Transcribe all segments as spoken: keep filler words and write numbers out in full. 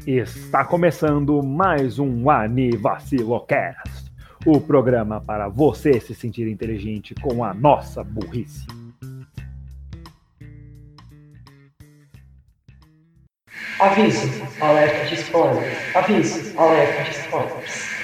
Está começando mais um Anivacilocast, o programa para você se sentir inteligente com a nossa burrice. Aviso, alerta de spoilers. Aviso, alerta de spoilers.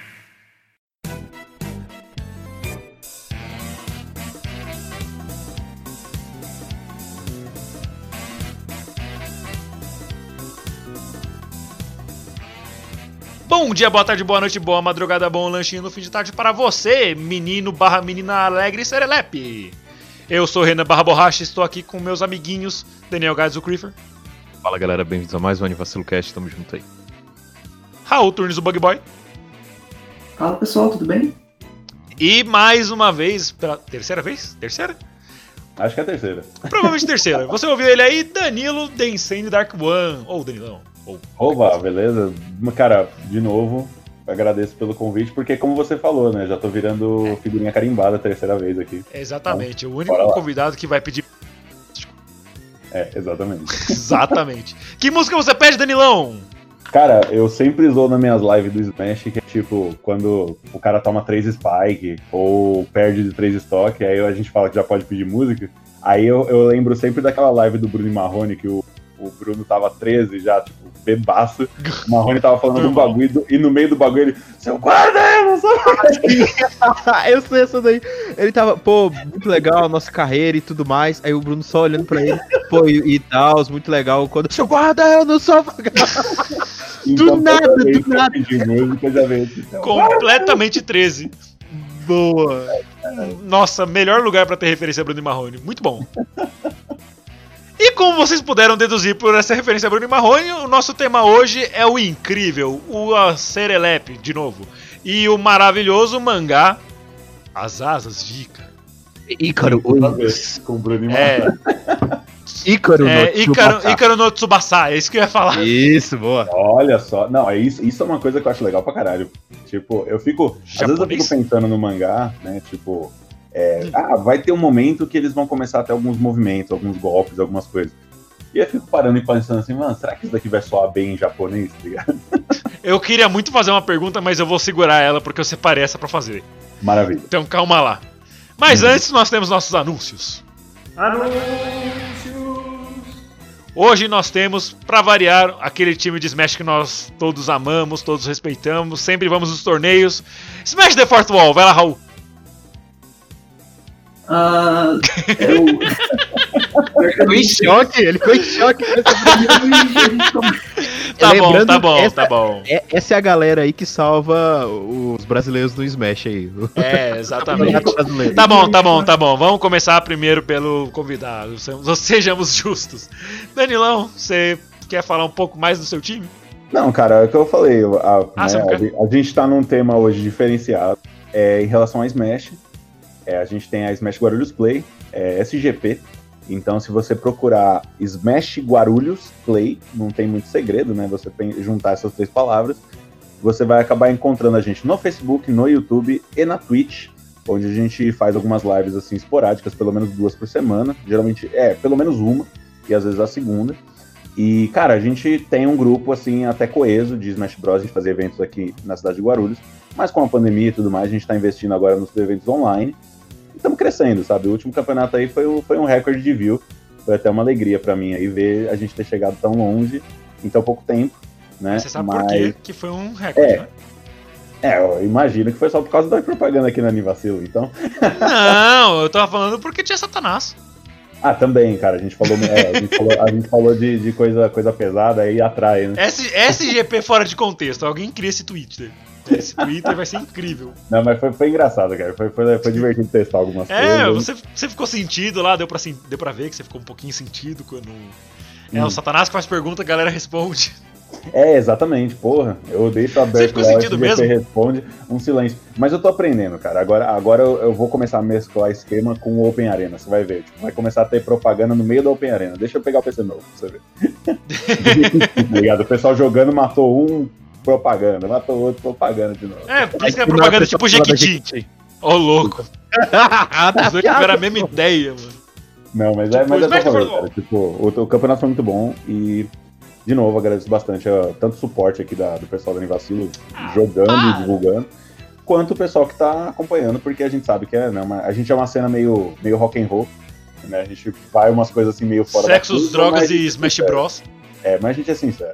Bom dia, boa tarde, boa noite, boa madrugada, bom lanchinho no fim de tarde para você, menino barra menina alegre e serelepe. Eu sou Renan barra Borracha e estou aqui com meus amiguinhos Daniel Gades, o Creeper. Fala galera, bem-vindos a mais um AniVacilocast, tamo junto aí. Raul Turnes, o Bug Boy. Fala pessoal, tudo bem? E mais uma vez, pela terceira vez? Terceira? Acho que é a terceira. Provavelmente terceira. Você ouviu ele aí, Danilo The Insane Dark One. Ou Danilão. Ou... Oba, beleza? Cara, de novo, agradeço pelo convite, porque como você falou, né, já tô virando é. figurinha carimbada a terceira vez aqui. Exatamente, então, o único convidado que vai pedir... É, exatamente. Exatamente. Que música você pede, Danilão? Cara, eu sempre zoo nas minhas lives do Smash, que é tipo, quando o cara toma três Spike, ou perde de três estoque, aí a gente fala que já pode pedir música. Aí eu, eu lembro sempre daquela live do Bruno e Marrone, que o, o Bruno tava treze já, tipo, bebaço. O Marrone tava falando do bagulho, e no meio do bagulho ele, seu guarda, eu não sou Eu sei essa daí. Ele tava, pô, muito legal a nossa carreira e tudo mais. Aí o Bruno só olhando pra ele, pô, e, e tal, muito legal. Quando, seu guarda, eu não sou então, do nada, do nada. Música, já veio, então, completamente treze. Boa. Nossa, melhor lugar pra ter referência a Bruno e Marrone. Muito bom. E como vocês puderam deduzir por essa referência a Bruno e Marrone, o nosso tema hoje é o incrível, o serelepe, de novo, e o maravilhoso mangá As Asas de Ícaro. Ícaro, com Bruno e Marrone. É, Ícaro, é, no Ícaro, Ícaro no Tsubasa, é isso que eu ia falar. Isso, boa. Olha só, não, é isso, isso é uma coisa que eu acho legal pra caralho. Tipo, eu fico, Japonês? Às vezes eu fico pensando no mangá, né, tipo... É, hum. Ah, vai ter um momento que eles vão começar a ter alguns movimentos, alguns golpes, algumas coisas. E eu fico parando e pensando assim, mano, será que isso daqui vai soar bem em japonês, tá ligado? Eu queria muito fazer uma pergunta, mas eu vou segurar ela porque eu separei essa pra fazer. Maravilha. Então calma lá. Mas hum. antes nós temos nossos anúncios. Anúncios! Hoje nós temos, pra variar, aquele time de Smash que nós todos amamos, todos respeitamos, sempre vamos nos torneios. Smash the Fourth Wall, vai lá, Raul. Ah, eu... Ele ficou em choque, ele ficou em choque. Tá bom, tá bom, essa, tá bom. É, essa é a galera aí que salva os brasileiros do Smash aí. É, exatamente. Tá bom, tá bom, tá bom. Vamos começar primeiro pelo convidado. Sejamos justos. Danilão, você quer falar um pouco mais do seu time? Não, cara, é o que eu falei. A, ah, né, a, a gente tá num tema hoje diferenciado é, em relação a Smash. É, a gente tem a Smash Guarulhos Play, é, S G P. Então, se você procurar Smash Guarulhos Play, não tem muito segredo, né? Você juntar essas três palavras, você vai acabar encontrando a gente no Facebook, no YouTube e na Twitch, onde a gente faz algumas lives assim esporádicas, pelo menos duas por semana. Geralmente, é, pelo menos uma, e às vezes a segunda. E, cara, a gente tem um grupo, assim, até coeso de Smash Bros. De fazer eventos aqui na cidade de Guarulhos. Mas com a pandemia e tudo mais, a gente tá investindo agora nos eventos online. Estamos crescendo, sabe? O último campeonato aí foi, foi um recorde de view. Foi até uma alegria pra mim aí ver a gente ter chegado tão longe em tão pouco tempo, né? Mas você sabe Mas... por quê que foi um recorde, é. né? É, eu imagino que foi só por causa da propaganda aqui na Anivacilo, então... Não, eu tava falando porque tinha Satanás. Ah, também, cara, a gente falou, é, a gente falou, a gente falou de, de coisa, coisa pesada aí atrai, né? S, S G P fora de contexto, alguém cria esse tweet dele. Esse Twitter vai ser incrível. Não, mas foi, foi engraçado, cara. Foi, foi, foi divertido testar algumas é, coisas. É, você, você ficou sentido lá, deu pra, deu pra ver que você ficou um pouquinho sentido quando... É hum. o Satanás que faz pergunta, a galera responde. É, exatamente, porra. Eu deixo aberto. Você ficou lá, sentido mesmo? Responde um silêncio. Mas eu tô aprendendo, cara. Agora, agora eu, eu vou começar a mesclar esquema com o Open Arena. Você vai ver. Tipo, vai começar a ter propaganda no meio da Open Arena. Deixa eu pegar o P C novo pra você ver. Ligado? O pessoal jogando matou um... propaganda, matou outro, propaganda de novo. É, por isso que é propaganda tipo Jequiti. Ô, louco. Os dois tiveram a mesma ideia, mano. Não, mas tipo, é, mas é Smash só falando, cara. Tipo, o, o campeonato foi muito bom e de novo, agradeço bastante uh, tanto o suporte aqui da, do pessoal da Anivacilo, Ah, jogando para. e divulgando, quanto o pessoal que tá acompanhando, porque a gente sabe que é, né, uma, a gente é uma cena meio, meio rock and roll, né? A gente vai umas coisas assim meio fora Sexos, da curva, drogas mas a e gente é Smash sincero. Bros. É, mas a gente é sincero.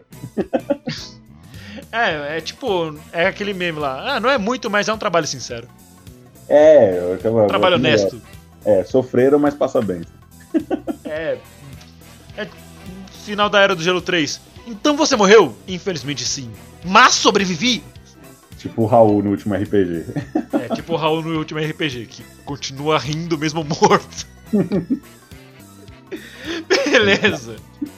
É, é tipo, é aquele meme lá. Ah, não é muito, mas é um trabalho sincero. É, eu, eu, Um trabalho eu- honesto. É, sofreram, mas passa bem. É. É. Final da Era do Gelo três. Então você morreu? Infelizmente sim. Mas sobrevivi? Tipo o Raul no último R P G. É tipo o Raul no último R P G, que continua rindo mesmo morto. Beleza.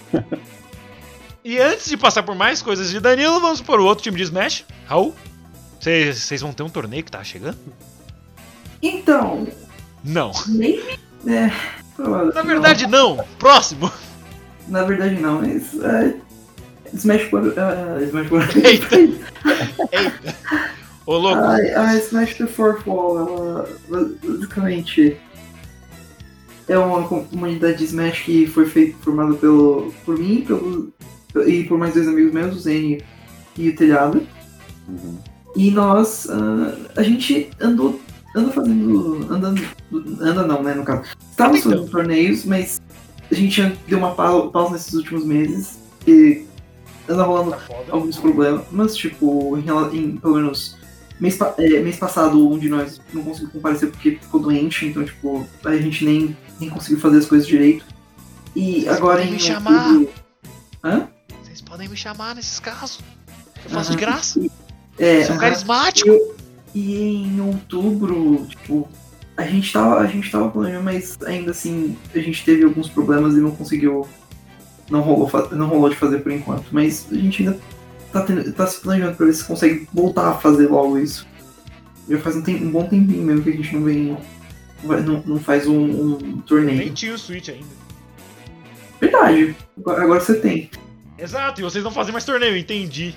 E antes de passar por mais coisas de Danilo, vamos para o outro time de Smash. Raul, vocês vão ter um torneio que tá chegando? Então, Não. nem. É, Na verdade, não. Próximo. Na verdade, não, mas. É, Smash Bros. Uh, Smash Bros. Eita. Eita. Ô, louco. A, a Smash the Fourth Wall, ela basicamente é uma comunidade de Smash que foi feita, formada pelo, por mim pelo, e por mais dois amigos meus, o Zene e o Telhado. Uhum. E nós, uh, a gente andou, anda fazendo, andando, anda não, né, no caso. Estávamos Então. fazendo torneios, mas a gente deu uma pau- pausa nesses últimos meses e anda rolando alguns problemas, tipo, em, rela- em pelo menos mês, pa- é, mês passado um de nós não conseguiu comparecer porque ficou doente, então tipo, a gente nem, nem conseguiu fazer as coisas direito. E Vocês agora podem em me chamar. outubro- Hã? Vocês podem me chamar nesses casos. Eu faço Aham. de graça. É, Sou aham. carismático. E em outubro, tipo, a gente tava, a gente tava planejando, mas ainda assim a gente teve alguns problemas e não conseguiu, não rolou, fa- não rolou de fazer por enquanto. Mas a gente ainda tá, tendo, tá se planejando pra ver se consegue voltar a fazer logo isso. Já faz um, tem- um bom tempinho mesmo que a gente não vem, não, vai- não, não faz um, um torneio. Nem tinha o Switch ainda. Verdade, agora, agora você tem. Exato, e vocês não fazem mais torneio, entendi.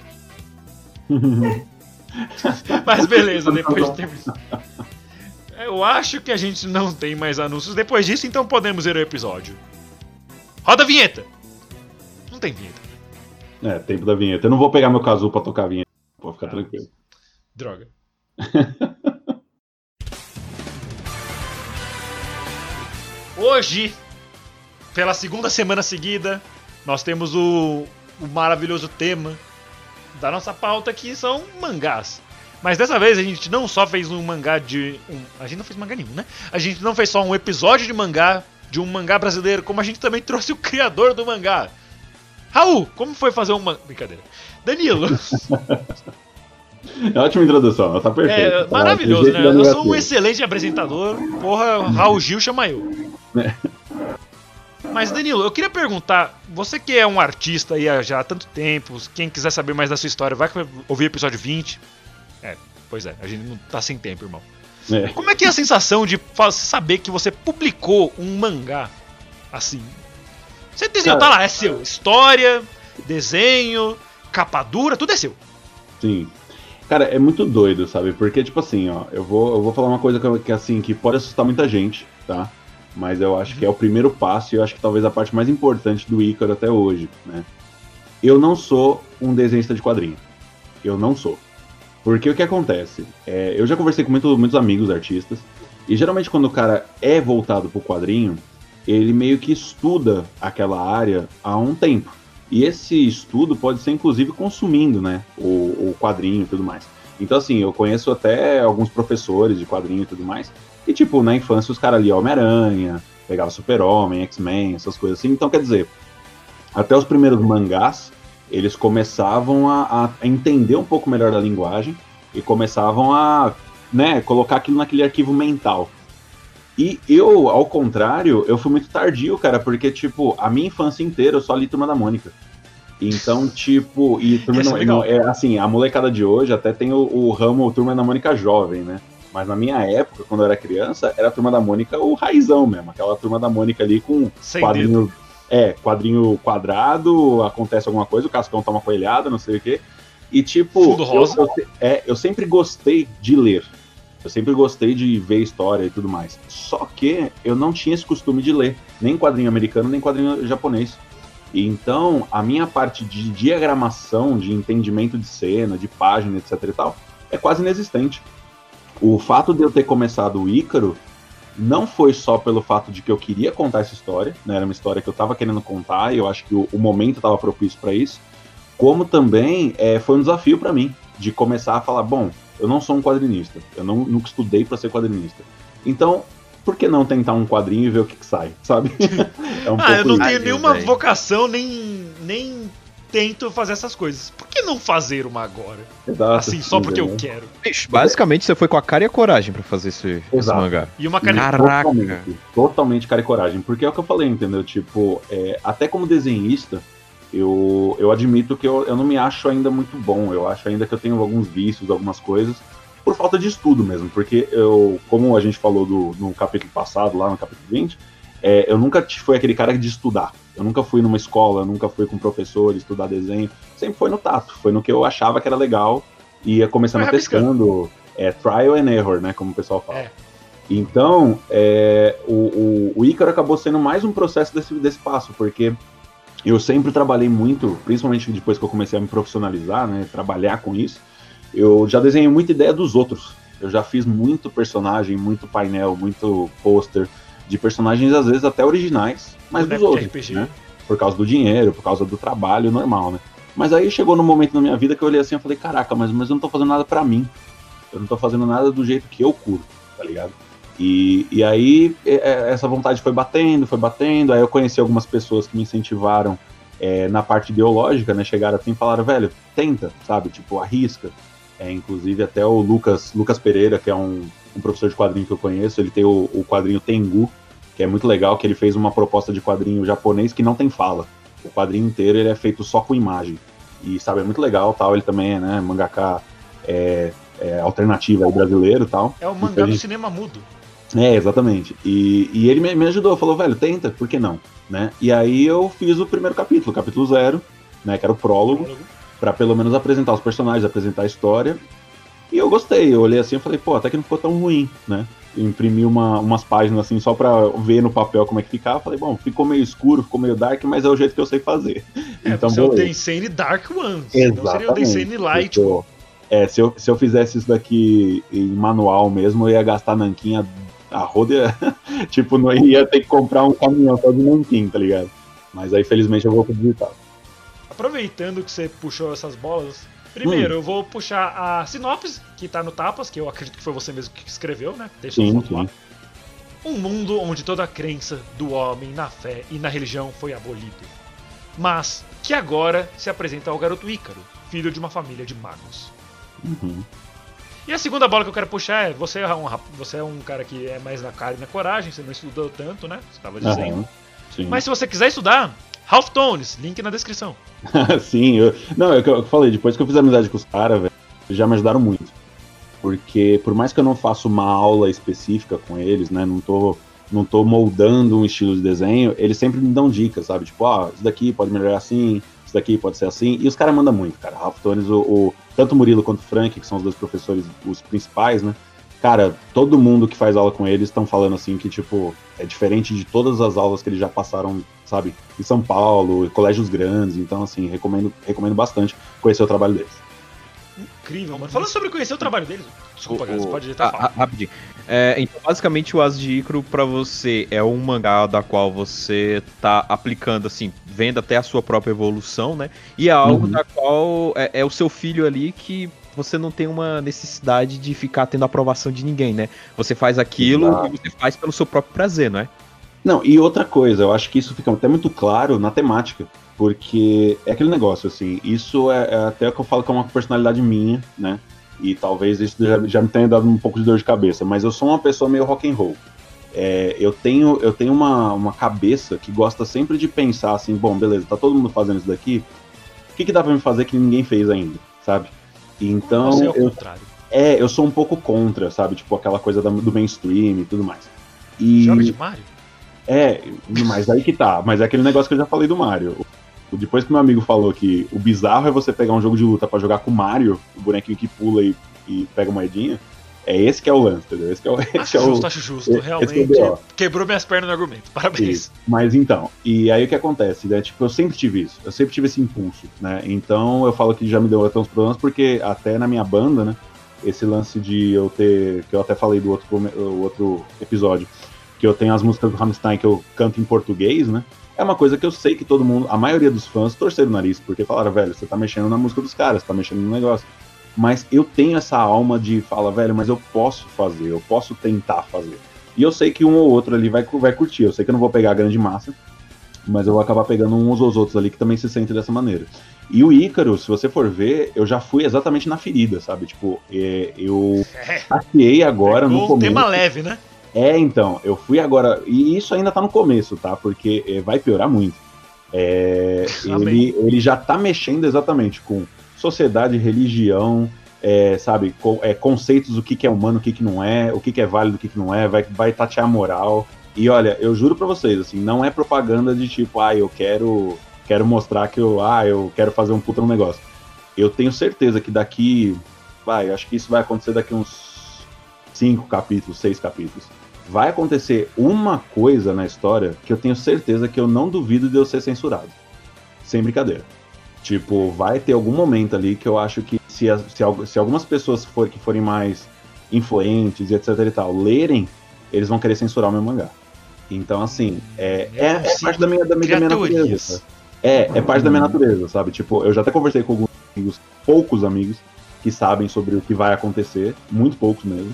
Mas beleza, depois de termos. Eu acho que a gente não tem mais anúncios depois disso, então podemos ir ao episódio. Roda a vinheta! Não tem vinheta. É, tempo da vinheta. Eu não vou pegar meu Kazoo pra tocar a vinheta. Pode ficar tranquilo. Droga. Hoje, pela segunda semana seguida, nós temos o, o maravilhoso tema da nossa pauta, que são mangás. Mas dessa vez a gente não só fez um mangá de... Um, a gente não fez mangá nenhum, né? A gente não fez só um episódio de mangá, de um mangá brasileiro, como a gente também trouxe o criador do mangá. Raul, como foi fazer uma... Brincadeira. Danilo. É ótima introdução, ela tá perfeita. É Tá maravilhoso, do jeito né? da Eu sou um Anivacilo. excelente apresentador. Porra, Raul Gil chama eu. É. Mas, Danilo, eu queria perguntar, você que é um artista aí há já há tanto tempo, quem quiser saber mais da sua história, vai ouvir o episódio vinte. É, pois é, a gente não tá sem tempo, irmão. É. Como é que é a sensação de fa- saber que você publicou um mangá assim? Você desenhou, Cara, tá lá, é seu. História, desenho, capa dura, tudo é seu. Sim. Cara, é muito doido, sabe? Porque, tipo assim, ó, eu vou, eu vou falar uma coisa que, que, assim, que pode assustar muita gente, tá? Mas eu acho que é o primeiro passo e eu acho que talvez a parte mais importante do Ícaro até hoje, né? Eu não sou um desenhista de quadrinho. Eu não sou. Porque o que acontece? É, eu já conversei com muito, muitos amigos artistas, e geralmente quando o cara é voltado pro quadrinho, ele meio que estuda aquela área há um tempo. E esse estudo pode ser, inclusive, consumindo, né, o, o quadrinho e tudo mais. Então, assim, eu conheço até alguns professores de quadrinho e tudo mais, e, tipo, na infância os caras liam Homem-Aranha, pegava Super-Homem, X-Men, essas coisas assim. Então, quer dizer, até os primeiros mangás, eles começavam a, a entender um pouco melhor da linguagem e começavam a, né, colocar aquilo naquele arquivo mental. E eu, ao contrário, eu fui muito tardio, cara, porque, tipo, a minha infância inteira eu só li Turma da Mônica. Então, tipo, e Turma Isso da é legal. Mônica, é, assim, a molecada de hoje até tem o, o ramo Turma da Mônica jovem, né? Mas na minha época, quando eu era criança, era a Turma da Mônica o raizão mesmo, aquela Turma da Mônica ali com Sem quadrinho, é, quadrinho quadrado, acontece alguma coisa, o Cascão toma coelhada, não sei o quê. E, tipo, Fundo rosa. Eu, eu, é, eu sempre gostei de ler. Eu sempre gostei de ver história e tudo mais. Só que eu não tinha esse costume de ler, nem quadrinho americano, nem quadrinho japonês. Então, a minha parte de diagramação, de entendimento de cena, de página, etc e tal, é quase inexistente. O fato de eu ter começado o Ícaro não foi só pelo fato de que eu queria contar essa história, né? Era uma história que eu estava querendo contar e eu acho que o, o momento estava propício para isso, como também é, foi um desafio para mim, de começar a falar, bom, eu não sou um quadrinista, eu não, nunca estudei para ser quadrinista, então, por que não tentar um quadrinho e ver o que, que sai, sabe? É um ah, eu não isso. tenho Ai, nenhuma véio. vocação, nem, nem tento fazer essas coisas. Por que não fazer uma agora? Exato, Assim, só porque eu né? quero. Bicho, basicamente você foi com a cara e a coragem pra fazer esse, esse Exato. mangá. E uma caneta. Caraca. Totalmente, totalmente cara e coragem, porque é o que eu falei, entendeu? Tipo, é, até como desenhista, eu, eu admito que eu, eu não me acho ainda muito bom, eu acho ainda que eu tenho alguns vícios, algumas coisas, por falta de estudo mesmo, porque eu, como a gente falou do, no capítulo passado, lá no capítulo vinte, é, eu nunca fui aquele cara de estudar, eu nunca fui numa escola, eu nunca fui com um professor estudar desenho, sempre foi no tato, foi no que eu achava que era legal, e ia começando Vai testando, é, trial and error, né, como o pessoal fala. É. Então, é, o, o, o Ícaro acabou sendo mais um processo desse, desse passo, porque eu sempre trabalhei muito, principalmente depois que eu comecei a me profissionalizar, né, trabalhar com isso, eu já desenhei muita ideia dos outros. Eu já fiz muito personagem, muito painel, muito pôster de personagens, às vezes até originais, mas dos Boneco de outros, R P G. né? Por causa do dinheiro, por causa do trabalho normal, né? Mas aí chegou num momento na minha vida que eu olhei assim e falei, caraca, mas, mas eu não tô fazendo nada pra mim. Eu não tô fazendo nada do jeito que eu curto, tá ligado? E, e aí é, essa vontade foi batendo, foi batendo, aí eu conheci algumas pessoas que me incentivaram é, na parte ideológica, né? Chegaram assim e falaram, velho, tenta, sabe? Tipo, arrisca. É, inclusive até o Lucas, Lucas Pereira, que é um, um professor de quadrinho que eu conheço, ele tem o, o quadrinho Tengu, que é muito legal, que ele fez uma proposta de quadrinho japonês que não tem fala. O quadrinho inteiro ele é feito só com imagem. E, sabe, é muito legal, tal, ele também é, né, mangaka é, é, alternativo aí, brasileiro e tal. É o mangá Então, a do gente- cinema mudo. É, exatamente. E, e ele me, me ajudou, falou, velho, tenta, por que não? Né? E aí eu fiz o primeiro capítulo, capítulo zero, né, que era o prólogo, pra pelo menos apresentar os personagens, apresentar a história. E eu gostei, eu olhei assim e falei, pô, até que não ficou tão ruim, né? Eu imprimi uma, umas páginas assim só pra ver no papel como é que ficava. Falei, bom, ficou meio escuro, ficou meio dark, mas é o jeito que eu sei fazer. É, então, você é o beleza. Densei Dark Ones. Então seria o Exatamente. Densei Light. Tipo, é, se eu, se eu fizesse isso daqui em manual mesmo, eu ia gastar nanquim a roda, ia, tipo, não ia ter que comprar um caminhão só de nanquim, tá ligado? Mas aí, felizmente, eu vou pro digital. Aproveitando que você puxou essas bolas, primeiro Hum. eu vou puxar a sinopse, que tá no Tapas, que eu acredito que foi você mesmo que escreveu, né? Deixa eu Sim, foto lá. sim. Um mundo onde toda a crença do homem na fé e na religião foi abolido. Mas que agora se apresenta ao garoto Ícaro, filho de uma família de magos. Uhum. E a segunda bola que eu quero puxar é, você é um, rap- você é um cara que é mais na cara e na coragem, você não estudou tanto, né? Você estava dizendo. Aham, sim. Mas se você quiser estudar, Half Tones, link na descrição. Sim, eu, não, é o que eu falei, depois que eu fiz amizade com os caras, velho, eles já me ajudaram muito. Porque por mais que eu não faça uma aula específica com eles, né, não tô, não tô moldando um estilo de desenho, eles sempre me dão dicas, sabe? Tipo, ó, isso daqui pode melhorar assim, isso daqui pode ser assim, e os caras mandam muito, cara. Ralph Tones, o, o, tanto o Murilo quanto o Frank, que são os dois professores, os principais, né? Cara, todo mundo que faz aula com eles estão falando assim que, tipo, é diferente de todas as aulas que eles já passaram, sabe, em São Paulo, colégios grandes, então, assim, recomendo, recomendo bastante conhecer o trabalho deles. Incrível, mano. Falando sobre conhecer o trabalho deles. Desculpa, O- cara, você o- pode ah, editar. ah, rapidinho. É, então, basicamente, o As de Ícaro pra você é um mangá da qual você tá aplicando, assim, vendo até a sua própria evolução, né? E é algo Uhum. da qual é, é o seu filho ali que você não tem uma necessidade de ficar tendo aprovação de ninguém, né? Você faz aquilo Exato. e você faz pelo seu próprio prazer, não é? Não, e outra coisa, eu acho que isso fica até muito claro na temática, porque é aquele negócio, assim, isso é, é até o que eu falo que é uma personalidade minha, né? E talvez isso já, já me tenha dado um pouco de dor de cabeça, mas eu sou uma pessoa meio rock and roll. É, eu tenho, eu tenho uma, uma cabeça que gosta sempre de pensar assim, bom, beleza, tá todo mundo fazendo isso daqui, o que, que dá pra me fazer que ninguém fez ainda, sabe? Então, Você é o eu, contrário. é, eu sou um pouco contra, sabe? Tipo, aquela coisa da- do mainstream e tudo mais. E, Joga de Mario? é, mas aí que tá. Mas é aquele negócio que eu já falei do Mario. O- Depois que meu amigo falou que o bizarro é você pegar um jogo de luta pra jogar com o Mario, o bonequinho que pula e, e pega moedinha, É esse que é o lance, entendeu? Esse que é o, esse Acho é o, justo, acho justo. Realmente é o quebrou minhas pernas no argumento. Parabéns. Isso. Mas então, e aí o que acontece, né? Tipo, eu sempre tive isso, eu sempre tive esse impulso, né? Então eu falo que já me deu até uns problemas, porque até na minha banda, né? Esse lance de eu ter, que eu até falei do outro, o outro episódio, que eu tenho as músicas do Rammstein que eu canto em português, né? É uma coisa que eu sei que todo mundo, a maioria dos fãs, torceram o nariz, porque falaram, velho, você tá mexendo na música dos caras, você tá mexendo no negócio. Mas eu tenho essa alma de fala, velho, mas eu posso fazer, eu posso tentar fazer. E eu sei que um ou outro ali vai, vai curtir, eu sei que eu não vou pegar a grande massa, mas eu vou acabar pegando uns ou outros ali que também se sentem dessa maneira. E o Ícaro, se você for ver, eu já fui exatamente na ferida, sabe? Tipo, é, eu saqueei agora no começo. Um tema leve, né? É, então, eu fui agora, e isso ainda tá no começo, tá? Porque é, vai piorar muito. É, ele, ele já tá mexendo exatamente com sociedade, religião, é, sabe, co é, conceitos do que, que é humano, o que, que não é, o que, que é válido, o que, que não é, vai, vai tatear a moral. E olha, eu juro pra vocês, assim, não é propaganda de tipo, ah, eu quero, quero mostrar que eu, ah, eu quero fazer um puta no negócio. Eu tenho certeza que daqui, vai, acho que isso vai acontecer daqui uns cinco capítulos, seis capítulos. Vai acontecer uma coisa na história que eu tenho certeza que eu não duvido de eu ser censurado. Sem brincadeira. Tipo, vai ter algum momento ali que eu acho que se, se, se algumas pessoas for, que forem mais influentes e etc e tal, lerem, eles vão querer censurar o meu mangá. Então, assim, é, é, é parte da minha, da minha, da minha natureza. Sabe? É, é parte da minha natureza, sabe? Tipo, eu já até conversei com alguns amigos, poucos amigos, que sabem sobre o que vai acontecer, muito poucos mesmo.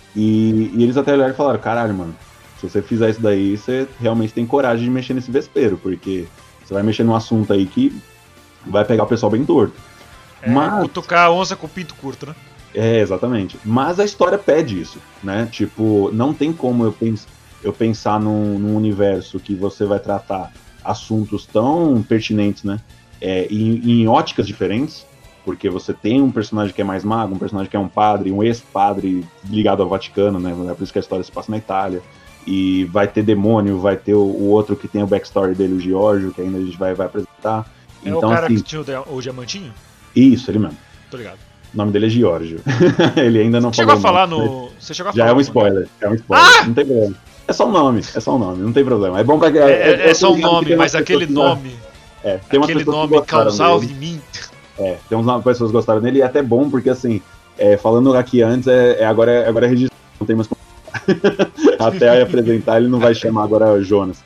E, e eles até olharam e falaram, caralho, mano, se você fizer isso daí, você realmente tem coragem de mexer nesse vespeiro, porque você vai mexer num assunto aí que vai pegar o pessoal bem torto. É, mas cutucar a onça com o pinto curto, né? É, exatamente. Mas a história pede isso, né? Tipo, não tem como eu, pens eu pensar num, num universo que você vai tratar assuntos tão pertinentes, né? É, em, em óticas diferentes, porque você tem um personagem que é mais mago, um personagem que é um padre, um ex-padre ligado ao Vaticano, né? É por isso que a história se passa na Itália. E vai ter demônio, vai ter o, o outro que tem o backstory dele, o Giorgio, que ainda a gente vai, vai apresentar. É então, o cara assim, que tinha o, o diamantinho? Isso, ele mesmo. Tô ligado. O nome dele é Giorgio. Ele ainda não Você falou. Chegou a falar nome, no. Você chegou a Já falar é um no spoiler. É um spoiler. Ah! Não tem problema. É só um nome, é só um nome, não tem problema. É bom pra. É, é, é só um nome, mas umas aquele pessoas que- nome. É, tem umas Aquele pessoas que nome gostaram causava dele. em mim. É, tem umas pessoas que gostaram dele e é até bom porque assim, é, falando aqui antes, é, é agora, é, agora é registrado, não tem mais como. Até aí apresentar, ele não vai chamar agora Jonas.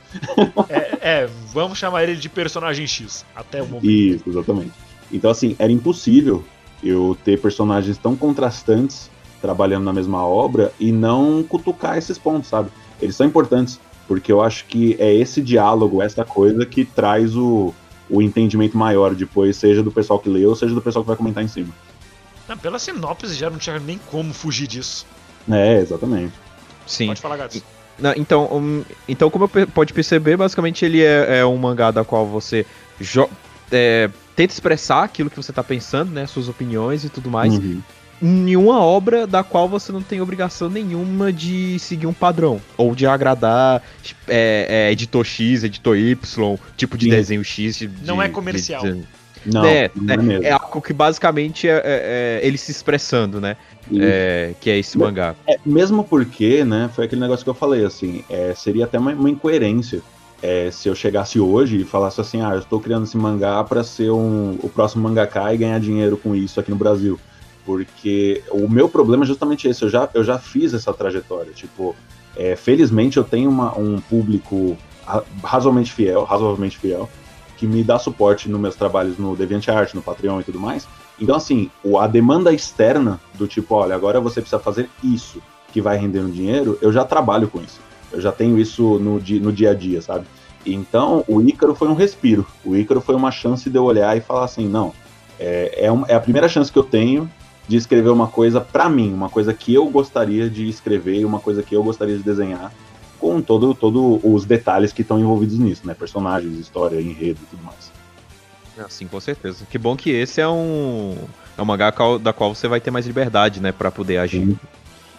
É, é, vamos chamar ele de personagem X. Até o momento. Isso, exatamente. Então, assim, era impossível eu ter personagens tão contrastantes trabalhando na mesma obra e não cutucar esses pontos, sabe? Eles são importantes, porque eu acho que é esse diálogo, essa coisa que traz o, o entendimento maior depois, seja do pessoal que leu, seja do pessoal que vai comentar em cima. Não, pela sinopse já não tinha nem como fugir disso. É, exatamente. Sim. Pode falar, Gatos. Não, então, um, então, como pe- pode perceber, basicamente ele é, é um mangá da qual você jo- é, tenta expressar aquilo que você tá pensando, né? Suas opiniões e tudo mais. Uhum. Nenhuma obra da qual você não tem obrigação nenhuma de seguir um padrão. Ou de agradar é, é, editor X, editor Y, tipo de Sim. desenho X. De, Não é de- comercial. de- Não, é, não é é, mesmo. é algo que basicamente é, é- é ele se expressando, né? E- É, que é esse mangá. É, mesmo porque, né, foi aquele negócio que eu falei, assim, é, seria até uma, uma incoerência é, se eu chegasse hoje e falasse assim, ah, eu estou criando esse mangá para ser um, o próximo mangaka e ganhar dinheiro com isso aqui no Brasil. Porque o meu problema é justamente esse, eu já, eu já fiz essa trajetória, tipo, é, felizmente eu tenho uma, um público ra- razoavelmente fiel, razoavelmente fiel, que me dá suporte nos meus trabalhos no DeviantArt, no Patreon e tudo mais. Então, assim, o- a demanda externa do tipo, olha, agora você precisa fazer isso que vai render um dinheiro, eu já trabalho com isso. Eu já tenho isso no, di- no dia a dia, sabe? Então, o Ícaro foi um respiro. O Ícaro foi uma chance de eu olhar e falar assim, não, é, é, um- é a primeira chance que eu tenho de escrever uma coisa pra mim, uma coisa que eu gostaria de escrever, uma coisa que eu gostaria de desenhar, com todo, todo os detalhes que estão envolvidos nisso, né? Personagens, história, enredo e tudo mais. Ah, sim, com certeza. Que bom que esse é um, é um mangá qual- da qual você vai ter mais liberdade, né, pra poder agir. Sim.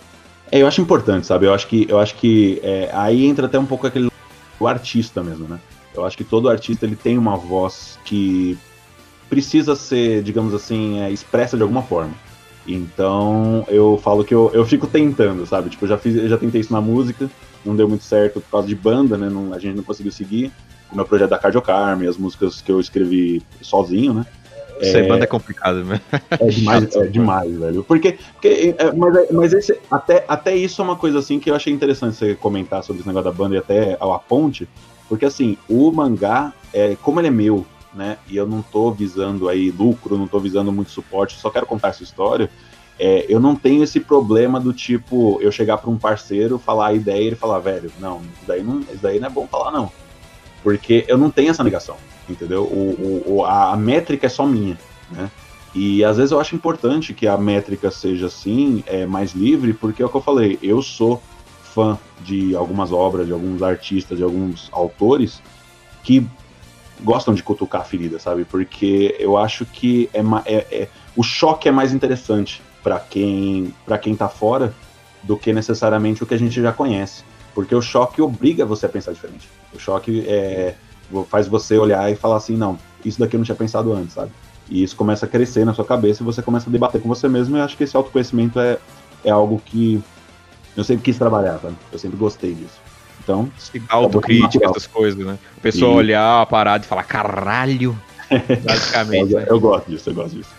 É, eu acho importante, sabe? Eu acho que, eu acho que é, aí entra até um pouco aquele o artista mesmo, né? Eu acho que todo artista ele tem uma voz que precisa ser, digamos assim, é, expressa de alguma forma. Então eu falo que eu, eu fico tentando, sabe? Tipo, eu já, fiz, eu já tentei isso na música, não deu muito certo por causa de banda, né? Não, a gente não conseguiu seguir. O meu projeto da Cardiocarme, as músicas que eu escrevi sozinho, né? Isso aí, banda é complicado, né? É demais, é demais, velho. Porque, porque é, mas, mas esse, até, até isso é uma coisa assim que eu achei interessante você comentar sobre esse negócio da banda e até a, a ponte, porque assim, o mangá, é, como ele é meu, né, e eu não tô visando aí lucro, não tô visando muito suporte, só quero contar essa história, é, eu não tenho esse problema do tipo, eu chegar pra um parceiro, falar a ideia e ele falar, velho, não, isso daí não, isso daí não é bom falar não. Porque eu não tenho essa negação, entendeu? O, o, a, a métrica é só minha, né? E às vezes eu acho importante que a métrica seja assim, é, mais livre, porque é o que eu falei, eu sou fã de algumas obras, de alguns artistas, de alguns autores que gostam de cutucar a ferida, sabe? Porque eu acho que é, é, é, o choque é mais interessante para quem, para quem tá fora do que necessariamente o que a gente já conhece. Porque o choque obriga você a pensar diferente. O choque é, faz você olhar e falar assim, não, isso daqui eu não tinha pensado antes, sabe? E isso começa a crescer na sua cabeça e você começa a debater com você mesmo, e eu acho que esse autoconhecimento é, é algo que eu sempre quis trabalhar, sabe? Eu sempre gostei disso. Então, autocrítica, essas coisas, né? A pessoa e... olhar a parada e falar, caralho, basicamente. eu, né? eu gosto disso, eu gosto disso.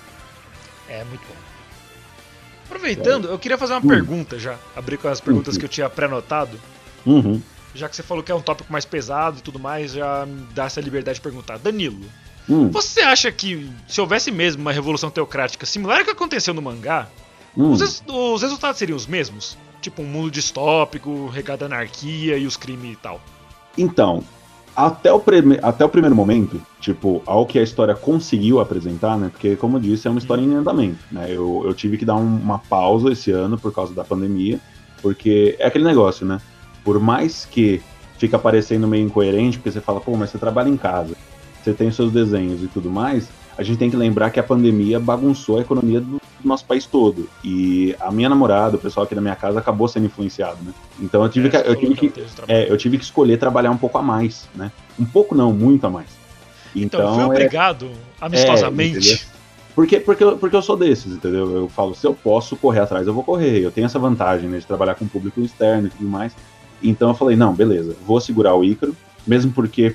É, muito bom. Aproveitando, é. eu queria fazer uma hum. pergunta já, abrir com as perguntas uhum. que eu tinha pré-anotado. Uhum. Já que você falou que é um tópico mais pesado e tudo mais, já me dá essa liberdade de perguntar. Danilo, hum. você acha que se houvesse mesmo uma revolução teocrática similar ao que aconteceu no mangá, hum. os, res- os resultados seriam os mesmos? Tipo um mundo distópico, regado à anarquia e os crimes e tal? Então, até o, pre- até o primeiro momento, tipo, ao que a história conseguiu apresentar, né? Porque, como eu disse, é uma história em andamento, né? Eu, eu tive que dar um, uma pausa esse ano por causa da pandemia, porque é aquele negócio, né? Por mais que fica parecendo meio incoerente, porque você fala, pô, mas você trabalha em casa, você tem os seus desenhos e tudo mais, a gente tem que lembrar que a pandemia bagunçou a economia do, do nosso país todo. E a minha namorada, o pessoal aqui da minha casa, acabou sendo influenciado, né? Então eu tive, é, que, eu tive que, é, eu tive que escolher trabalhar um pouco a mais, né? Um pouco não, muito a mais. Então, então foi obrigado, é, amistosamente. É, porque, porque, porque eu sou desses, entendeu? Eu falo, se eu posso correr atrás, eu vou correr. Eu tenho essa vantagem, né, de trabalhar com público externo e tudo mais. Então eu falei, não, beleza, vou segurar o Ícaro, mesmo porque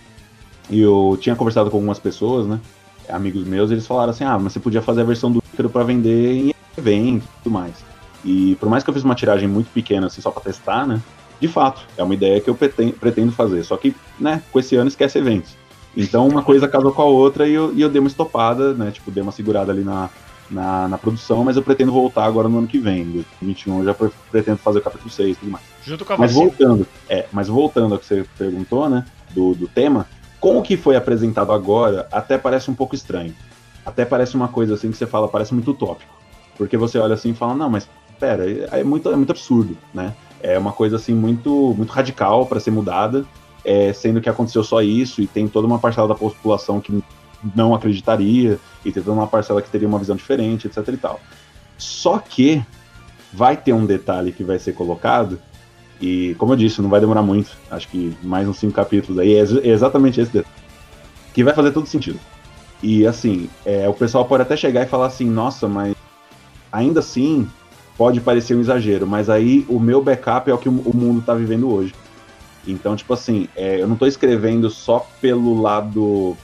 eu tinha conversado com algumas pessoas, né, amigos meus, eles falaram assim, ah, mas você podia fazer a versão do Ícaro pra vender em evento e tudo mais. E por mais que eu fiz uma tiragem muito pequena, assim, só pra testar, né, de fato, é uma ideia que eu pretendo, pretendo fazer, só que, né, com esse ano esquece eventos. Então uma coisa casou com a outra e eu, e eu dei uma estopada, né, tipo, dei uma segurada ali na, na, na produção, mas eu pretendo voltar agora no ano que vem, em dois mil e vinte e um eu já pretendo fazer o capítulo seis e tudo mais. Junto com a mas vacina. voltando, é, mas voltando ao que você perguntou, né, do, do tema, com o que foi apresentado agora, até parece um pouco estranho. Até parece uma coisa assim que você fala, parece muito utópico. Porque você olha assim e fala, não, mas pera, é muito, é muito absurdo, né? É uma coisa assim muito, muito radical para ser mudada, é, sendo que aconteceu só isso e tem toda uma parcela da população que não acreditaria e tem toda uma parcela que teria uma visão diferente, etc e tal. Só que vai ter um detalhe que vai ser colocado e, como eu disse, não vai demorar muito, acho que mais uns cinco capítulos aí, é exatamente esse detalhe, que vai fazer todo sentido. E assim, é, o pessoal pode até chegar e falar assim, nossa, mas ainda assim pode parecer um exagero, mas aí o meu backup é o que o mundo tá vivendo hoje. Então, tipo assim, é, eu não tô escrevendo só pelo lado,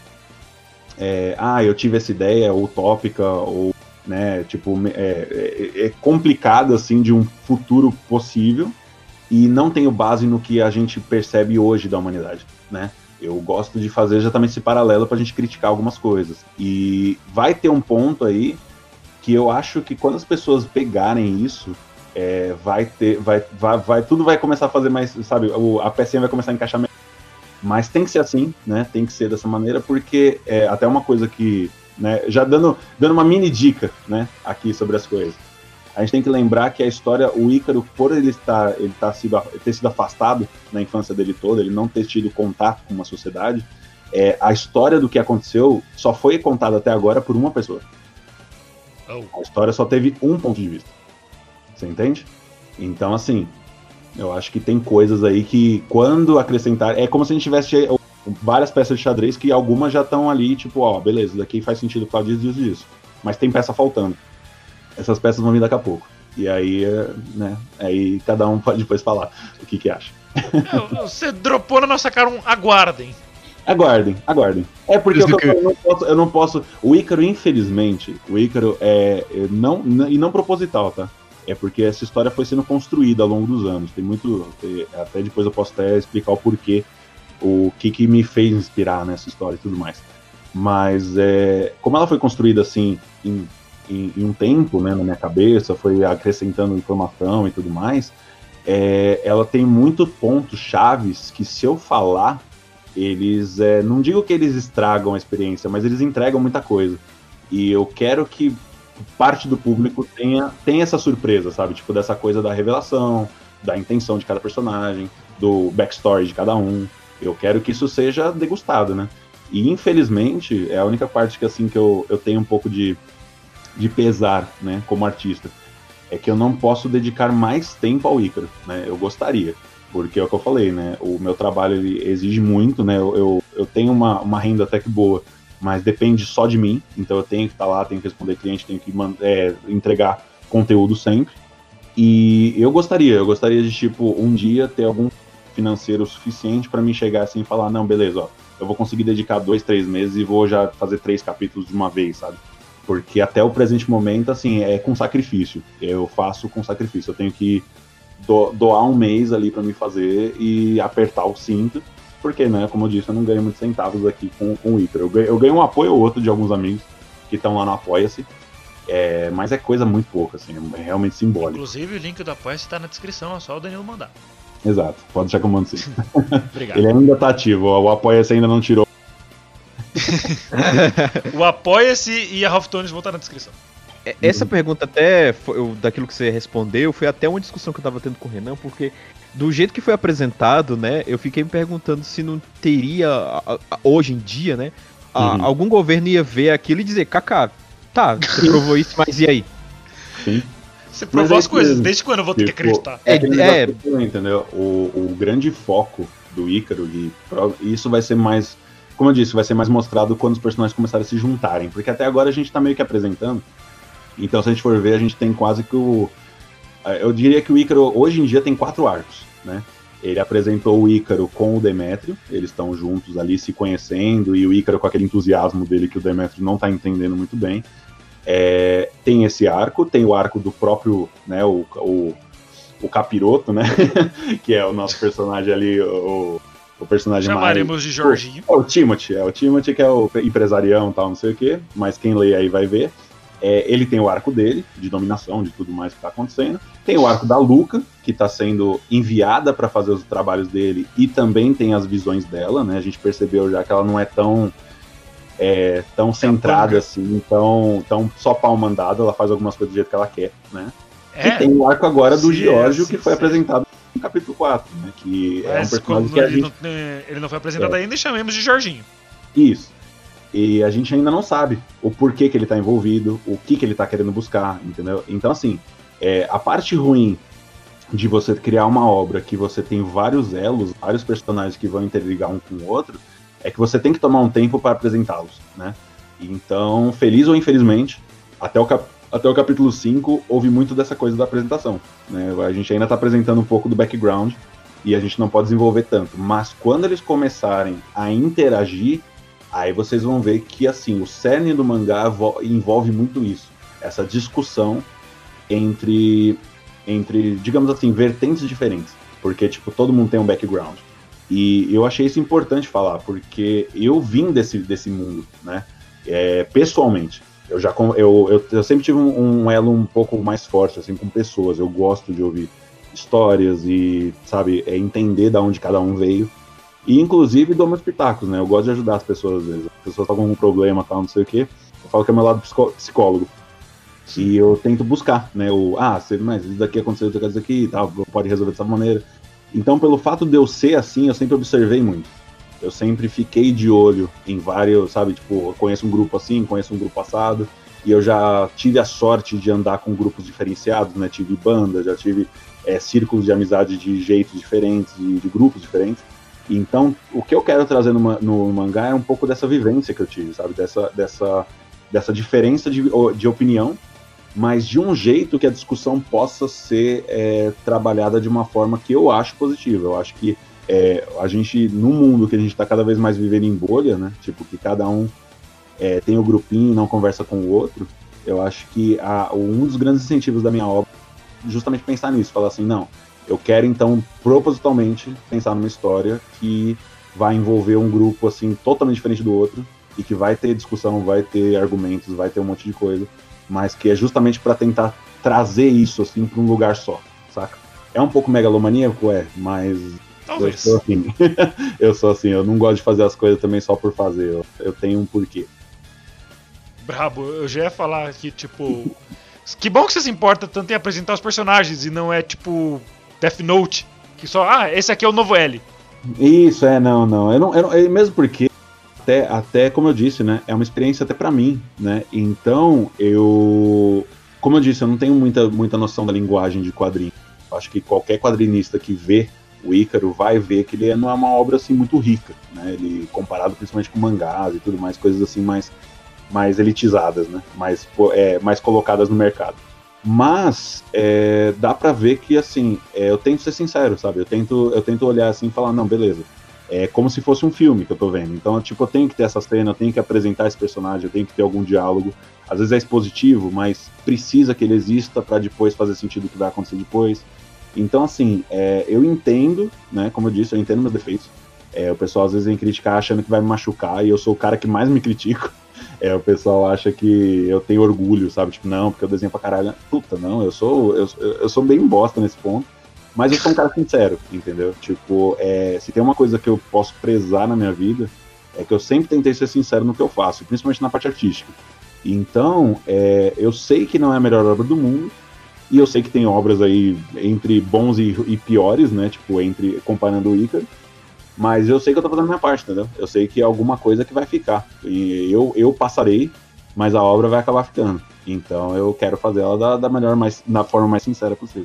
é, ah, eu tive essa ideia utópica, ou, né, tipo, é, é, é complicado, assim, de um futuro possível, e não tenho base no que a gente percebe hoje da humanidade, né? Eu gosto de fazer exatamente esse paralelo pra gente criticar algumas coisas. E vai ter um ponto aí que eu acho que quando as pessoas pegarem isso, é, vai ter, vai, vai, vai, tudo vai começar a fazer mais, sabe, a pecinha vai começar a encaixar melhor. Mas tem que ser assim, né? Tem que ser dessa maneira, porque é até uma coisa que, né, já dando, dando uma mini dica, né, aqui sobre as coisas. A gente tem que lembrar que a história, o Ícaro, por ele estar, ele tá sido, ter sido afastado na infância dele toda, ele não ter tido contato com uma sociedade, é, a história do que aconteceu só foi contada até agora por uma pessoa. A história só teve um ponto de vista. Você entende? Então, assim, eu acho que tem coisas aí que, quando acrescentar... É como se a gente tivesse várias peças de xadrez que algumas já estão ali, tipo, ó, beleza, daqui faz sentido por causa disso, disso, disso. Mas tem peça faltando. essas peças vão vir daqui a pouco. E aí, né, aí cada um pode depois falar o que que acha. É, você dropou na nossa cara um aguardem. Aguardem, aguardem. É porque eu, eu, não posso, eu não posso. O Ícaro, infelizmente, o Ícaro é. Não, não, e não proposital, tá? É porque essa história foi sendo construída ao longo dos anos. Tem muito. Até depois eu posso até explicar o porquê, o que, que me fez inspirar nessa história e tudo mais. Mas é, como ela foi construída assim em, em, em um tempo, né, na minha cabeça, foi acrescentando informação e tudo mais, é, ela tem muitos pontos chaves que, se eu falar, eles, é, não digo que eles estragam a experiência, mas eles entregam muita coisa. E eu quero que parte do público tenha, tenha essa surpresa, sabe? Tipo, dessa coisa da revelação, da intenção de cada personagem, do backstory de cada um. Eu quero que isso seja degustado, né? E, infelizmente, é a única parte que, assim, que eu, eu tenho um pouco de, de pesar, né, como artista. É que eu não posso dedicar mais tempo ao Ícaro, né? Eu gostaria. Porque é o que eu falei, né? O meu trabalho ele exige muito, né? Eu, eu, eu tenho uma, uma renda até que boa, mas depende só de mim. Então eu tenho que estar lá, tenho que responder cliente, tenho que é, entregar conteúdo sempre. E eu gostaria, eu gostaria de, tipo, um dia ter algum financeiro suficiente para mim chegar assim e falar, não, beleza, ó, eu vou conseguir dedicar dois, três meses e vou já fazer três capítulos de uma vez, sabe? Porque até o presente momento, assim, é com sacrifício. Eu faço com sacrifício. Eu tenho que do, doar um mês ali para me fazer e apertar o cinto. Porque, né, como eu disse, eu não ganho muitos centavos aqui com, com o Ícaro. Eu ganho, eu ganho um apoio ou outro de alguns amigos que estão lá no Apoia-se. É, mas é coisa muito pouca, assim, é realmente simbólico. Inclusive, o link do Apoia-se está na descrição, é só o Danilo mandar. Exato, pode deixar que eu mando sim. Obrigado. Ele ainda tá ativo, o Apoia-se ainda não tirou. O Apoia-se e a Halftones vão estar na descrição. Essa pergunta até, foi, daquilo que você respondeu, foi até uma discussão que eu tava tendo com o Renan, porque do jeito que foi apresentado, né, eu fiquei me perguntando se não teria, hoje em dia, né, a, uhum. algum governo ia ver aquilo e dizer, Kaká, tá, você provou isso, mas e aí? Sim. Você provou as coisas, que, desde quando eu vou ter tipo, que acreditar? É, é, é entendeu? O, o grande foco do Ícaro, e isso vai ser mais, como eu disse, vai ser mais mostrado quando os personagens começarem a se juntarem, porque até agora a gente tá meio que apresentando, então se a gente for ver, a gente tem quase que o... Eu diria que o Ícaro, hoje em dia, tem quatro arcos, né? Ele apresentou o Ícaro com o Demétrio, eles estão juntos ali se conhecendo, e o Ícaro com aquele entusiasmo dele que o Demétrio não tá entendendo muito bem. É, tem esse arco, tem o arco do próprio, né, o, o, o Capiroto, né, que é o nosso personagem ali, o, o personagem Chamaremos mais... de Jorginho. O, o Timothy, é o Timothy que é o empresarião e tal, não sei o quê, mas quem lê aí vai ver. É, ele tem o arco dele, de dominação, de tudo mais que tá acontecendo. Tem o arco da Luca, que tá sendo enviada para fazer os trabalhos dele, e também tem as visões dela, né, a gente percebeu já que ela não é tão... É, tão centrada assim, tão, tão só pau mandado, ela faz algumas coisas do jeito que ela quer, né? É. E tem o arco agora do Giorgio, que foi sim. apresentado no capítulo quatro, né? Que é um personagem que a ele, gente... não, ele não foi apresentado é. ainda e chamemos de Jorginho. Isso. E a gente ainda não sabe o porquê que ele tá envolvido, o que que ele tá querendo buscar, entendeu? Então, assim, é, a parte ruim de você criar uma obra que você tem vários elos, vários personagens que vão interligar um com o outro, é que você tem que tomar um tempo para apresentá-los, né? Então, feliz ou infelizmente, até o, cap- até o capítulo cinco houve muito dessa coisa da apresentação, né? A gente ainda tá apresentando um pouco do background e a gente não pode desenvolver tanto, mas quando eles começarem a interagir, aí vocês vão ver que, assim, o cerne do mangá vo- envolve muito isso, essa discussão entre, entre, digamos assim, vertentes diferentes, porque, tipo, todo mundo tem um background. E eu achei isso importante falar, porque eu vim desse, desse mundo, né, é, pessoalmente. Eu, já, eu, eu, eu sempre tive um, um elo um pouco mais forte, assim, com pessoas. Eu gosto de ouvir histórias e, sabe, é, entender de onde cada um veio. E, inclusive, dou meus pitacos, né, eu gosto de ajudar as pessoas, às vezes. As pessoas estão com algum problema, tal, não sei o quê. Eu falo que é meu lado psicólogo. E eu tento buscar, né, o, ah, mas isso daqui aconteceu, isso daqui e tal, pode resolver dessa maneira. Então, pelo fato de eu ser assim, eu sempre observei muito. Eu sempre fiquei de olho em vários, sabe, tipo, eu conheço um grupo assim, conheço um grupo assado, e eu já tive a sorte de andar com grupos diferenciados, né, tive banda, já tive é, círculos de amizade de jeitos diferentes, de, de grupos diferentes. Então, o que eu quero trazer no, no mangá é um pouco dessa vivência que eu tive, sabe, dessa, dessa, dessa diferença de, de opinião, mas de um jeito que a discussão possa ser é, trabalhada de uma forma que eu acho positiva. Eu acho que é, a gente, no mundo que a gente está cada vez mais vivendo em bolha, né? Tipo, que cada um é, tem o grupinho e não conversa com o outro, eu acho que a, um dos grandes incentivos da minha obra é justamente pensar nisso, falar assim, não, eu quero então propositalmente pensar numa história que vai envolver um grupo assim totalmente diferente do outro e que vai ter discussão, vai ter argumentos, vai ter um monte de coisa, mas que é justamente para tentar trazer isso assim para um lugar só, saca? É um pouco megalomaníaco, é, mas Talvez. eu sou assim. eu sou assim, eu não gosto de fazer as coisas também só por fazer, eu, eu tenho um porquê. Brabo, eu já ia falar que, tipo, que bom que você se importa tanto em apresentar os personagens e não é tipo Death Note, que só, ah, esse aqui é o novo L. Isso, é, não, não, eu não, eu não é mesmo porque Até, até, como eu disse, né, é uma experiência até pra mim, né, então eu, como eu disse, eu não tenho muita, muita noção da linguagem de quadrinho. Eu acho que qualquer quadrinista que vê o Ícaro vai ver que ele não é uma obra assim muito rica, né, ele comparado principalmente com mangás e tudo mais, coisas assim mais, mais elitizadas, né, mais, é, mais colocadas no mercado. Mas é, dá pra ver que, assim, é, eu tento ser sincero, sabe, eu tento, eu tento olhar assim e falar, não, beleza, é como se fosse um filme que eu tô vendo. Então, tipo, eu tenho que ter essa cena, eu tenho que apresentar esse personagem, eu tenho que ter algum diálogo. Às vezes é expositivo, mas precisa que ele exista pra depois fazer sentido o que vai acontecer depois. Então, assim, é, eu entendo, né, como eu disse, eu entendo meus defeitos. É, o pessoal às vezes vem criticar achando que vai me machucar, e eu sou o cara que mais me critico. É, o pessoal acha que eu tenho orgulho, sabe? Tipo, não, porque eu desenho pra caralho. Puta, não, eu sou, eu, eu sou bem bosta nesse ponto. Mas eu sou um cara sincero, entendeu? Tipo, é, se tem uma coisa que eu posso prezar na minha vida, é que eu sempre tentei ser sincero no que eu faço, principalmente na parte artística. Então, é, eu sei que não é a melhor obra do mundo, e eu sei que tem obras aí entre bons e, e piores, né? Tipo, entre comparando o Ícaro, mas eu sei que eu tô fazendo a minha parte, entendeu? Eu sei que é alguma coisa que vai ficar. E eu, eu passarei, mas a obra vai acabar ficando. Então eu quero fazer ela da, da melhor, mais, da forma mais sincera possível.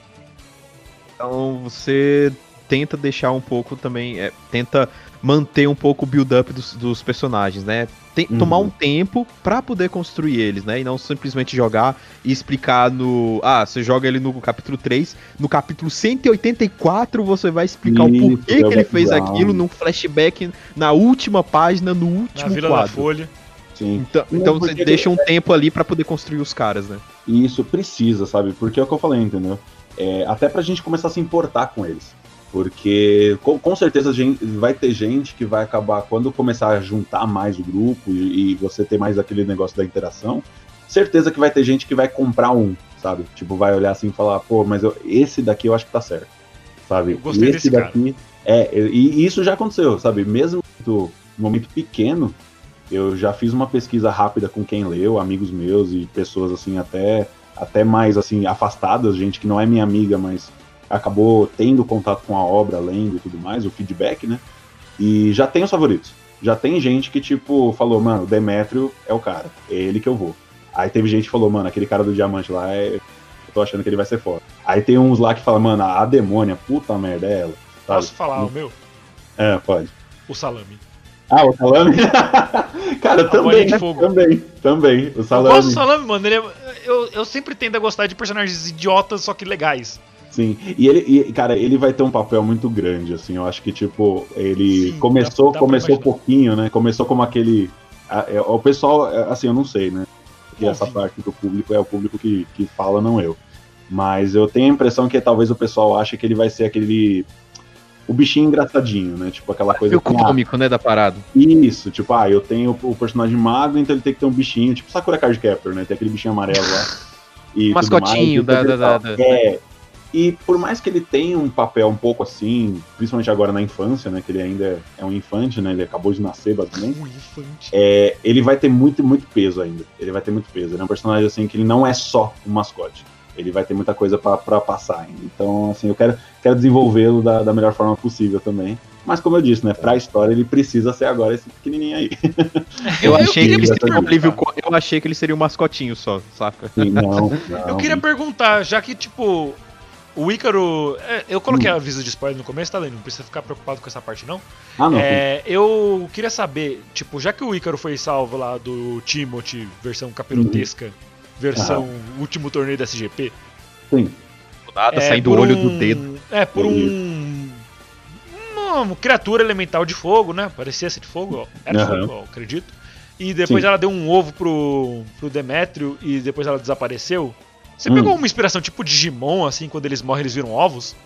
Então você tenta deixar um pouco também, é, tenta manter um pouco o build-up dos, dos personagens, né? Tem, Uhum. Tomar um tempo pra poder construir eles, né? E não simplesmente jogar e explicar no... Ah, você joga ele no capítulo três, no capítulo cento e oitenta e quatro você vai explicar Isso, o porquê que ele fez legal. aquilo num flashback na última página, no Na último Vila da quadro. Folha. Sim. Então, Não, então você porque- deixa um tempo ali pra poder construir os caras, né? E isso precisa, sabe? Porque é o que eu falei, entendeu? É, até pra gente começar a se importar com eles. Porque com, com certeza a gente, vai ter gente que vai acabar, quando começar a juntar mais o grupo e, e você ter mais aquele negócio da interação, certeza que vai ter gente que vai comprar um, sabe? Tipo, vai olhar assim e falar, pô, mas eu, esse daqui eu acho que tá certo, sabe? Eu gostei esse desse daqui, é, e, e isso já aconteceu, sabe? Mesmo no momento pequeno, eu já fiz uma pesquisa rápida com quem leu, amigos meus e pessoas assim até, até mais assim afastadas, gente que não é minha amiga, mas acabou tendo contato com a obra, lendo e tudo mais, o feedback, né? E já tem os favoritos. Já tem gente que, tipo, falou, mano, o Demétrio é o cara, é ele que eu vou. Aí teve gente que falou, mano, aquele cara do diamante lá, é... eu tô achando que ele vai ser foda. Aí tem uns lá que falam, mano, a demônia, puta merda, é ela. Sabe? Posso falar o meu? É, pode. O Salame. Ah, o Salame? Cara, A também, bolinha de né? fogo. também, também, o Eu Salame. gosto do Salame, mano. Ele é- eu, eu sempre tendo a gostar de personagens idiotas, só que legais. Sim, e ele, e, cara, ele vai ter um papel muito grande, assim, eu acho que, tipo, ele Sim, começou, dá- dá pra começou imaginar. pouquinho, né, começou como aquele, a- é, o pessoal, é, assim, eu não sei, né, porque essa Ouvi. parte do público é o público que, que fala, não eu, mas eu tenho a impressão que talvez o pessoal ache que ele vai ser aquele, o bichinho engraçadinho, né, tipo, aquela coisa E o que, ah, cômico, né, da parada. isso, tipo, ah, eu tenho o personagem magro, então ele tem que ter um bichinho, tipo Sakura Card Captor, né, tem aquele bichinho amarelo lá, e tudo Mascotinho mais, e da- coisa e da- tal. da- É, e por mais que ele tenha um papel um pouco assim, principalmente agora na infância, né, que ele ainda é, é um infante, né, ele acabou de nascer basicamente, Um infante. é, ele vai ter muito, muito peso ainda, ele vai ter muito peso, ele é um personagem assim que ele não é só um mascote, ele vai ter muita coisa pra, pra passar ainda, então assim, eu quero, quero desenvolvê-lo da, da melhor forma possível também, mas como eu disse, né, pra história ele precisa ser agora esse pequenininho aí. Eu Eu achei que queria ele perguntar. seria um alívio co- eu achei que ele seria um mascotinho só, saca? Sim, não, não, Eu queria perguntar, já que, tipo, o Ícaro. é, Eu coloquei a aviso de spoiler no começo, tá, Lênin? Não precisa ficar preocupado com essa parte, não. Ah, não, É, eu queria saber, tipo, já que o Ícaro foi salvo lá do Timothy, versão capirotesca, versão último torneio da S G P. Sim. Nada, É, saindo por do olho um- do dedo. É, por Isso. um. Uma, uma criatura elemental de fogo, né? Parecia ser de fogo, ó. Era Aham. fogo, eu acredito. E depois Sim. ela deu um ovo pro, pro Demétrio e depois ela desapareceu. Você Hum. pegou uma inspiração tipo Digimon, assim, quando eles morrem eles viram ovos?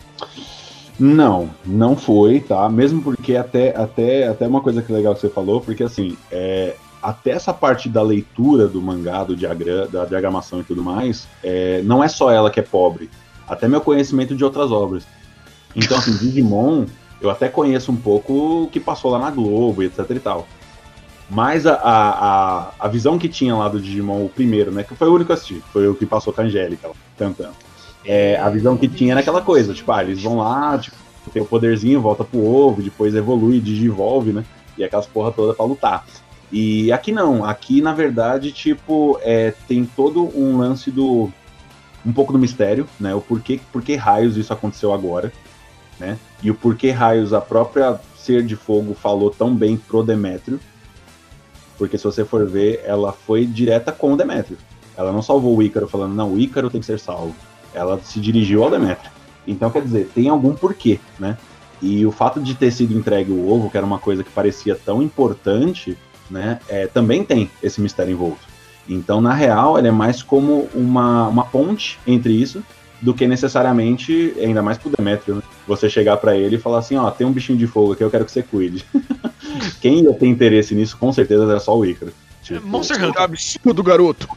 Não, não foi, tá? Mesmo porque até, até, até uma coisa que legal que você falou, porque assim, é, até essa parte da leitura do mangá, do diagrama, da diagramação e tudo mais, é, não é só ela que é pobre. Até meu conhecimento de outras obras. Então, assim, Digimon, eu até conheço um pouco o que passou lá na Globo, etc e tal. Mas a, a, a, a visão que tinha lá do Digimon, o primeiro, né? Que foi o único que eu assisti, foi o que passou com a Angélica, cantando. É, a visão que tinha era aquela coisa, tipo, ah, eles vão lá, tipo, tem o poderzinho, volta pro ovo, depois evolui, digivolve, né? E aquelas porra toda pra lutar. E aqui não, aqui na verdade, tipo, é, tem todo um lance do. Um pouco do mistério, né? O porquê, porquê raios isso aconteceu agora, né? E o porquê raios a própria Ser de Fogo falou tão bem pro Demétrio. Porque se você for ver, ela foi direta com o Demétrio. Ela não salvou o Ícaro falando, não, o Ícaro tem que ser salvo. Ela se dirigiu ao Demétrio. Então, quer dizer, tem algum porquê, né? E o fato de ter sido entregue o ovo, que era uma coisa que parecia tão importante, né? É, também tem esse mistério envolto. Então, na real, ele é mais como uma, uma ponte entre isso, do que necessariamente, ainda mais pro Demétrio, né? Você chegar pra ele e falar assim, ó, tem um bichinho de fogo aqui, eu quero que você cuide. Quem ia ter interesse nisso, com certeza, era só o Ícaro. Tipo, Monster Hunter. Absurdo, garoto.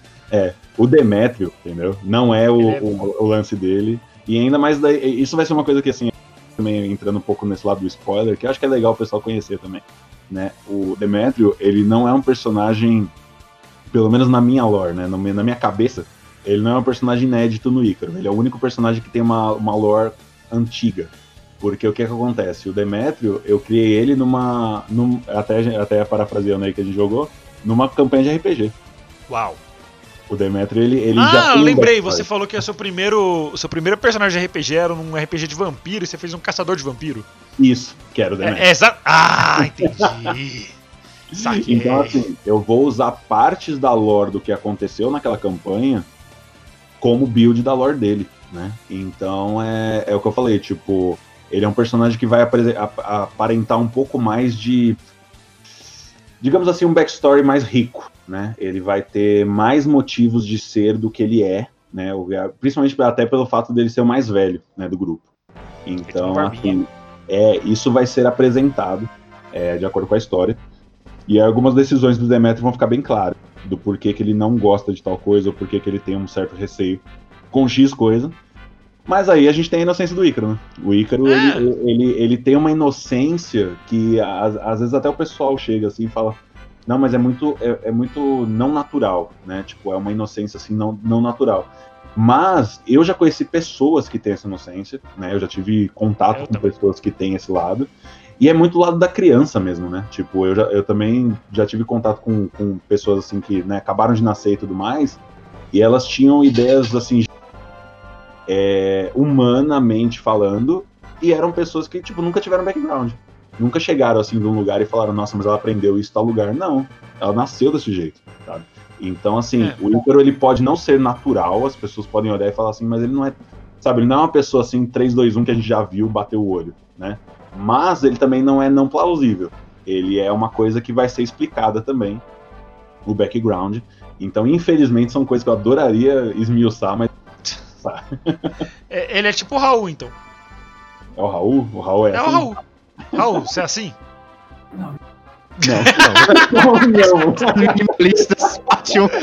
o Demétrio, entendeu? Não é o, Ele é- o, o lance dele. E ainda mais, daí, isso vai ser uma coisa que, assim, também entrando um pouco nesse lado do spoiler, que eu acho que é legal o pessoal conhecer também, né? O Demétrio, ele não é um personagem, pelo menos na minha lore, né? No- Na minha cabeça, ele não é um personagem inédito no Ícaro. Ele é o único personagem que tem uma, uma lore antiga. Porque o que, que acontece? O Demétrio, eu criei ele numa. Num, até, até parafraseando aí que a gente jogou, numa campanha de R P G. Uau. O Demétrio, ele, ele já Ah, tem um lembrei, backstory. você falou que o seu primeiro, o seu primeiro personagem de R P G era um R P G de vampiro e você fez um caçador de vampiro. Isso, que era o Demétrio. É, é exa- Ah, entendi. Saquei. Então, assim, eu vou usar partes da lore do que aconteceu naquela campanha como build da lore dele, né? Então, é, é o que eu falei, tipo, ele é um personagem que vai apare- ap- aparentar um pouco mais de, digamos assim, um backstory mais rico, né? Ele vai ter mais motivos de ser do que ele é, né? O- Principalmente até pelo fato dele ser o mais velho, né, do grupo. Então, assim, é, isso vai ser apresentado é, de acordo com a história. E algumas decisões do Demétrio vão ficar bem claras, do porquê que ele não gosta de tal coisa, ou porquê que ele tem um certo receio com X coisa. Mas aí a gente tem a inocência do Ícaro, né? O Ícaro, É. ele, ele, ele tem uma inocência que às, às vezes até o pessoal chega assim e fala, não, mas é muito, é, é muito não natural, né? Tipo, é uma inocência assim, não, não natural. Mas eu já conheci pessoas que têm essa inocência, né? Eu já tive contato Eu com também. pessoas que têm esse lado. E é muito do lado da criança mesmo, né? Tipo, eu, já, eu também já tive contato com, com pessoas assim que, né, acabaram de nascer e tudo mais, e elas tinham ideias assim, é, humanamente falando, e eram pessoas que, tipo, nunca tiveram background. Nunca chegaram assim de um lugar e falaram, nossa, mas ela aprendeu isso em tal lugar. Não, ela nasceu desse jeito, sabe? Então, assim, É. o Ícaro, ele pode não ser natural, as pessoas podem olhar e falar assim, mas ele não é, sabe, ele não é uma pessoa assim, três, dois, um, que a gente já viu bater o olho, né? Mas ele também não é não plausível. Ele é uma coisa que vai ser explicada também, o background. Então, infelizmente, são coisas que eu adoraria esmiuçar, mas... É, ele é tipo o Raul, então. É o Raul? O Raul é, É o assim? Raul. Raul, você é assim? Não, não, não. Minimalistas, parte um.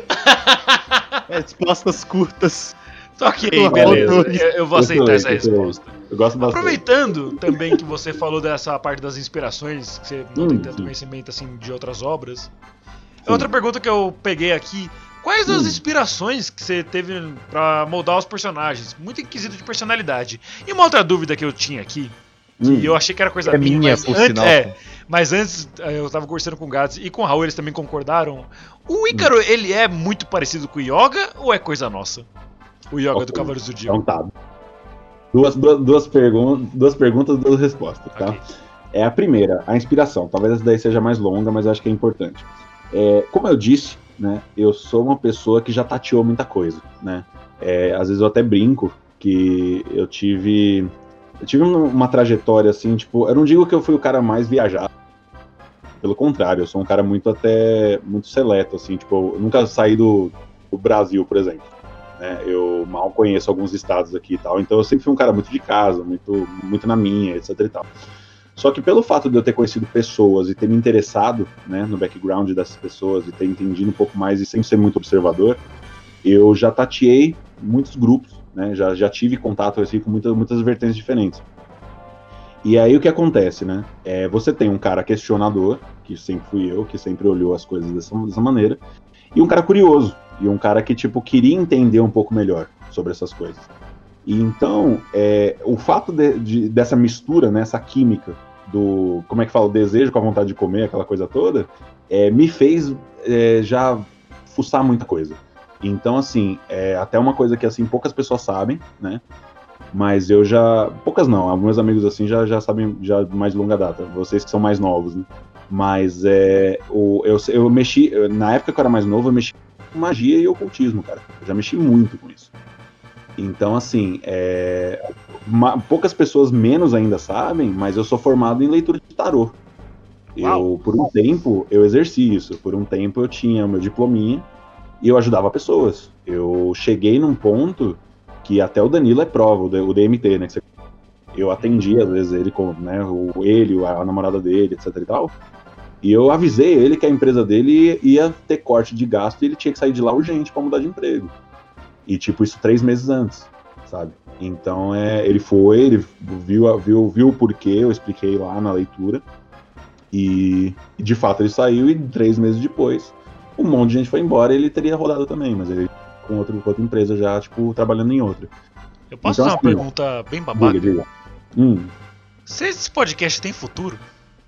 Respostas curtas. Ok, Raul, beleza. eu- Eu, eu vou aceitar essa Excelente, excelente. resposta. Eu gosto bastante. Aproveitando também que você falou dessa parte das inspirações, que você não Hum, tem tanto sim. conhecimento assim de outras obras. Sim. Outra pergunta que eu peguei aqui: quais as Hum. inspirações que você teve pra moldar os personagens? Muito inquisito de personalidade. E uma outra dúvida que eu tinha aqui, que Hum. eu achei que era coisa É minha, minha, mas por antes, sinal. é, mas antes eh, eu tava conversando com o Gats e com o Raul, eles também concordaram. O Ícaro, ele é muito parecido com o Yoga ou é coisa nossa? O Yoga Ok. do Cavaleiro do Zodíaco. Então tá. Duas, duas, duas, pergun duas perguntas, duas respostas, tá? Ok. É a primeira, a inspiração. Talvez essa daí seja mais longa, mas eu acho que é importante. É, como eu disse, né, eu sou uma pessoa que já tateou muita coisa, né? É, às vezes eu até brinco que eu tive eu tive uma, uma trajetória assim, tipo, eu não digo que eu fui o cara mais viajado, pelo contrário, eu sou um cara muito até muito seleto, assim, tipo, eu nunca saí do, do Brasil, por exemplo, né? Eu mal conheço alguns estados aqui e tal, então eu sempre fui um cara muito de casa, muito, muito na minha, etc e tal. Só que pelo fato de eu ter conhecido pessoas e ter me interessado, né, no background dessas pessoas e ter entendido um pouco mais e sem ser muito observador, eu já tateei muitos grupos, né, já, já tive contato assim, com muitas, muitas vertentes diferentes. E aí o que acontece, né, é, você tem um cara questionador, que sempre fui eu, que sempre olhou as coisas dessa, dessa maneira, e um cara curioso, e um cara que tipo queria entender um pouco melhor sobre essas coisas. E então, é, o fato de, de, dessa mistura, né, essa química do, como é que fala, o desejo com a vontade de comer, aquela coisa toda, é, me fez é, já fuçar muita coisa. Então, assim, é até uma coisa que, assim, poucas pessoas sabem, né, mas eu já, poucas não, meus amigos, assim, já, já sabem, já mais de longa data, vocês que são mais novos, né, mas é, o, eu, eu mexi, na época que eu era mais novo, eu mexi com magia e ocultismo, cara, eu já mexi muito com isso. Então, assim, é, uma, poucas pessoas menos ainda sabem, mas eu sou formado em leitura de tarô. Eu, por um tempo, eu exerci isso. Por um tempo, eu tinha o meu diplominha e eu ajudava pessoas. Eu cheguei num ponto que até o Danilo é prova, o D M T, né? Eu atendi, às vezes, ele com, né, o, ele, a namorada dele, etc e tal. E eu avisei ele que a empresa dele ia ter corte de gasto e ele tinha que sair de lá urgente para mudar de emprego. E, tipo, isso três meses antes, sabe? Então, é, ele foi, ele viu, viu, viu o porquê, eu expliquei lá na leitura. E, e, de fato, ele saiu e três meses depois, um monte de gente foi embora e ele teria rodado também, mas ele com, outro, com outra empresa já, tipo, trabalhando em outra. Eu posso então, fazer assim, uma pergunta bem babaca? Diga, diga. Hum. Se esse podcast tem futuro?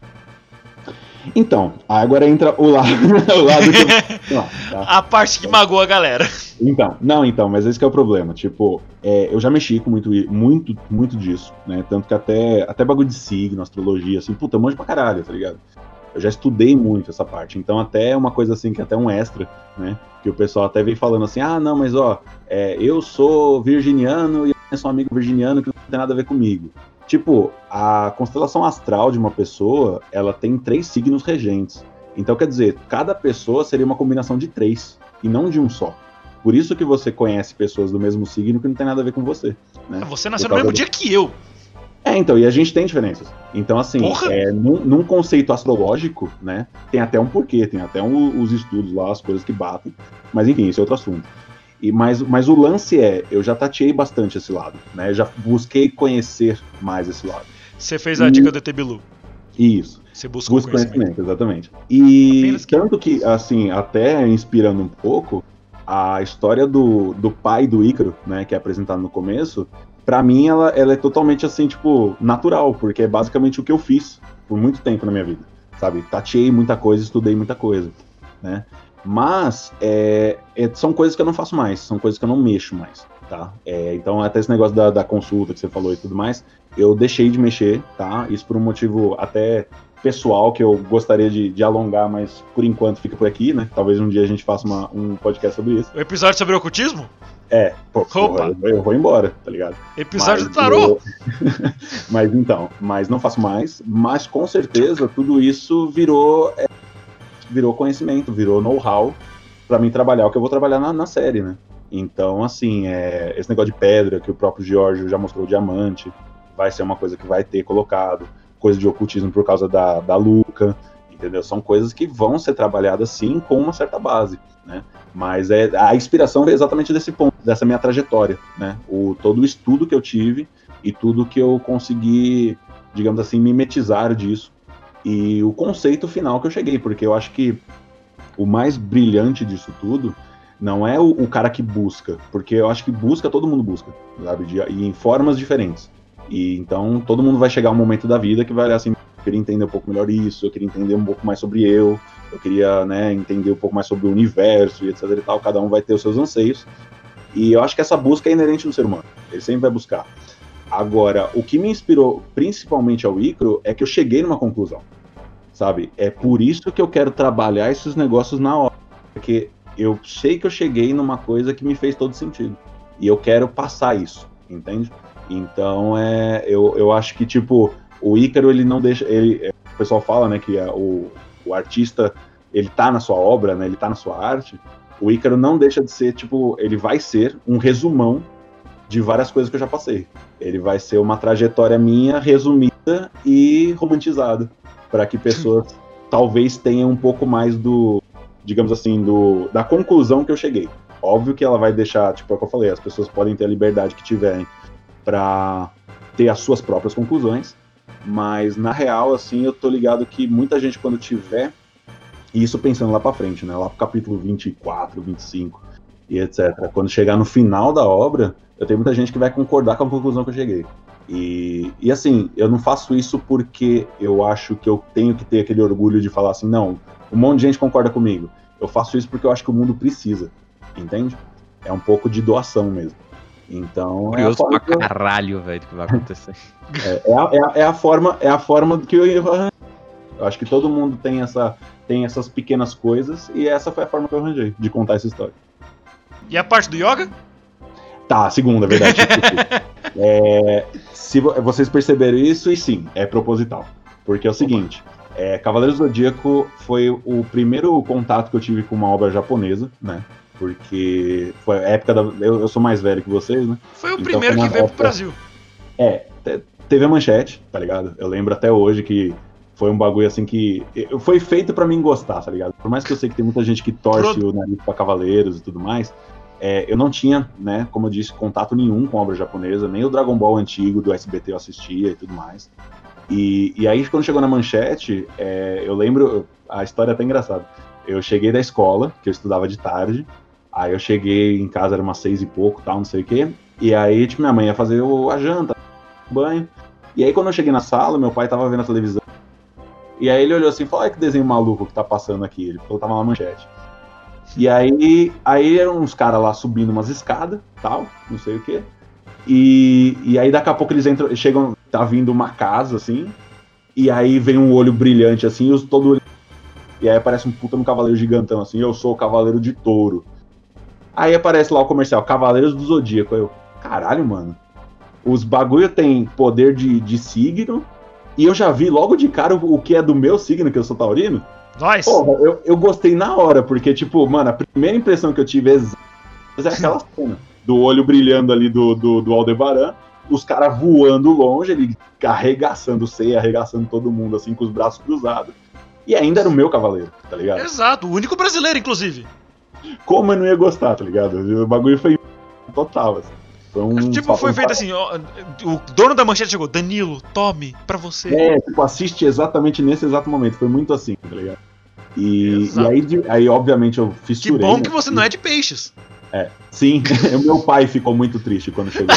Então, agora entra o lado, o lado que eu... Não, tá? A parte que magoa a galera. Então, não, então, mas esse que é o problema. Tipo, é, eu já mexi com muito, muito, muito disso, né? Tanto que até, até bagulho de signo, astrologia, assim, puta, eu manjo pra caralho, tá ligado? Eu já estudei muito essa parte. Então, até uma coisa assim, que é até um extra, né? Que o pessoal até vem falando assim, ah, não, mas ó, é, eu sou virginiano e eu sou um amigo virginiano que não tem nada a ver comigo. Tipo, a constelação astral de uma pessoa, ela tem três signos regentes. Então, quer dizer, cada pessoa seria uma combinação de três, e não de um só. Por isso que você conhece pessoas do mesmo signo que não tem nada a ver com você. Né? Você nasceu no mesmo do... dia que eu. É, então, e a gente tem diferenças. Então, assim, é, num, num conceito astrológico, né, tem até um porquê, tem até um, os estudos lá, as coisas que batem. Mas, enfim, esse é outro assunto. E, mas, mas o lance é, eu já tateei bastante esse lado, né? Eu já busquei conhecer mais esse lado. Você fez a e... dica do E T Bilu. Isso. Você buscou Busca conhecimento. conhecimento, exatamente. E que... tanto que, assim, até inspirando um pouco, a história do, do pai do Ícaro, né, que é apresentado no começo, pra mim ela, ela é totalmente, assim, tipo, natural, porque é basicamente o que eu fiz por muito tempo na minha vida, sabe? Tateei muita coisa, estudei muita coisa, né? Mas é, é, são coisas que eu não faço mais, são coisas que eu não mexo mais, tá? É, então até esse negócio da, da consulta que você falou e tudo mais, eu deixei de mexer, tá? Isso por um motivo até pessoal que eu gostaria de, de alongar, mas por enquanto fica por aqui, né? Talvez um dia a gente faça uma, um podcast sobre isso. O episódio sobre ocultismo? É, pô, porra, eu, eu vou embora, tá ligado? Episódio mas, do tarô! Eu... mas então, mas não faço mais, mas com certeza tudo isso virou... É, virou conhecimento, virou know-how pra mim trabalhar o que eu vou trabalhar na, na série, né? Então, assim, é, esse negócio de pedra, que o próprio Giorgio já mostrou, o diamante, vai ser uma coisa que vai ter colocado, coisa de ocultismo por causa da, da Luca, entendeu? São coisas que vão ser trabalhadas, sim, com uma certa base, né? Mas é, a inspiração veio exatamente desse ponto, dessa minha trajetória, né? O, todo o estudo que eu tive e tudo que eu consegui, digamos assim, mimetizar disso. E o conceito final que eu cheguei, porque eu acho que o mais brilhante disso tudo não é o, o cara que busca, porque eu acho que busca, todo mundo busca, sabe? De, e em formas diferentes. E então todo mundo vai chegar um momento da vida que vai olhar assim, eu queria entender um pouco melhor isso, eu queria entender um pouco mais sobre eu, eu queria, né, entender um pouco mais sobre o universo e etc e tal, cada um vai ter os seus anseios. E eu acho que essa busca é inerente no ser humano, ele sempre vai buscar. Agora, o que me inspirou principalmente ao Ícaro é que eu cheguei numa conclusão, sabe? É por isso que eu quero trabalhar esses negócios na hora, porque eu sei que eu cheguei numa coisa que me fez todo sentido. E eu quero passar isso, entende? Então, é, eu, eu acho que, tipo, o Ícaro, ele não deixa... Ele, o pessoal fala, né, que a, o, o artista, ele tá na sua obra, né, ele tá na sua arte. O Ícaro não deixa de ser, tipo, ele vai ser um resumão de várias coisas que eu já passei. Ele vai ser uma trajetória minha resumida e romantizada, para que pessoas talvez tenham um pouco mais do, digamos assim, do, da conclusão que eu cheguei. Óbvio que ela vai deixar, tipo, é o que eu falei, as pessoas podem ter a liberdade que tiverem para ter as suas próprias conclusões, mas na real, assim, eu tô ligado que muita gente, quando tiver, e isso pensando lá para frente, né, lá pro capítulo vinte e quatro, vinte e cinco e etcétera, quando chegar no final da obra, eu tenho muita gente que vai concordar com a conclusão que eu cheguei. E, e assim, eu não faço isso porque eu acho que eu tenho que ter aquele orgulho de falar assim, não, um monte de gente concorda comigo. Eu faço isso porque eu acho que o mundo precisa, entende? É um pouco de doação mesmo. Então, curioso é pra que eu... caralho, velho, do que vai acontecer. É, é, a, é, a, é a forma, é a forma que eu, eu acho que todo mundo tem, essa, tem essas pequenas coisas, e essa foi a forma que eu arranjei de contar essa história. E a parte do yoga? Tá, segunda, é verdade. é, se vocês perceberam isso, e sim, é proposital. Porque é o seguinte, é, Cavaleiros do Zodíaco foi o primeiro contato que eu tive com uma obra japonesa, né? Porque foi a época da... Eu, eu sou mais velho que vocês, né? Foi o Então, primeiro foi que uma veio época... pro Brasil. É, teve a Manchete, tá ligado? Eu lembro até hoje que foi um bagulho assim que... Foi feito pra mim gostar, tá ligado? Por mais que eu sei que tem muita gente que torce Pro... o nariz pra Cavaleiros e tudo mais... É, eu não tinha, né, como eu disse, contato nenhum com obra japonesa, nem o Dragon Ball antigo do S B T eu assistia e tudo mais. E, e aí, quando chegou na Manchete, é, eu lembro, a história é até engraçada. Eu cheguei da escola, que eu estudava de tarde, aí eu cheguei em casa, era umas seis e pouco, tal, não sei o quê, e aí, tipo, minha mãe ia fazer o, a janta, o banho, e aí, quando eu cheguei na sala, meu pai tava vendo a televisão, e aí ele olhou assim e falou, olha que desenho maluco que tá passando aqui, ele falou, tava na Manchete. E aí, aí eram uns caras lá subindo umas escadas, tal, não sei o quê. E, e aí daqui a pouco eles entram, chegam, tá vindo uma casa, assim, e aí vem um olho brilhante, assim, e os, todo e aí aparece um puta no cavaleiro gigantão, assim, eu sou o Cavaleiro de Touro. Aí aparece lá o comercial, Cavaleiros do Zodíaco. Aí eu, caralho, mano, os bagulho tem poder de, de signo, e eu já vi logo de cara o, o que é do meu signo, que eu sou taurino. Nós? Porra, eu, eu gostei na hora, porque, tipo, mano, a primeira impressão que eu tive é aquela cena do olho brilhando ali do, do, do Aldebaran, os caras voando longe, ele arregaçando o Seiya, arregaçando todo mundo, assim, com os braços cruzados. E ainda era o meu cavaleiro, tá ligado? Exato, o único brasileiro, inclusive. Como eu não ia gostar, tá ligado? O bagulho foi total, assim. Foi um tipo, foi feito assim, ó, o dono da Manchete chegou, Danilo, tome, pra você. É, tipo, assiste exatamente nesse exato momento, foi muito assim, tá ligado? E, e aí, de, aí, obviamente, eu fissurei. Que bom né? que você não é de peixes. É, sim, o meu pai ficou muito triste quando chegou.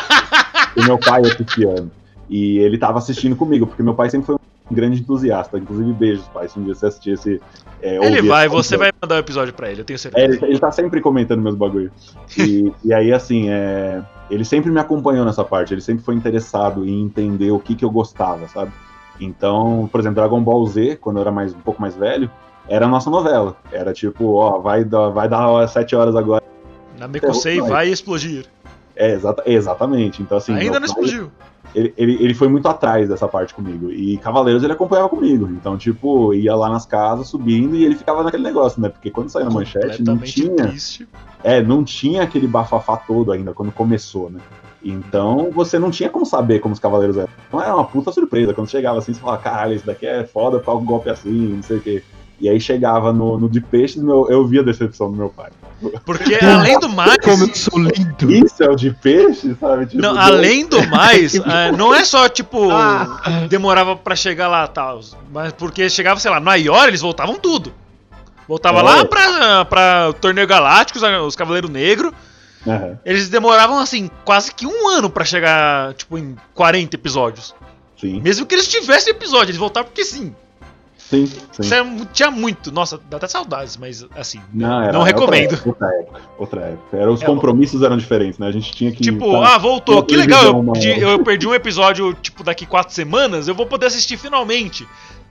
O meu pai é pisciano. E ele tava assistindo comigo, porque meu pai sempre foi um grande entusiasta. Inclusive, beijos, pai, se um dia você assistir esse... É, ele vai, você vai mandar o um episódio pra ele, eu tenho certeza. É, ele, ele tá sempre comentando meus bagulhos. E, e aí, assim, é, ele sempre me acompanhou nessa parte, ele sempre foi interessado em entender o que que eu gostava, sabe? Então, por exemplo, Dragon Ball Z, quando eu era mais, um pouco mais velho, era a nossa novela. Era tipo, ó, vai dar, vai dar sete horas agora. Namekusei é, vai explodir. É, exata, exatamente. Então, assim, ainda não pai, explodiu. Ele, ele, ele foi muito atrás dessa parte comigo. E Cavaleiros ele acompanhava comigo. Então, tipo, ia lá nas casas subindo e ele ficava naquele negócio, né? Porque quando saiu na Manchete, não tinha. Triste. É, não tinha aquele bafafá todo ainda quando começou, né? Então você não tinha como saber como os Cavaleiros eram. Então era uma puta surpresa. Quando chegava assim, você falava, caralho, isso daqui é foda pra um golpe assim, não sei o quê. E aí chegava no, no de peixes, meu, eu via a decepção do meu pai. Porque além do mais... Como eu sou lindo! Isso é o de peixe, sabe? Tipo, não, além do mais, uh, não é só, tipo, ah. demorava pra chegar lá e tal, mas porque chegava, sei lá, no Aior, eles voltavam tudo. Voltava é. lá pra, pra o Torneio Galáctico, os Cavaleiros Negros. Uhum. Eles demoravam, assim, quase que um ano pra chegar, tipo, em quarenta episódios. Sim. Mesmo que eles tivessem episódio, eles voltavam porque sim. Sim, sim. Isso é, tinha muito. Nossa, dá até saudades, mas assim, não, era, não recomendo. Outra época, outra época. Era, os é, compromissos eram diferentes, né? A gente tinha que... Tipo, tá, ah, voltou, que legal, eu perdi, eu perdi um episódio, tipo, daqui quatro semanas, eu vou poder assistir finalmente.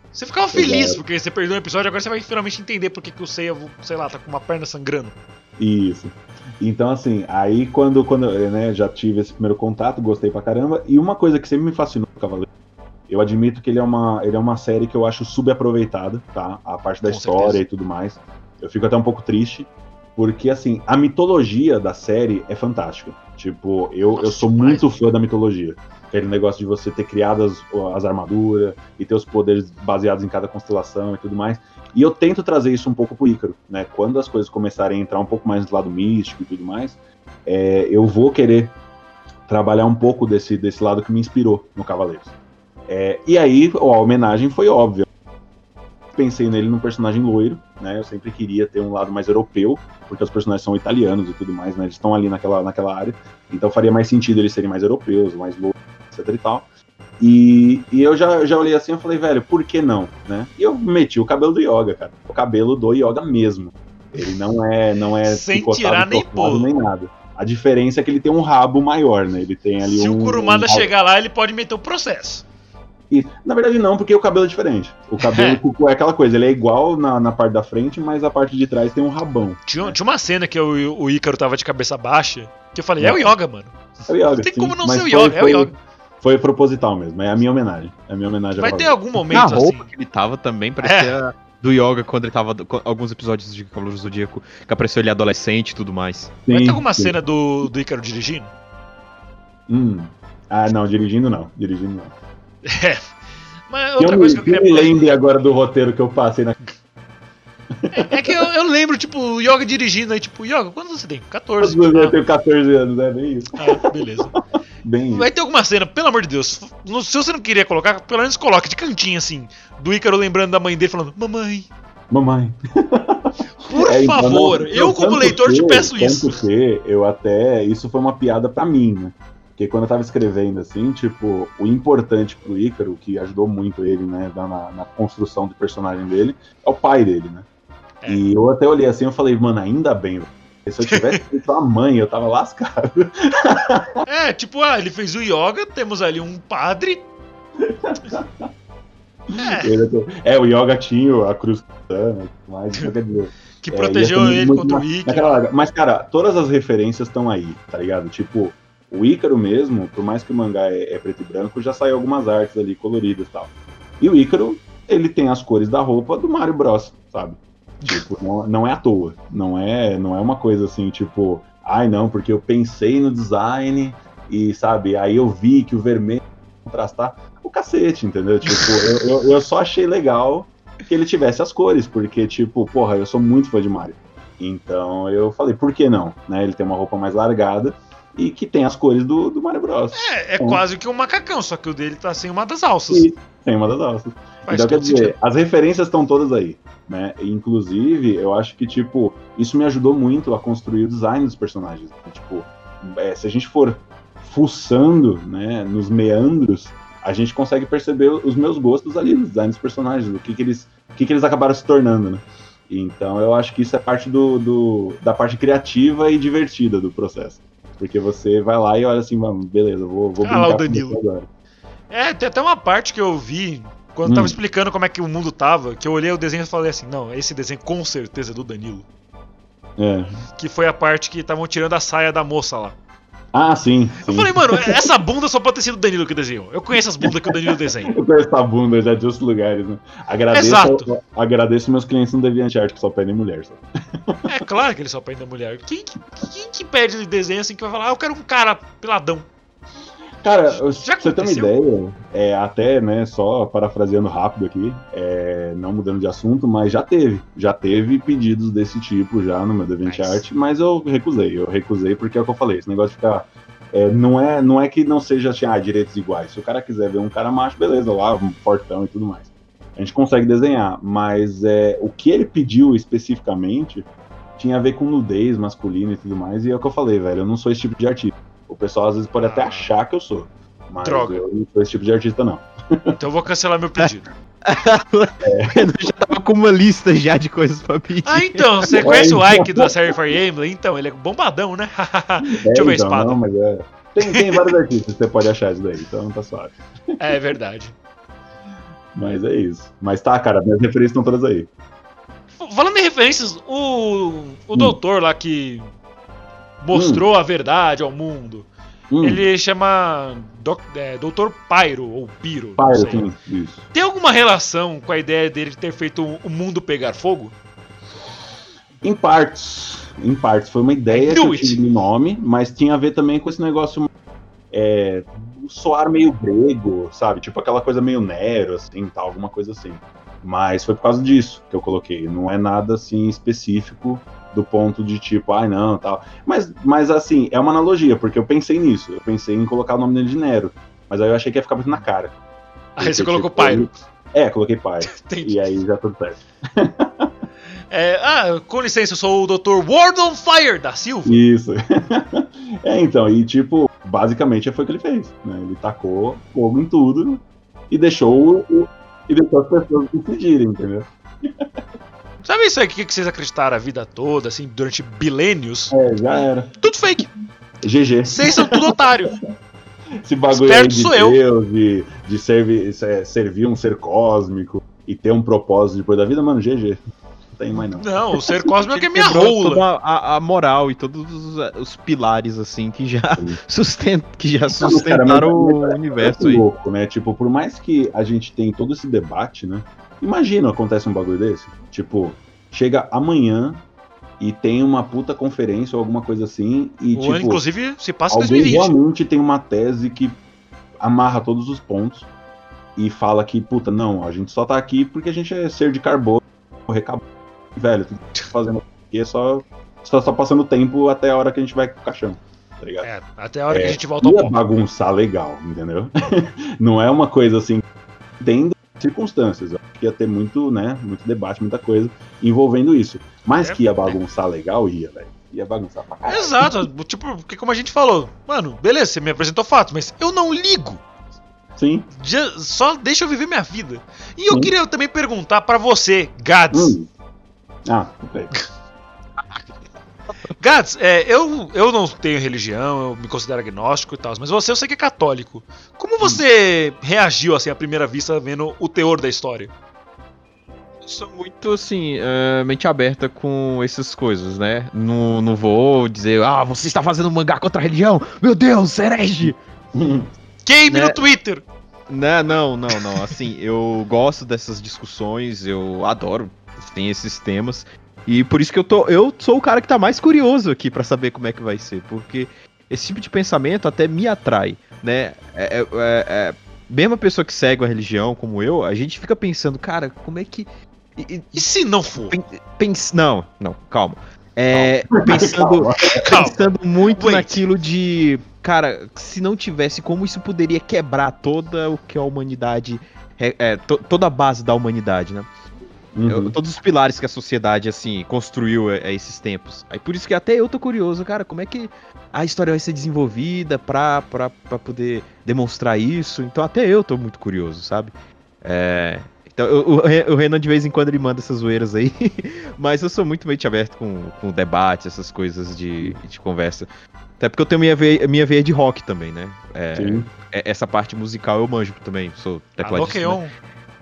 Você ficava feliz Exato. porque você perdeu um episódio, agora você vai finalmente entender porque que o Seiya, sei lá, tá com uma perna sangrando. Isso. Então, assim, aí quando, quando eu né, já tive esse primeiro contato, gostei pra caramba. E uma coisa que sempre me fascinou no Cavaleiro, eu admito que ele é uma, ele é uma série que eu acho subaproveitada, tá? A parte da Com história certeza. e tudo mais. Eu fico até um pouco triste, porque, assim, a mitologia da série é fantástica. Tipo, eu, Nossa, eu sou demais. muito fã da mitologia. Aquele negócio de você ter criado as, as armaduras e ter os poderes baseados em cada constelação e tudo mais. E eu tento trazer isso um pouco pro Ícaro, né? Quando as coisas começarem a entrar um pouco mais no lado místico e tudo mais, é, eu vou querer trabalhar um pouco desse, desse lado que me inspirou no Cavaleiros. É, e aí, ó, a homenagem foi óbvia. Pensei nele num personagem loiro, né? Eu sempre queria ter um lado mais europeu, porque os personagens são italianos e tudo mais, né? Eles estão ali naquela, naquela área. Então faria mais sentido eles serem mais europeus, mais louros, etc e tal. E, e eu já, já olhei assim e falei, velho, por que não, né? E eu meti o cabelo do Yoga, cara. O cabelo do Yoga mesmo. Ele não é, não é Sem picotado, tirar nem tocado, pôr. nem nada. A diferença é que ele tem um rabo maior, né? Ele tem ali Se um... o Kurumada um... chegar lá, ele pode meter o processo. E, na verdade não, porque o cabelo é diferente. O cabelo tipo, é aquela coisa, ele é igual na, na parte da frente, mas a parte de trás tem um rabão. Tinha, tinha uma cena que o, o Ícaro tava de cabeça baixa, que eu falei, é o Yoga, mano. É o Yoga, Não tem sim, como não mas ser o foi- Yoga, é o foi- Yoga. Foi proposital mesmo, é a minha homenagem. É a minha homenagem Vai ao ter Cavaleiro. algum momento Na assim. roupa que ele tava também, parecia do Yoga quando ele tava. com alguns episódios de Cavaleiros do Zodíaco, que apareceu ele adolescente e tudo mais. Vai Sim, ter alguma sim. cena do, do Ícaro dirigindo? Hum. Ah, não, dirigindo não. Dirigindo não. É. Mas Que outra eu, coisa me, que eu que queria. me lembre agora do roteiro que eu passei na É que eu, eu lembro, tipo, o Yoga dirigindo aí, tipo, Yoga, quantos você tem? catorze. Eu tenho catorze anos, é bem isso. Ah, beleza. Bem Vai isso. ter alguma cena, pelo amor de Deus. no- Se você não queria colocar, pelo menos coloque de cantinho assim. Do Ícaro lembrando da mãe dele falando, mamãe, Mamãe. por É, então, favor, não, eu como tanto leitor te que- peço tanto isso. que eu até. Isso foi uma piada pra mim, né? Porque quando eu tava escrevendo assim, tipo, o importante pro Ícaro, que ajudou muito ele, né, na, na construção do personagem dele, é o pai dele, né? É. E eu até olhei assim e falei, mano, ainda bem, velho. Porque se eu tivesse feito a mãe, eu tava lascado. É, tipo, ah, ele fez o Yoga, temos ali um padre. É, Ele até- É, o Yoga tinha a cruz cristã, né, mas quer dizer. que É, protegeu ia ser ele muito contra o na- Ícaro. naquela larga. Mas, cara, todas as referências estão aí, tá ligado? Tipo, o Ícaro mesmo, por mais que o mangá é, é preto e branco, já saiu algumas artes ali coloridas e tal. E o Ícaro, ele tem as cores da roupa do Mario Bros, sabe? Tipo, não, não é à toa. Não é, não é uma coisa assim, tipo, ai não, porque eu pensei no design e, sabe, aí eu vi que o vermelho ia contrastar. O cacete, entendeu? Tipo, eu, eu, eu só achei legal que ele tivesse as cores, porque, tipo, porra, eu sou muito fã de Mario. Então eu falei, por que não? Né? Ele tem uma roupa mais largada e que tem as cores do, do Mario Bros. É, é Então, quase que um macacão, só que o dele tá sem uma das alças. E tem uma das alças. Faz Então, quer todo dizer, sentido. as referências estão todas aí, né? E, inclusive, eu acho que, tipo, isso me ajudou muito a construir o design dos personagens. Tipo, é, se a gente for fuçando, né, nos meandros, a gente consegue perceber os meus gostos ali no design dos personagens, o que que eles, o que que eles acabaram se tornando, né? Então, eu acho que isso é parte do, do, da parte criativa e divertida do processo. Porque você vai lá e olha assim, mano, beleza, vou, vou Ah lá, o brincar com Danilo. você agora. É, tem até uma parte que eu vi quando Hum. tava explicando como é que o mundo tava, que eu olhei o desenho e falei assim, não, esse desenho com certeza é do Danilo. É. Que foi a parte que estavam tirando a saia da moça lá. Ah, sim, Eu sim. falei, mano, essa bunda só pode ter sido o Danilo que desenhou. Eu conheço as bundas que o Danilo desenha. Eu conheço a bunda já de outros lugares, né? Agradeço, Exato. agradeço meus clientes no DeviantArt, que só pedem mulher. Só. É claro que ele só pede da mulher. Quem, que- quem que pede de desenho assim que vai falar, ah, eu quero um cara peladão? Cara, eu- Já pra você ter uma aconteceu? ideia, é, até, né, só parafraseando rápido aqui, é, não mudando de assunto, mas já teve. Já teve pedidos desse tipo já no meu DeviantArt, Nice. mas eu recusei. Eu recusei porque é o que eu falei, esse negócio de ficar... é, não, é, não é que não seja assim, ah, direitos iguais. Se o cara quiser ver um cara macho, beleza, lá, um fortão e tudo mais. A gente consegue desenhar, mas é, o que ele pediu especificamente tinha a ver com nudez masculina e tudo mais, e é o que eu falei, velho, eu não sou esse tipo de artista. O pessoal às vezes pode até Ah. achar que eu sou, mas Droga. eu não sou esse tipo de artista, não. Então eu vou cancelar meu pedido. Eu já tava com uma lista já de coisas pra pedir. Ah, então, você conhece o Ike da série Fire Emblem? Então, ele é bombadão, né? Deixa eu ver a então, espada. Não, mas é... Tem, tem vários artistas que você pode achar isso daí, então tá suave. É verdade. Mas é isso. Mas tá, cara, minhas referências estão todas aí. Falando em referências, o, o hum. doutor lá que mostrou hum. a verdade ao mundo, hum. ele chama doc, é, doutor Pyro, ou Piro. Pyro, sim, isso. Tem alguma relação com a ideia dele de ter feito o mundo pegar fogo? Em partes. Em partes. Foi uma ideia que eu tive no nome, mas tinha a ver também com esse negócio é, soar meio grego, sabe? Tipo aquela coisa meio Nero, assim, tal, alguma coisa assim. Mas foi por causa disso que eu coloquei. Não é nada, assim, específico do ponto de tipo, ai, ah, não, tal. Mas, mas, assim, é uma analogia, porque eu pensei nisso. Eu pensei em colocar o nome dele de Nero. Mas aí eu achei que ia ficar muito na cara. Aí porque, você colocou tipo, Pyro. É, coloquei Pyro. E aí já tudo certo. É, ah, com licença, eu sou o doutor World on Fire da Silva. Isso. É, então, e tipo, basicamente foi o que ele fez, né? Ele tacou fogo em tudo e deixou o... E deixou as pessoas decidirem, entendeu? Sabe isso aí que vocês acreditaram a vida toda, assim, durante bilênios? É, já era. Tudo fake. G G. Vocês são tudo otário. Esse bagulho aí de Deus, de, de servir, servir um ser cósmico e ter um propósito depois da vida, mano, G G. Não tem mais não. Não, o ser cósmico é que é minha rola. Toda a, a moral e todos os, os pilares, assim, que já, sustent, que já sustentaram não, cara, o é, universo é aí. Louco, né? Tipo, por mais que a gente tenha todo esse debate, né? Imagina, acontece um bagulho desse. Tipo, chega amanhã e tem uma puta conferência ou alguma coisa assim e, ou, tipo... inclusive, se passa alguém dois mil e vinte. Realmente tem uma tese que amarra todos os pontos e fala que, puta, não, a gente só tá aqui porque a gente é ser de carbono, recabou. Velho, tudo que tá fazendo aqui é só, só, só passando tempo até a hora que a gente vai pro caixão, tá ligado? É, até a hora é, que a gente volta ao ponto. Ia bagunçar legal, entendeu? Não é uma coisa assim, tem circunstâncias, eu acho que ia ter muito, né, muito debate, muita coisa envolvendo isso, mas é, que ia bagunçar é. legal, ia, velho. Ia bagunçar pra caralho. Exato, tipo, porque como a gente falou, mano, beleza, você me apresentou fatos, mas eu não ligo. Sim. Já, só deixa eu viver minha vida. E eu Sim. queria também perguntar pra você, Gads. Hum. Ah, ok. Gads, é, eu, eu não tenho religião, eu me considero agnóstico e tal, mas você eu sei que é católico. Como você hum. reagiu assim à primeira vista vendo o teor da história? Eu sou muito assim, uh, mente aberta com essas coisas, né? Não, não vou dizer, ah, você está fazendo mangá contra a religião? Meu Deus, herege! Queime né? no Twitter! Não, não, não, não. Assim, eu gosto dessas discussões, eu adoro tem esses temas, e por isso que eu tô eu sou o cara que tá mais curioso aqui pra saber como é que vai ser, porque esse tipo de pensamento até me atrai, né? É, é, é, mesmo a pessoa que segue uma religião como eu, a gente fica pensando, cara, como é que... E, e se não for? Pens, não, não, calma. É, calma. Pensando, calma. pensando muito Wait. naquilo de... Cara, se não tivesse, como isso poderia quebrar toda o que a humanidade... É, é, to, toda a base da humanidade, né? Uhum. Eu, todos os pilares que a sociedade, assim, construiu a, a esses tempos. Aí por isso que até eu tô curioso, cara, como é que a história vai ser desenvolvida pra, pra, pra poder demonstrar isso. Então até eu tô muito curioso, sabe? É... Então eu, o, o Renan de vez em quando ele manda essas zoeiras aí, mas eu sou muito mente aberto com, com debate, essas coisas de, de conversa. Até porque eu tenho minha veia, minha veia de rock também, né? É, é, essa parte musical eu manjo também, sou tecladista. Ah, okay, né?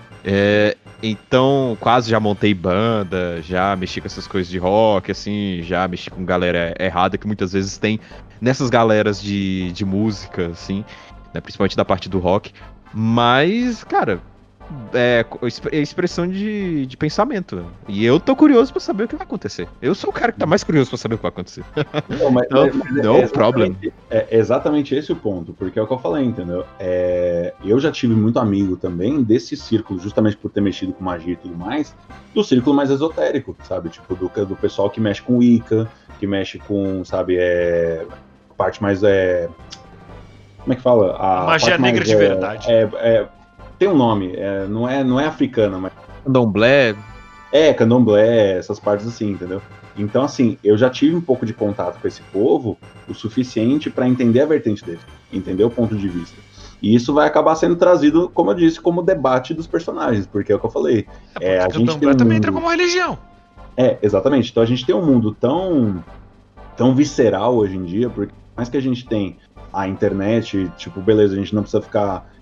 É, então, quase já montei banda, já mexi com essas coisas de rock, assim, já mexi com galera errada que muitas vezes tem nessas galeras de, de música, assim, né, principalmente da parte do rock. Mas, cara, é, é expressão de, de pensamento. E eu tô curioso pra saber o que vai acontecer. Eu sou o cara que tá mais curioso pra saber o que vai acontecer. Não, mas, então, mas no é problem. É exatamente esse o ponto, porque é o que eu falei, entendeu? É, eu já tive muito amigo também desse círculo, justamente por ter mexido com magia e tudo mais, do círculo mais esotérico, sabe? Tipo, do, do pessoal que mexe com Wicca, que mexe com, sabe, é, a parte mais... É, como é que fala? A, a magia negra de é, verdade. É, é, tem um nome, é, não, é, não é africana, mas... Candomblé. É, candomblé, essas partes assim, entendeu? Então, assim, eu já tive um pouco de contato com esse povo, o suficiente para entender a vertente dele, entender o ponto de vista. E isso vai acabar sendo trazido, como eu disse, como debate dos personagens, porque é o que eu falei. É, é, a gente tem um também mundo... entra como religião. É, exatamente. Então a gente tem um mundo tão, tão visceral hoje em dia, porque mais que a gente tem a internet, tipo, beleza, a gente não precisa ficar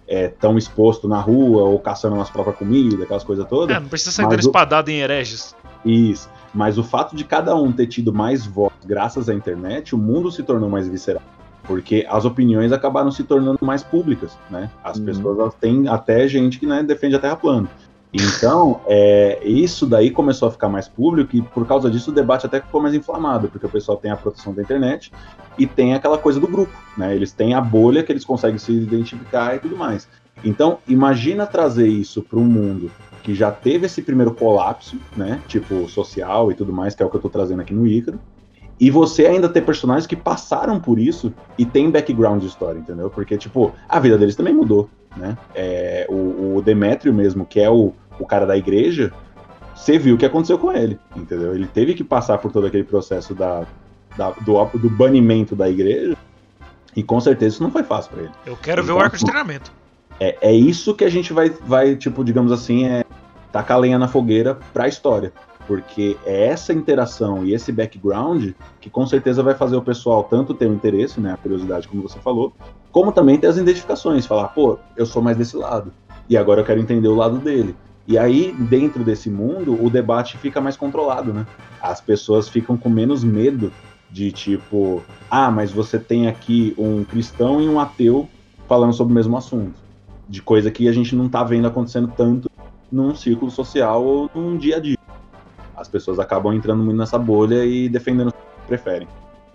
é, tão exposto na rua ou caçando nas próprias comidas, aquelas coisas todas. É, não precisa sair dando espadada em hereges. Isso. Mas o fato de cada um ter tido mais voz graças à internet, o mundo se tornou mais visceral. Porque as opiniões acabaram se tornando mais públicas, né? As uhum. pessoas elas têm até gente que, né, defende a Terra plana. Então, é, isso daí começou a ficar mais público e por causa disso o debate até ficou mais inflamado, porque o pessoal tem a proteção da internet e tem aquela coisa do grupo, né? Eles têm a bolha que eles conseguem se identificar e tudo mais. Então, imagina trazer isso para um mundo que já teve esse primeiro colapso, né? Tipo, social e tudo mais, que é o que eu tô trazendo aqui no Ícaro. E você ainda ter personagens que passaram por isso e tem background de história, entendeu? Porque, tipo, a vida deles também mudou, né? É, o, o Demétrio mesmo, que é o, o cara da igreja, você viu o que aconteceu com ele, entendeu? Ele teve que passar por todo aquele processo da, da, do, do banimento da igreja e com certeza isso não foi fácil pra ele. Eu quero então, ver o arco de treinamento. É, é isso que a gente vai, vai, tipo, digamos assim, é tacar lenha na fogueira pra história. Porque é essa interação e esse background que com certeza vai fazer o pessoal tanto ter o interesse, né, a curiosidade, como você falou, como também ter as identificações, falar, pô, eu sou mais desse lado, e agora eu quero entender o lado dele. E aí, dentro desse mundo, o debate fica mais controlado, né? As pessoas ficam com menos medo de tipo, ah, mas você tem aqui um cristão e um ateu falando sobre o mesmo assunto. De coisa que a gente não tá vendo acontecendo tanto num círculo social ou num dia a dia. As pessoas acabam entrando muito nessa bolha e defendendo o que preferem.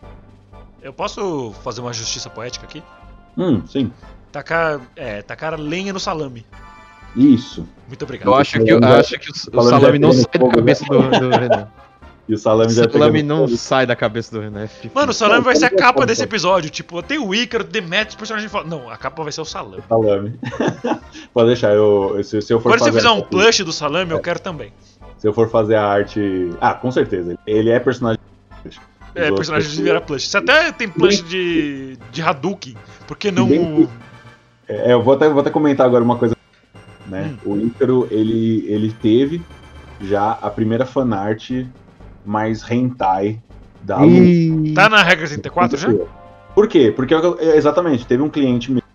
Eu posso fazer uma justiça poética aqui? Hum, sim. Tacar, é, tacar lenha no salame. Isso. Muito obrigado. Eu acho que, eu acho que o, o salame não sai da cabeça do, do Renan. E o salame, o salame não sai da cabeça do Renan. Mano, o salame vai ser a capa desse episódio. Tipo, tem o Ícaro, Demétrio, os personagens falam. Não, a capa vai ser o salame. Salame. Pode deixar, eu, se, se eu for Quando fazer você fizer um aqui, plush do salame, é. eu quero também. Se eu for fazer a arte... Ah, com certeza. Ele é personagem... É, Os personagem outros... de virar plush. Você até tem plush de, de Hadouken. Por que não Bem... o... É, eu vou até, vou até comentar agora uma coisa. Né? Hum. O Ícaro, ele, ele teve já a primeira fanart mais hentai da Lu. Tá na regra trinta e quatro já? Por quê? Porque, exatamente, teve um cliente meu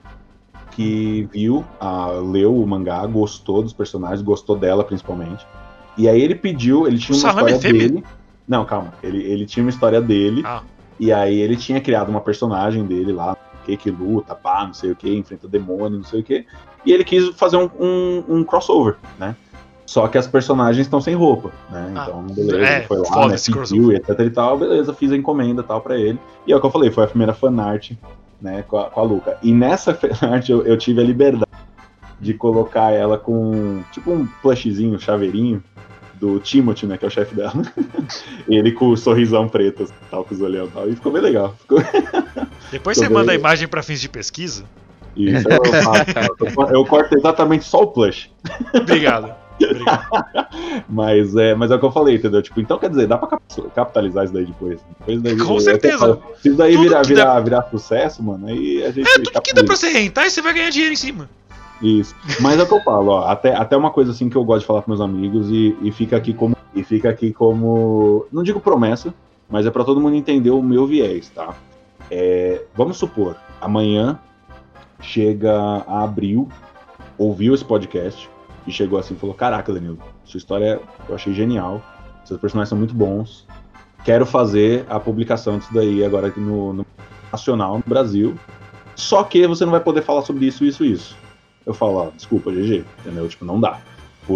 que viu, uh, leu o mangá, gostou dos personagens, gostou dela principalmente. E aí ele pediu, ele tinha o uma história é fêmea? dele. Não, calma. Ele, ele tinha uma história dele. Ah. E aí ele tinha criado uma personagem dele lá, que, que luta, pá, não sei o que, enfrenta demônio, não sei o que. E ele quis fazer um, um, um crossover, né? Só que as personagens estão sem roupa, né? Ah, então, beleza, é, ele foi lá, né, pediu e etc e tal, beleza, fiz a encomenda e tal pra ele. E é o que eu falei, foi a primeira fanart, né, com a, com a Luca. E nessa fanart eu, eu tive a liberdade de colocar ela com, tipo um plushzinho, chaveirinho, do Timothy, né, que é o chefe dela. Ele com o sorrisão preto, assim, tal, com os olhão e tal, e ficou bem legal. Ficou... Depois você manda a imagem pra fins de pesquisa? Isso, eu, faço, eu corto exatamente só o plush. Obrigado. Obrigado. mas, é, mas é o que eu falei, entendeu? Tipo, então quer dizer, dá pra capitalizar isso daí depois. depois daí, Com eu, certeza. Eu, se isso daí tudo virar, virar, dá... virar sucesso, mano, aí a gente. É, tudo que dá pra ser rentar e você vai ganhar dinheiro em cima. Isso. Mas é o que eu falo, ó. Até, até uma coisa assim que eu gosto de falar com meus amigos e, e fica aqui como. E fica aqui como. Não digo promessa, mas é pra todo mundo entender o meu viés, tá? É, vamos supor, amanhã chega a Abril, ouviu esse podcast e chegou assim e falou: caraca, Danilo, sua história eu achei genial, seus personagens são muito bons, quero fazer a publicação disso daí agora aqui no, no Nacional, no Brasil, só que você não vai poder falar sobre isso, isso, isso. Eu falo, ó, desculpa, G G, entendeu? Tipo, não dá.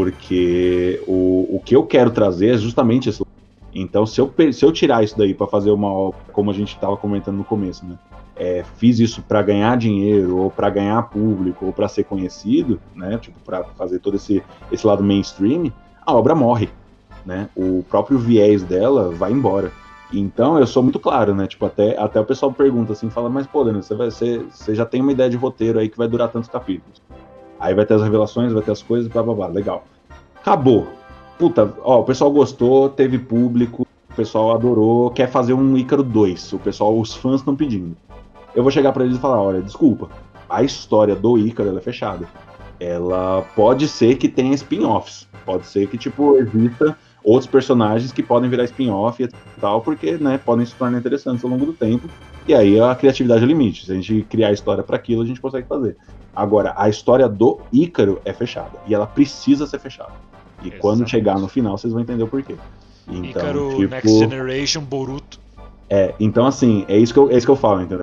Porque o, o que eu quero trazer é justamente isso. Então, se eu, se eu tirar isso daí pra fazer uma obra, como a gente tava comentando no começo, né? É, fiz isso para ganhar dinheiro, ou para ganhar público, ou para ser conhecido, né? Tipo, para fazer todo esse, esse lado mainstream, a obra morre, né? O próprio viés dela vai embora. Então, eu sou muito claro, né? Tipo, até, até o pessoal pergunta assim, fala, mas pô, Daniel, você, vai, você, você já tem uma ideia de roteiro aí que vai durar tantos capítulos. Aí vai ter as revelações, vai ter as coisas, blá blá blá, legal. Acabou. Puta, ó, o pessoal gostou, teve público, o pessoal adorou, quer fazer um Ícaro dois, o pessoal, os fãs estão pedindo. Eu vou chegar pra eles e falar, olha, desculpa, a história do Ícaro, ela é fechada. Ela pode ser que tenha spin-offs, pode ser que, tipo, exista outros personagens que podem virar spin-off e tal, porque, né, podem se tornar interessantes ao longo do tempo, E aí a criatividade é o limite. Se a gente criar a história para aquilo, a gente consegue fazer. Agora, a história do Ícaro é fechada. E ela precisa ser fechada. E Exatamente. Quando chegar no final, vocês vão entender o porquê. Então, Ícaro, tipo, Next Generation, Boruto. É, então assim, é isso, que eu, é isso que eu falo, entendeu?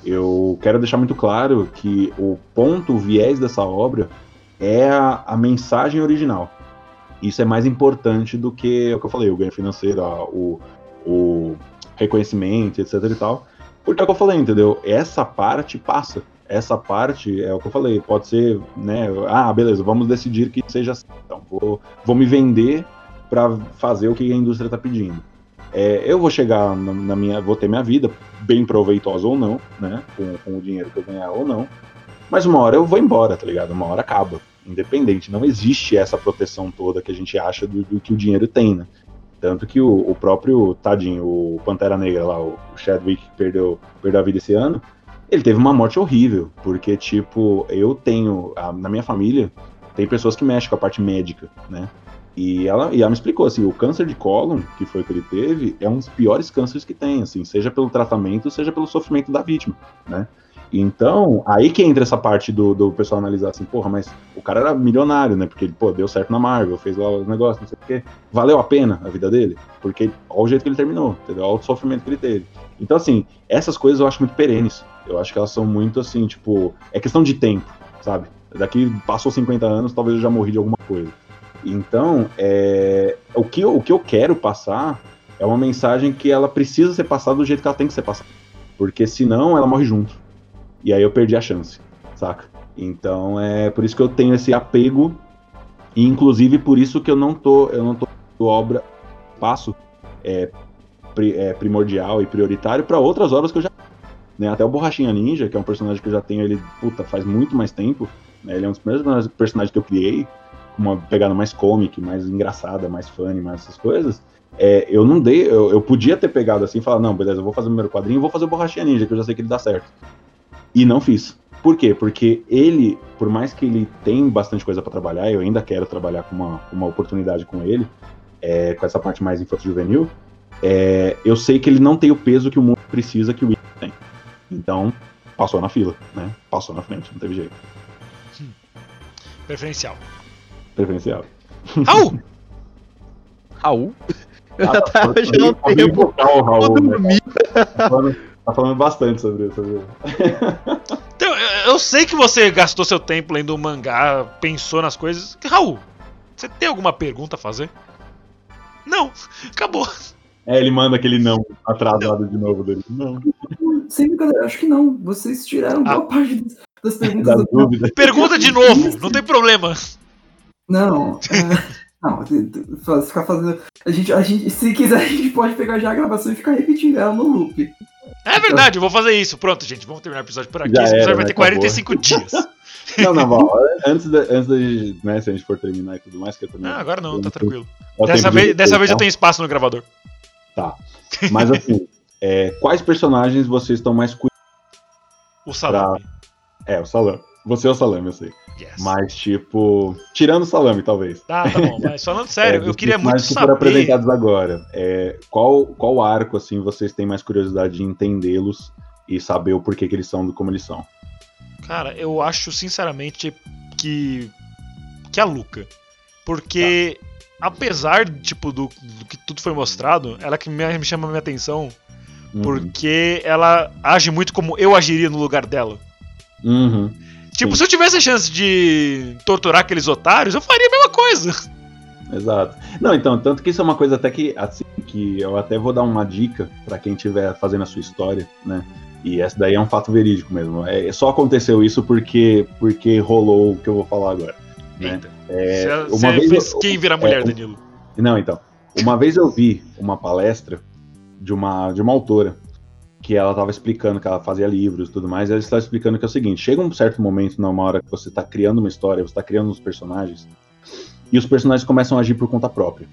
Eu quero deixar muito claro que o ponto, o viés dessa obra é a, a mensagem original. Isso é mais importante do que o que eu falei, o ganho financeiro, a, o, o reconhecimento, etc e tal. Porque é o que eu falei, entendeu? Essa parte passa. Essa parte é o que eu falei, pode ser, né? Ah, beleza, vamos decidir que seja assim. Então, vou, vou me vender para fazer o que a indústria está pedindo. É, eu vou chegar na, na minha, vou ter minha vida bem proveitosa ou não, né? Com, com o dinheiro que eu ganhar ou não. Mas uma hora eu vou embora, tá ligado? Uma hora acaba. Independente, não existe essa proteção toda que a gente acha do, do que o dinheiro tem, né? Tanto que o, o próprio, tadinho, o Pantera Negra lá, o Chadwick, que perdeu, perdeu a vida esse ano, ele teve uma morte horrível, porque, tipo, eu tenho, a, na minha família, tem pessoas que mexem com a parte médica, né? E ela, e ela me explicou, assim, o câncer de cólon, que foi o que ele teve, é um dos piores cânceres que tem, assim, seja pelo tratamento, seja pelo sofrimento da vítima, né? Então, aí que entra essa parte do, do pessoal analisar assim, porra, mas o cara era milionário, né? Porque ele, pô, deu certo na Marvel, fez lá os negócios, não sei o quê. Valeu a pena a vida dele? Porque olha o jeito que ele terminou, entendeu? Olha o sofrimento que ele teve. Então, assim, essas coisas eu acho muito perenes. Eu acho que elas são muito, assim, tipo, é questão de tempo, sabe? Daqui passou cinquenta anos, talvez eu já morri de alguma coisa. Então, é, o, que eu, o que eu quero passar é uma mensagem que ela precisa ser passada do jeito que ela tem que ser passada. Porque senão ela morre junto. E aí eu perdi a chance, saca? Então é por isso que eu tenho esse apego. E inclusive por isso que eu não tô, eu não tô obra, passo é, pri, é, primordial e prioritário para outras obras que eu já... Né? Até o Borrachinha Ninja, que é um personagem que eu já tenho ele, puta, faz muito mais tempo. Né? Ele é um dos primeiros personagens que eu criei, com uma pegada mais cômica, mais engraçada, mais funny, mais essas coisas. É, eu não dei, eu, eu podia ter pegado assim e falar, não, beleza, eu vou fazer o primeiro quadrinho e vou fazer o Borrachinha Ninja, que eu já sei que ele dá certo. E não fiz. Por quê? Porque ele, por mais que ele tenha bastante coisa para trabalhar, eu ainda quero trabalhar com uma, uma oportunidade com ele, é, com essa parte mais infanto-juvenil, é, eu sei que ele não tem o peso que o mundo precisa que o Will tem. Então, passou na fila, né? Passou na frente, não teve jeito. Hum. Preferencial. Preferencial. Raul! Raul? Eu Ah, já tava pode- já no pode tempo. invocar o Raul, Vou né? dormir. Tá falando, tá falando bastante sobre isso. Sobre isso. Então, eu- eu sei que você gastou seu tempo lendo um mangá, pensou nas coisas. Raul, você tem alguma pergunta a fazer? Não, acabou. É, ele manda aquele não atrasado de novo dele. Não. Sem brincadeira, acho que não. Vocês tiraram Ah. boa parte das, das perguntas. Da do- dúvida. Pergunta de novo, não tem problema. Não, é, não, te- te- faz- ficar fazendo. A gente, a gente, se quiser, a gente pode pegar já a gravação e ficar repetindo ela no loop. É verdade, eu vou fazer isso. Pronto, gente, vamos terminar o episódio por aqui. Já Esse episódio era, vai né? ter quarenta e cinco Acabou. dias. Não, não, Val, antes da, antes da né, se a gente for terminar e tudo mais, que eu também. Não, agora não, tá tranquilo. É o Dessa tempo de vez, dessa vez eu reflexão. tenho espaço no gravador. Tá. Mas assim, é, quais personagens vocês estão mais curiosos? O salame. É, o Salame. Você é o Salame, eu sei. Yes. Mas, tipo, tirando o Salame, talvez. Tá, tá bom, mas falando sério, É, eu dos queria muito personagens que foram saber. apresentados agora. É, qual, qual arco, assim, vocês têm mais curiosidade de entendê-los e saber o porquê que eles são como eles são? Cara, eu acho sinceramente que. que a Luca. Porque, apesar tipo, do, do que tudo foi mostrado, ela que me, me chama a minha atenção. Uhum. Porque ela age muito como eu agiria no lugar dela. Uhum. Tipo, Sim. se eu tivesse a chance de torturar aqueles otários, eu faria a mesma coisa. Exato. Não, então, tanto que isso é uma coisa até que, assim, que eu até vou dar uma dica pra quem estiver fazendo a sua história, né? E essa daí é um fato verídico mesmo. É, só aconteceu isso porque, porque rolou o que eu vou falar agora. Né? Eita. É, Você uma vez fez eu- quem vira é, mulher, um- Danilo? Não, então. Uma vez eu vi uma palestra de uma, de uma autora que ela estava explicando que ela fazia livros e tudo mais, e ela estava explicando que é o seguinte, chega um certo momento, numa hora que você está criando uma história, você está criando uns personagens, e os personagens começam a agir por conta própria.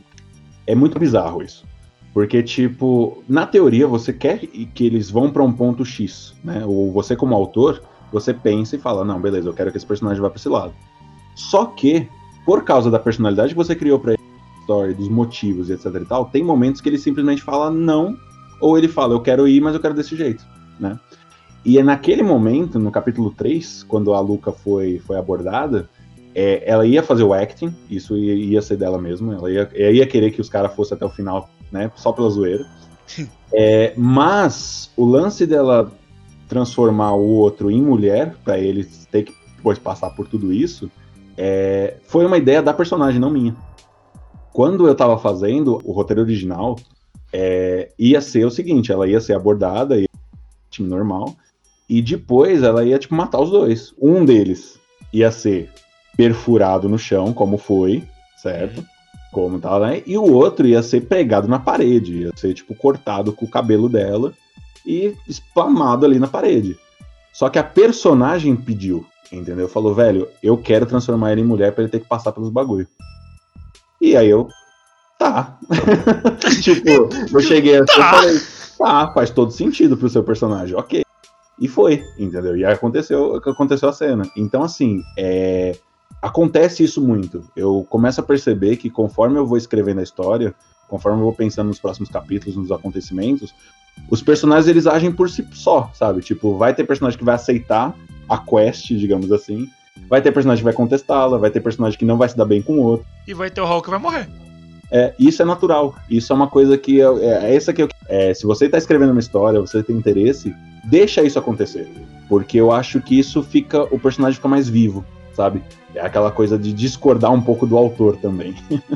É muito bizarro isso. Porque, tipo, na teoria, você quer que eles vão para um ponto X, né? Ou você, como autor, você pensa e fala, não, beleza, eu quero que esse personagem vá para esse lado. Só que, por causa da personalidade que você criou para ele, da história, dos motivos e etc e tal, tem momentos que ele simplesmente fala não ou ele fala, eu quero ir, mas eu quero desse jeito, né? E é naquele momento, no capítulo três, quando a Luca foi, foi abordada, é, ela ia fazer o acting, isso ia, ia ser dela mesma, ela ia, ela ia querer que os caras fossem até o final, né, só pela zoeira. É, mas o lance dela transformar o outro em mulher, pra ele ter que depois passar por tudo isso, é, foi uma ideia da personagem, não minha. Quando eu tava fazendo o roteiro original, é, ia ser o seguinte, ela ia ser abordada, ia time normal, e depois ela ia, tipo, matar os dois. Um deles ia ser perfurado no chão, como foi, certo? Como tá, né? E o outro ia ser pregado na parede, ia ser, tipo, cortado com o cabelo dela e espalmado ali na parede. Só que a personagem pediu, entendeu? Falou, velho, eu quero transformar ele em mulher pra ele ter que passar pelos bagulho. E aí eu, tá. Tipo, eu cheguei assim e falei, tá, faz todo sentido pro seu personagem, ok. E foi, entendeu? E aí aconteceu, aconteceu a cena. Então, assim, é... acontece isso muito. Eu começo a perceber que conforme eu vou escrevendo a história, conforme eu vou pensando nos próximos capítulos, nos acontecimentos, os personagens, eles agem por si só, sabe? Tipo, vai ter personagem que vai aceitar a quest, digamos assim, vai ter personagem que vai contestá-la, vai ter personagem que não vai se dar bem com o outro. E vai ter o Hulk que vai morrer. É, isso é natural. Isso é uma coisa que... É, é essa que eu, é, se você tá escrevendo uma história, você tem interesse, deixa isso acontecer. Porque eu acho que isso fica... O personagem fica mais vivo, sabe? É aquela coisa de discordar um pouco do autor também.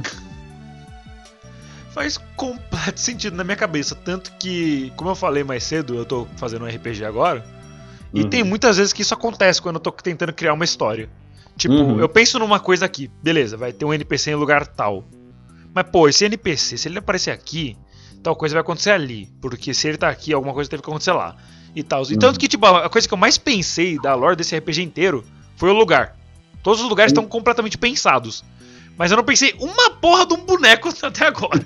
Faz completo sentido na minha cabeça. Tanto que, como eu falei mais cedo, eu tô fazendo um R P G agora. E uhum. tem muitas vezes que isso acontece quando eu tô tentando criar uma história. Tipo, uhum. eu penso numa coisa aqui. Beleza, vai ter um N P C em lugar tal. Mas, pô, esse N P C, se ele aparecer aqui, tal coisa vai acontecer ali. Porque se ele tá aqui, alguma coisa teve que acontecer lá. E tal. E uhum. tanto que, tipo, a coisa que eu mais pensei da lore desse R P G inteiro foi o lugar. Todos os lugares estão completamente pensados. Mas eu não pensei uma porra de um boneco até agora.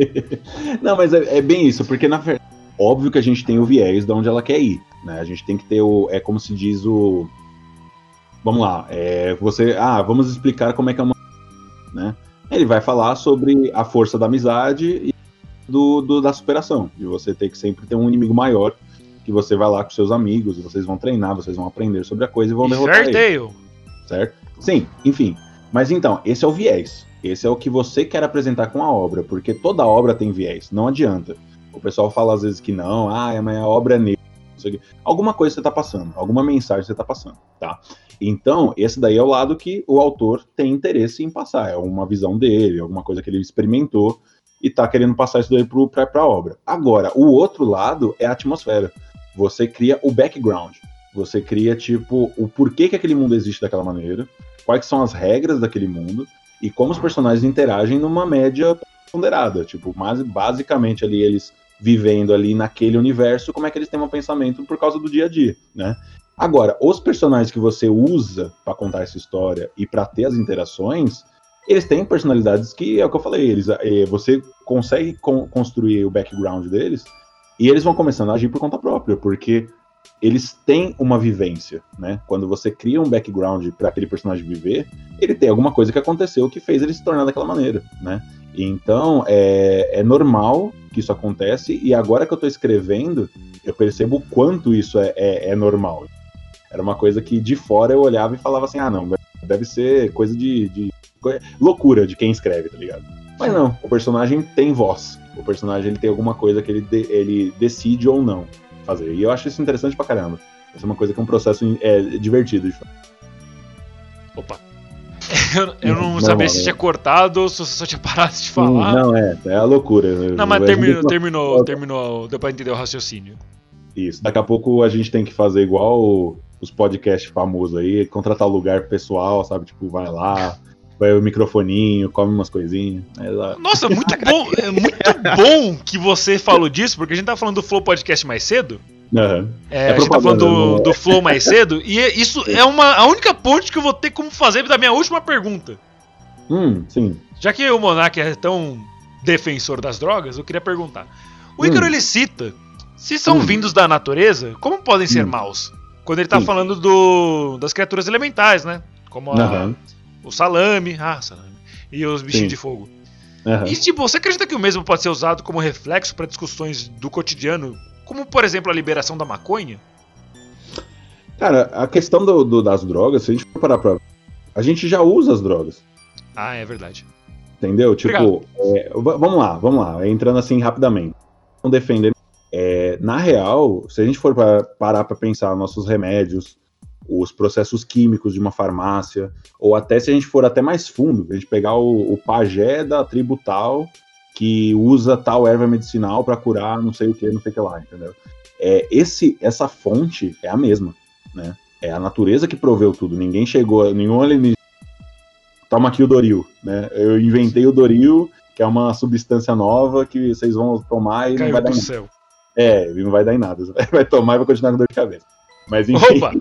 Não, mas é, é bem isso, porque na verdade, óbvio que a gente tem o viés de onde ela quer ir, né? A gente tem que ter o... É como se diz o... Vamos lá, é, você... Ah, vamos explicar como é que é uma... Né? Ele vai falar sobre a força da amizade e do, do, da superação. De você ter que sempre ter um inimigo maior, que você vai lá com seus amigos, e vocês vão treinar, vocês vão aprender sobre a coisa e vão derrotar ele. Certo? Sim, enfim. Mas então, esse é o viés. Esse é o que você quer apresentar com a obra, porque toda obra tem viés, não adianta. O pessoal fala às vezes que não, ah, mas a obra é negra. Alguma coisa você está passando, alguma mensagem você está passando, tá? Então, esse daí é o lado que o autor tem interesse em passar, é uma visão dele, alguma coisa que ele experimentou e está querendo passar isso daí para a obra. Agora, o outro lado é a atmosfera. Você cria o background, você cria, tipo, o porquê que aquele mundo existe daquela maneira, quais são as regras daquele mundo e como os personagens interagem numa média ponderada, tipo, mas basicamente ali eles vivendo ali naquele universo, como é que eles têm um pensamento por causa do dia a dia, né? Agora, os personagens que você usa para contar essa história e para ter as interações, eles têm personalidades que, é o que eu falei, eles, é, você consegue con- construir o background deles e eles vão começando a agir por conta própria, porque eles têm uma vivência, né? Quando você cria um background para aquele personagem viver, ele tem alguma coisa que aconteceu que fez ele se tornar daquela maneira, né? Então, é, é normal que isso acontece, e agora que eu tô escrevendo, eu percebo o quanto isso é, é, é normal. Era uma coisa que de fora eu olhava e falava assim, ah, não, deve ser coisa de, de loucura de quem escreve, tá ligado? Mas não, o personagem tem voz. O personagem ele tem alguma coisa que ele, de, ele decide ou não fazer. E eu acho isso interessante pra caramba. Isso é uma coisa que é um processo é, divertido de fazer. Opa. Eu, eu não, não sabia não, se não. tinha cortado ou se você só tinha parado de falar. Não, é, é a loucura. Não, mas terminou, terminou, terminou, deu pra entender o raciocínio. Isso, daqui a pouco a gente tem que fazer igual os podcasts famosos aí, contratar lugar pessoal, sabe? Tipo, vai lá, vai o microfoninho, come umas coisinhas. Lá... Nossa, muito bom, é muito bom que você falou disso, porque a gente tava falando do Flow Podcast mais cedo. Uhum. É, é a gente tá falando do, do Flow mais cedo, e isso é uma, a única ponte que eu vou ter como fazer da minha última pergunta. Hum, sim. Já que o Monark é tão defensor das drogas, eu queria perguntar. O Ícaro, hum. ele cita, se são hum. vindos da natureza, como podem ser hum. maus? Quando ele tá sim. falando do, das criaturas elementais, né? Como a, uhum. o salame, ah, salame, e os bichinhos sim. de fogo. Uhum. E tipo, você acredita que o mesmo pode ser usado como reflexo para discussões do cotidiano, como por exemplo a liberação da maconha? Cara, a questão do, do, das drogas, se a gente for parar pra... A gente já usa as drogas. Ah, é verdade. Entendeu? Tipo, é, vamos lá, vamos lá, entrando assim rapidamente. Não defendendo. É, na real, se a gente for pra, parar para pensar nossos remédios, os processos químicos de uma farmácia, ou até se a gente for até mais fundo, a gente pegar o, o pajé da tribo tal, que usa tal erva medicinal para curar não sei o que, não sei o que lá, entendeu? É, esse, essa fonte é a mesma, né? É a natureza que proveu tudo. Ninguém chegou, nenhum alienígena. Toma aqui o Doril, né? Eu inventei o Doril, que é uma substância nova que vocês vão tomar e Caiu não vai dar do em céu. É, e não vai dar em nada. Você vai tomar e vai continuar com dor de cabeça. Mas enfim. Opa!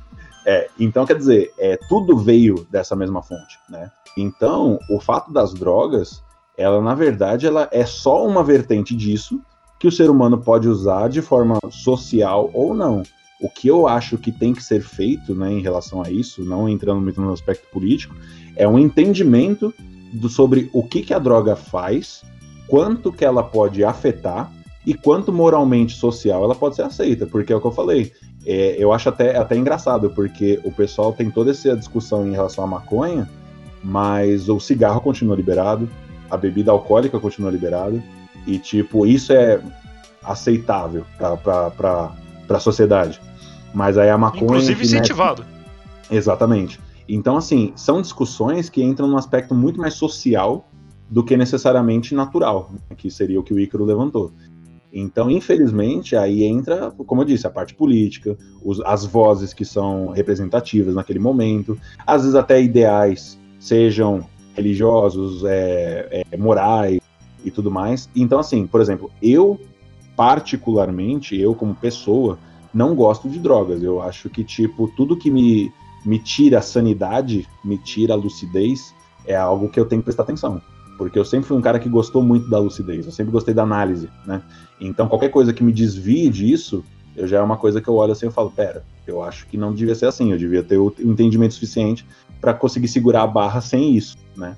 É, então, quer dizer, é, tudo veio dessa mesma fonte, né? Então, o fato das drogas, ela, na verdade, ela é só uma vertente disso que o ser humano pode usar de forma social ou não. O que eu acho que tem que ser feito, né, em relação a isso, não entrando muito no aspecto político, é um entendimento do, sobre o que, que a droga faz, quanto que ela pode afetar e quanto moralmente social ela pode ser aceita, porque é o que eu falei. É, eu acho até, até engraçado, porque o pessoal tem toda essa discussão em relação à maconha, mas o cigarro continua liberado, a bebida alcoólica continua liberada, e tipo, isso é aceitável para a sociedade. Mas aí a maconha... Inclusive incentivado. Mete... Exatamente. Então, assim, são discussões que entram num aspecto muito mais social do que necessariamente natural, né, que seria o que o Ícaro levantou. Então, infelizmente, aí entra, como eu disse, a parte política, os, as vozes que são representativas naquele momento, às vezes até ideais, sejam religiosos, é, é, morais e tudo mais. Então, assim, por exemplo, eu, particularmente, eu como pessoa, não gosto de drogas. Eu acho que, tipo, tudo que me, me tira a sanidade, me tira a lucidez, é algo que eu tenho que prestar atenção. Porque eu sempre fui um cara que gostou muito da lucidez, eu sempre gostei da análise, né? Então, qualquer coisa que me desvie disso, eu já é uma coisa que eu olho assim e falo, pera, eu acho que não devia ser assim, eu devia ter o entendimento suficiente para conseguir segurar a barra sem isso, né?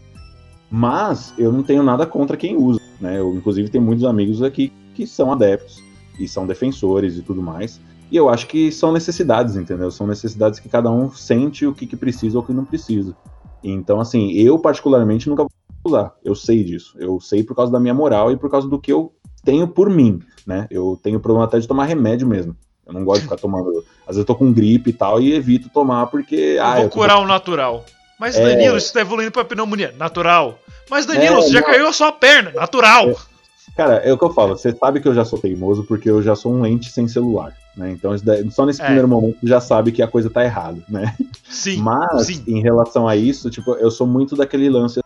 Mas eu não tenho nada contra quem usa, né? Eu, inclusive, tenho muitos amigos aqui que são adeptos e são defensores e tudo mais, e eu acho que são necessidades, entendeu? São necessidades que cada um sente o que, que precisa ou o que não precisa. Então, assim, eu particularmente nunca vou usar, eu sei disso, eu sei por causa da minha moral e por causa do que eu tenho por mim, né? Eu tenho problema até de tomar remédio mesmo. Eu não gosto de ficar tomando. Às vezes eu tô com gripe e tal e evito tomar porque. Eu ah, vou eu tô... curar o natural. Mas É... Danilo, isso tá evoluindo pra pneumonia. Natural. Mas Danilo, É, você já não... caiu a sua perna. Natural. É... Cara, é o que eu falo. Você sabe que eu já sou teimoso porque eu já sou um ente sem celular, né? Então só nesse é. primeiro momento você já sabe que a coisa tá errada, né? Sim. Mas sim. Em relação a isso, tipo, eu sou muito daquele lance.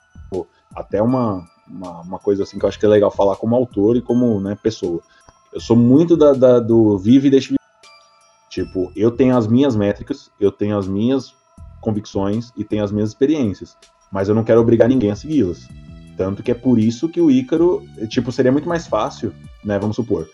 Até uma, uma, uma coisa assim que eu acho que é legal falar como autor e como, né, pessoa. Eu sou muito da, da, do vive e deixa viver. Tipo, eu tenho as minhas métricas, eu tenho as minhas convicções e tenho as minhas experiências, mas eu não quero obrigar ninguém a segui-las. Tanto que é por isso que o Ícaro, tipo, seria muito mais fácil, né, vamos supor,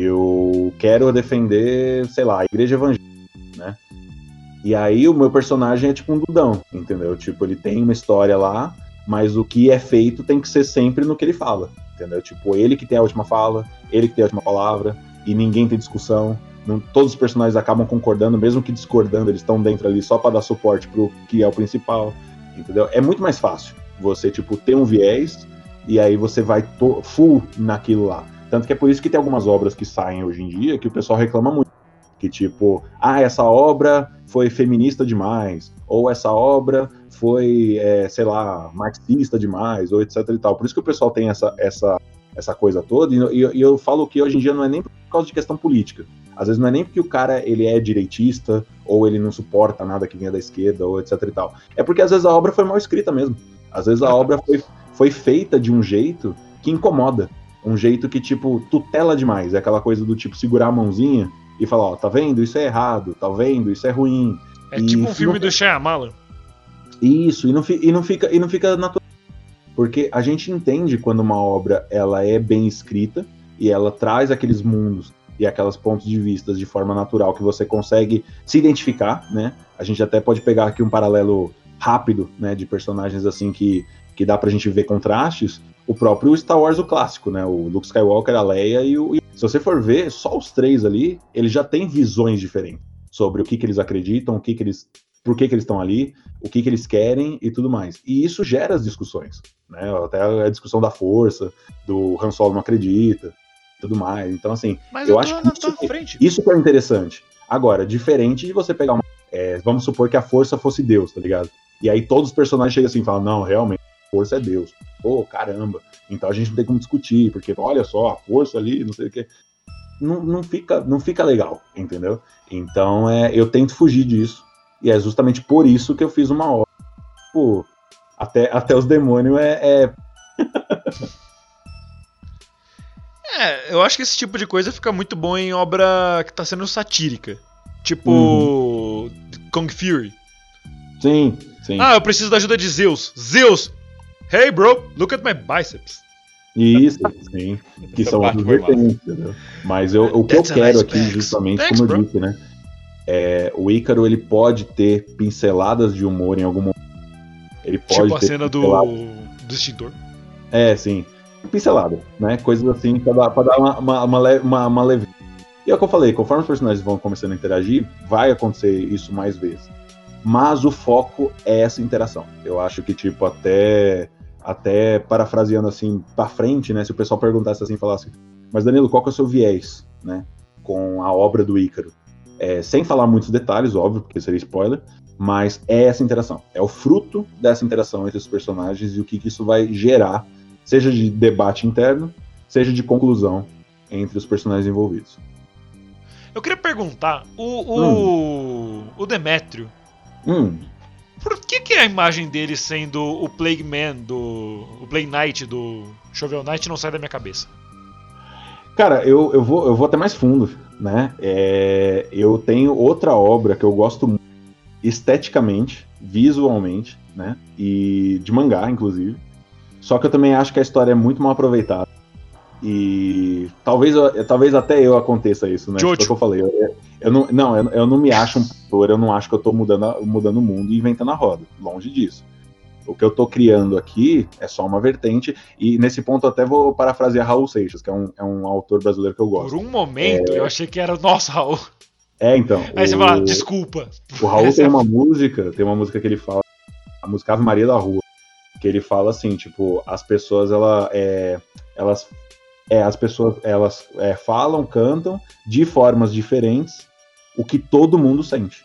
eu quero defender, sei lá, a igreja evangélica, né, e aí o meu personagem é tipo um Dudão, entendeu? Tipo, ele tem uma história lá, mas o que é feito tem que ser sempre no que ele fala, entendeu? Tipo, ele que tem a última fala, ele que tem a última palavra, e ninguém tem discussão, não, todos os personagens acabam concordando, mesmo que discordando, eles estão dentro ali só para dar suporte pro que é o principal, entendeu? É muito mais fácil você, tipo, ter um viés, e aí você vai to- full naquilo lá. Tanto que é por isso que tem algumas obras que saem hoje em dia, que o pessoal reclama muito, que tipo, ah, essa obra foi feminista demais, ou essa obra foi, é, sei lá, marxista demais, ou etc e tal. Por isso que o pessoal tem essa, essa, essa coisa toda, e, e, e eu falo que hoje em dia não é nem por causa de questão política. Às vezes não é nem porque o cara ele é direitista, ou ele não suporta nada que venha da esquerda, ou etc e tal. É porque às vezes a obra foi mal escrita mesmo. Às vezes a obra foi, foi feita de um jeito que incomoda. Um jeito que, tipo, tutela demais. É aquela coisa do tipo segurar a mãozinha e falar, ó, tá vendo? Isso é errado, tá vendo? Isso é ruim. É e tipo um filme não... do Shyamalan. Isso, e não, fi... e não fica, e não fica natural. Porque a gente entende quando uma obra ela é bem escrita e ela traz aqueles mundos e aquelas pontos de vista de forma natural que você consegue se identificar, né? A gente até pode pegar aqui um paralelo rápido, né, de personagens assim que que dá pra gente ver contrastes, o próprio Star Wars, o clássico, né? O Luke Skywalker, a Leia e o... Se você for ver, só os três ali, eles já têm visões diferentes sobre o que, que eles acreditam, o que, que eles... por que, que eles estão ali, o que, que eles querem e tudo mais. E isso gera as discussões, né? Até a discussão da força, do Han Solo não acredita, tudo mais. Então, assim, Mas eu, eu acho tô que na isso, tua frente. isso que é interessante. Agora, diferente de você pegar uma... É, vamos supor que a força fosse Deus, tá ligado? E aí todos os personagens chegam assim e falam, não, realmente, a força é Deus. Pô, caramba. Então a gente não tem como discutir, porque olha só, a força ali, não sei o quê. Não, não, fica, não fica legal, entendeu? Então é, eu tento fugir disso. E é justamente por isso que eu fiz uma obra. Pô, até, até os demônios é... é... É, eu acho que esse tipo de coisa fica muito bom em obra que tá sendo satírica. Tipo... Uhum. Kung Fury. Sim, sim. Ah, eu preciso da ajuda de Zeus. Zeus! Hey, bro, look at my biceps. Isso, sim. Que Essa são parte outros foi vertentes, entendeu? Mas eu, o que eu That's a quero nice aqui, pecs. justamente, Thanks, como eu bro. disse, né? É, o Ícaro, ele pode ter pinceladas de humor em algum momento. Ele pode Tipo a ter cena do... pinceladas- do extintor. É, sim. Pincelada, né? Coisas assim pra dar, pra dar uma, uma, uma, le- uma, uma leve. E é o que eu falei, conforme os personagens vão começando a interagir, vai acontecer isso mais vezes. Mas o foco é essa interação. Eu acho que, tipo, até, até parafraseando assim pra frente, né? Se o pessoal perguntasse assim, falasse, mas Danilo, qual que é o seu viés, né? Com a obra do Ícaro? É, sem falar muitos detalhes, óbvio, porque seria spoiler, mas é essa interação. É o fruto dessa interação entre os personagens e o que, que isso vai gerar, seja de debate interno, seja de conclusão entre os personagens envolvidos. Eu queria perguntar, o, o, o Demétrio, Hum, por que, que a imagem dele sendo o Plague Man, do, o Plague Knight do Shovel Knight não sai da minha cabeça? cara, eu, eu, vou, eu vou até mais fundo, né? É, eu tenho outra obra que eu gosto muito, esteticamente, visualmente, né? E de mangá, inclusive. Só que eu também acho que a história é muito mal aproveitada. E talvez, eu- talvez até eu aconteça isso, né? Jojo. Tipo, é o que eu falei. Eu, eu não, não, eu, eu não me acho um autor, eu não acho que eu tô mudando, a- mudando o mundo e inventando a roda. Longe disso. O que eu tô criando aqui é só uma vertente, e nesse ponto eu até vou parafrasear Raul Seixas, que é um, é um autor brasileiro que eu Por gosto. um momento eu achei que era o nosso Raul. É, então. Aí você o, fala, desculpa. o Raul Essa tem é a- uma música, tem uma música que ele fala, a música Ave Maria da Rua, que ele fala assim, tipo, as pessoas, ela, é, elas, é, as pessoas, elas é, falam, cantam de formas diferentes o que todo mundo sente.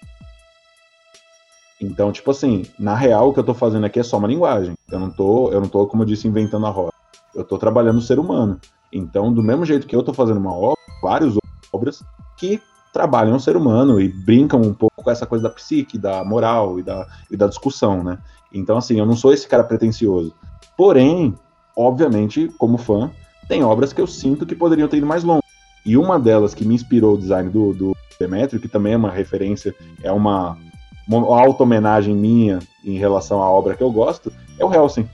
Então, tipo assim, na real, o que eu tô fazendo aqui é só uma linguagem. Eu não tô, eu não tô, como eu disse, inventando a roda. Eu tô trabalhando o ser humano. Então, do mesmo jeito que eu tô fazendo uma obra, várias obras que trabalham o ser humano e brincam um pouco com essa coisa da psique, da moral e da, e da discussão, né? Então, assim, eu não sou esse cara pretencioso. Porém, obviamente, como fã, tem obras que eu sinto que poderiam ter ido mais longe. E uma delas que me inspirou o design do, do Demétrio, que também é uma referência, é uma, uma auto-homenagem minha em relação à obra que eu gosto, é o Hellsing.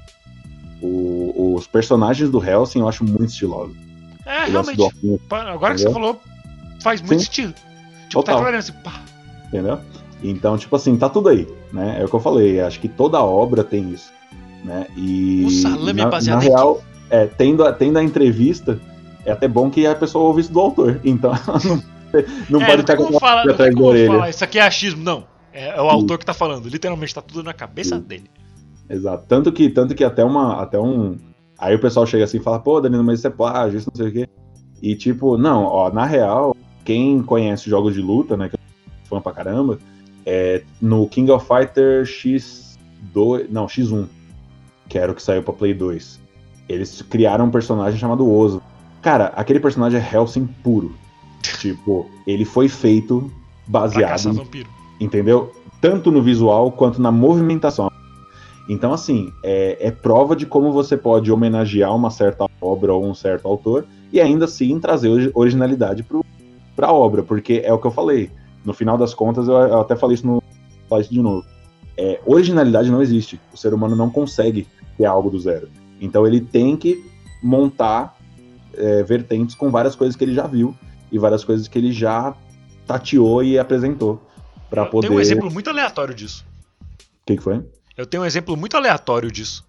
O, os personagens do Hellsing eu acho muito estilosos. É, O lance realmente. do óculos, Pa- Agora que você entendeu? falou, faz muito Sim. sentido. Tipo, tá Total. clareando assim, pá. Entendeu? Então, tipo assim, tá tudo aí, né? É o que eu falei, acho que toda obra tem isso, né? E O salame na, é baseado na em real, é, tendo, a, tendo a entrevista, é até bom que a pessoa ouve isso do autor, então não, não é, pode não ficar tem como com falar, não atrás tem da como orelha. falar, isso aqui é achismo, não. É, é o autor que tá falando, literalmente tá tudo na cabeça Sim. dele. Exato, tanto que, tanto que até, uma, até um... Aí o pessoal chega assim e fala, pô, Danilo, mas isso é plágio, isso não sei o quê. E tipo, não, ó, na real, quem conhece jogos de luta, né, que eu sou fã pra caramba, é, no King of Fighters X dois, não, X um, que era o que saiu pra Play dois, eles criaram um personagem chamado Ozo. Cara, aquele personagem é Hellsing puro. Tipo, ele foi feito Pra baseado, caçar vampiro. entendeu? Tanto no visual quanto na movimentação. Então, assim, é, é prova de como você pode homenagear uma certa obra ou um certo autor e ainda assim trazer ori- originalidade pro, pra obra, porque é o que eu falei. No final das contas, eu, eu até falei isso no falar isso de novo. É, originalidade não existe. O ser humano não consegue criar algo do zero. Então ele tem que montar é, vertentes com várias coisas que ele já viu e várias coisas que ele já tateou e apresentou para Eu poder... tenho um exemplo muito aleatório disso. O que, que foi? Eu tenho um exemplo muito aleatório disso.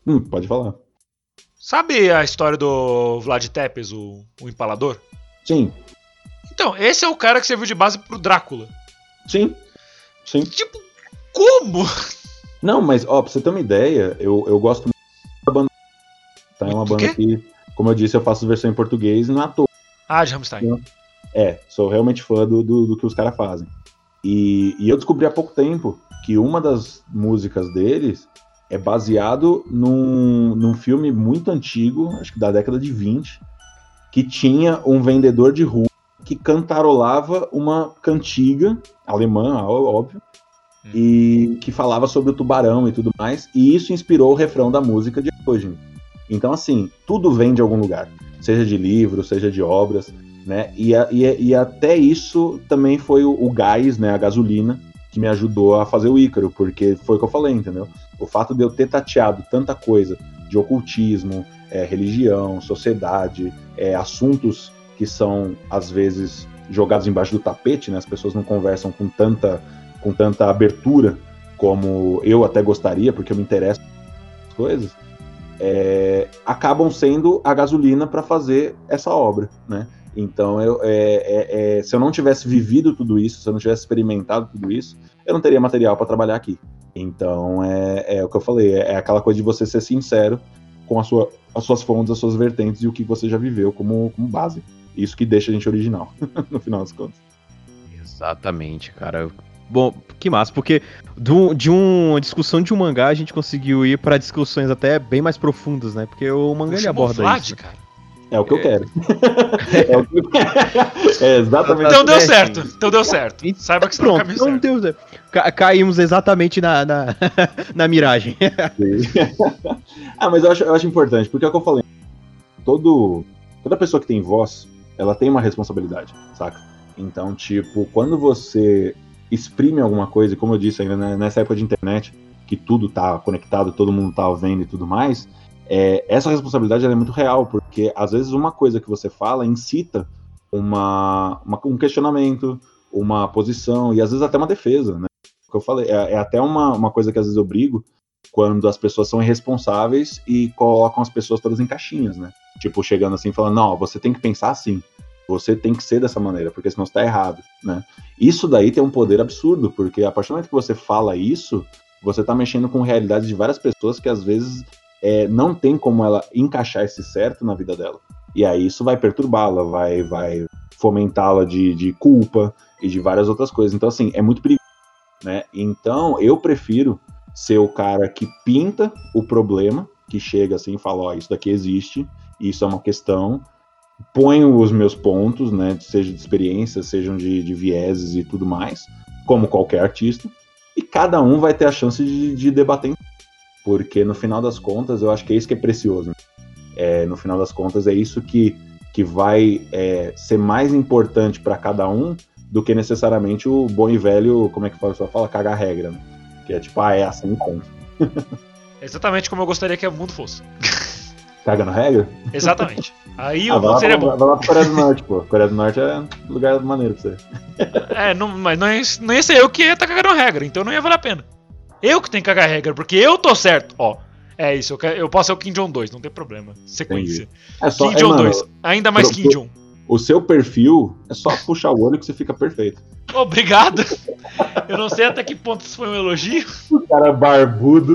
Hum, pode falar. Sabe a história do Vlad Tepes, o, o empalador? Sim, Então, esse é o cara que serviu de base pro Drácula. sim, sim. Tipo, como? Não, mas, ó, pra você ter uma ideia, eu, eu gosto muito da banda. Tá? É uma Do banda quê? que, como eu disse, eu faço versão em português e não é à toa. Ah, de Rammstein. É, sou realmente fã do, do, do que os caras fazem. E, e eu descobri há pouco tempo que uma das músicas deles é baseado num, num filme muito antigo, acho que da década de vinte, que tinha um vendedor de rua que cantarolava uma cantiga alemã, ó- óbvio, e que falava sobre o tubarão e tudo mais, e isso inspirou o refrão da música de hoje. Então, assim, tudo vem de algum lugar, seja de livro, seja de obras, né? E, a- e, a- e até isso também foi o, o gás, né, a gasolina, que me ajudou a fazer o Ícaro, porque foi o que eu falei, entendeu? O fato de eu ter tateado tanta coisa de ocultismo, é, religião, sociedade, é, assuntos que são, às vezes, jogados embaixo do tapete, né? As pessoas não conversam com tanta, com tanta abertura como eu até gostaria, porque eu me interesso nas coisas, é, acabam sendo a gasolina para fazer essa obra, né? Então, eu, é, é, é, se eu não tivesse vivido tudo isso, se eu não tivesse experimentado tudo isso, eu não teria material para trabalhar aqui. Então, é, é o que eu falei, é, é aquela coisa de você ser sincero com a sua, as suas fontes, as suas vertentes e o que você já viveu como, como base. Isso que deixa a gente original, no final das contas. Exatamente, cara. Bom, que massa, porque do, de uma discussão de um mangá a gente conseguiu ir pra discussões até bem mais profundas, né? Porque o mangá ele Chamou aborda Vlad, isso. cara. É o que eu quero. é o que eu quero. É exatamente Então deu É, certo, sim. então deu certo. Saiba que você tá no Pronto, caminho então certo. Deus, é. Ca- caímos exatamente na, na, na miragem. Ah, mas eu acho, eu acho importante, porque é o que eu falei. Todo, toda pessoa que tem voz, ela tem uma responsabilidade, saca? Então, tipo, quando você exprime alguma coisa, e como eu disse ainda né, nessa época de internet, que tudo tá conectado, todo mundo tá vendo e tudo mais, é, essa responsabilidade ela é muito real, porque às vezes uma coisa que você fala incita uma, uma- um questionamento, uma posição, e às vezes até uma defesa, né? O que eu falei, é, é até uma, uma coisa que às vezes eu brigo, quando as pessoas são irresponsáveis e colocam as pessoas todas em caixinhas, né? Tipo, chegando assim, falando, não, você tem que pensar assim, você tem que ser dessa maneira, porque senão você tá errado, né? Isso daí tem um poder absurdo, porque a partir do momento que você fala isso, você tá mexendo com realidades de várias pessoas que às vezes é, não tem como ela encaixar esse certo na vida dela. E aí isso vai perturbá-la, vai, vai fomentá-la de, de culpa e de várias outras coisas. Então, assim, é muito perigoso, né? Então, eu prefiro ser o cara que pinta o problema, que chega assim e fala, ó, isso daqui existe, isso é uma questão, ponho os meus pontos, né, seja de experiência, sejam de, de vieses e tudo mais, como qualquer artista, e cada um vai ter a chance de, de debater, porque no final das contas, eu acho que é isso que é precioso. É, no final das contas, é isso que, que vai é, ser mais importante para cada um do que necessariamente o bom e velho, como é que fala, só fala cagar regra, né? Que é tipo, ah, é assim, ponto. É exatamente como eu gostaria que o mundo fosse. Caga na regra? Exatamente. Aí Ah, o vai, mundo lá, seria pra, bom. vai lá pra Coreia do Norte, pô. Coreia do Norte é um lugar maneiro pra você. É, não, mas não ia, não ia ser eu que ia estar cagando regra, então não ia valer a pena. Eu que tenho que cagar regra, porque eu tô certo. Ó, é isso, eu, quero, eu posso ser o Kim Jong dois, não tem problema. Sequência. É só, Kim é, Jong mano, dois, ainda mais pro- Kim Jong. o seu perfil é só puxar o olho que você fica perfeito. Obrigado. Eu não sei até que ponto isso foi um elogio. O cara barbudo.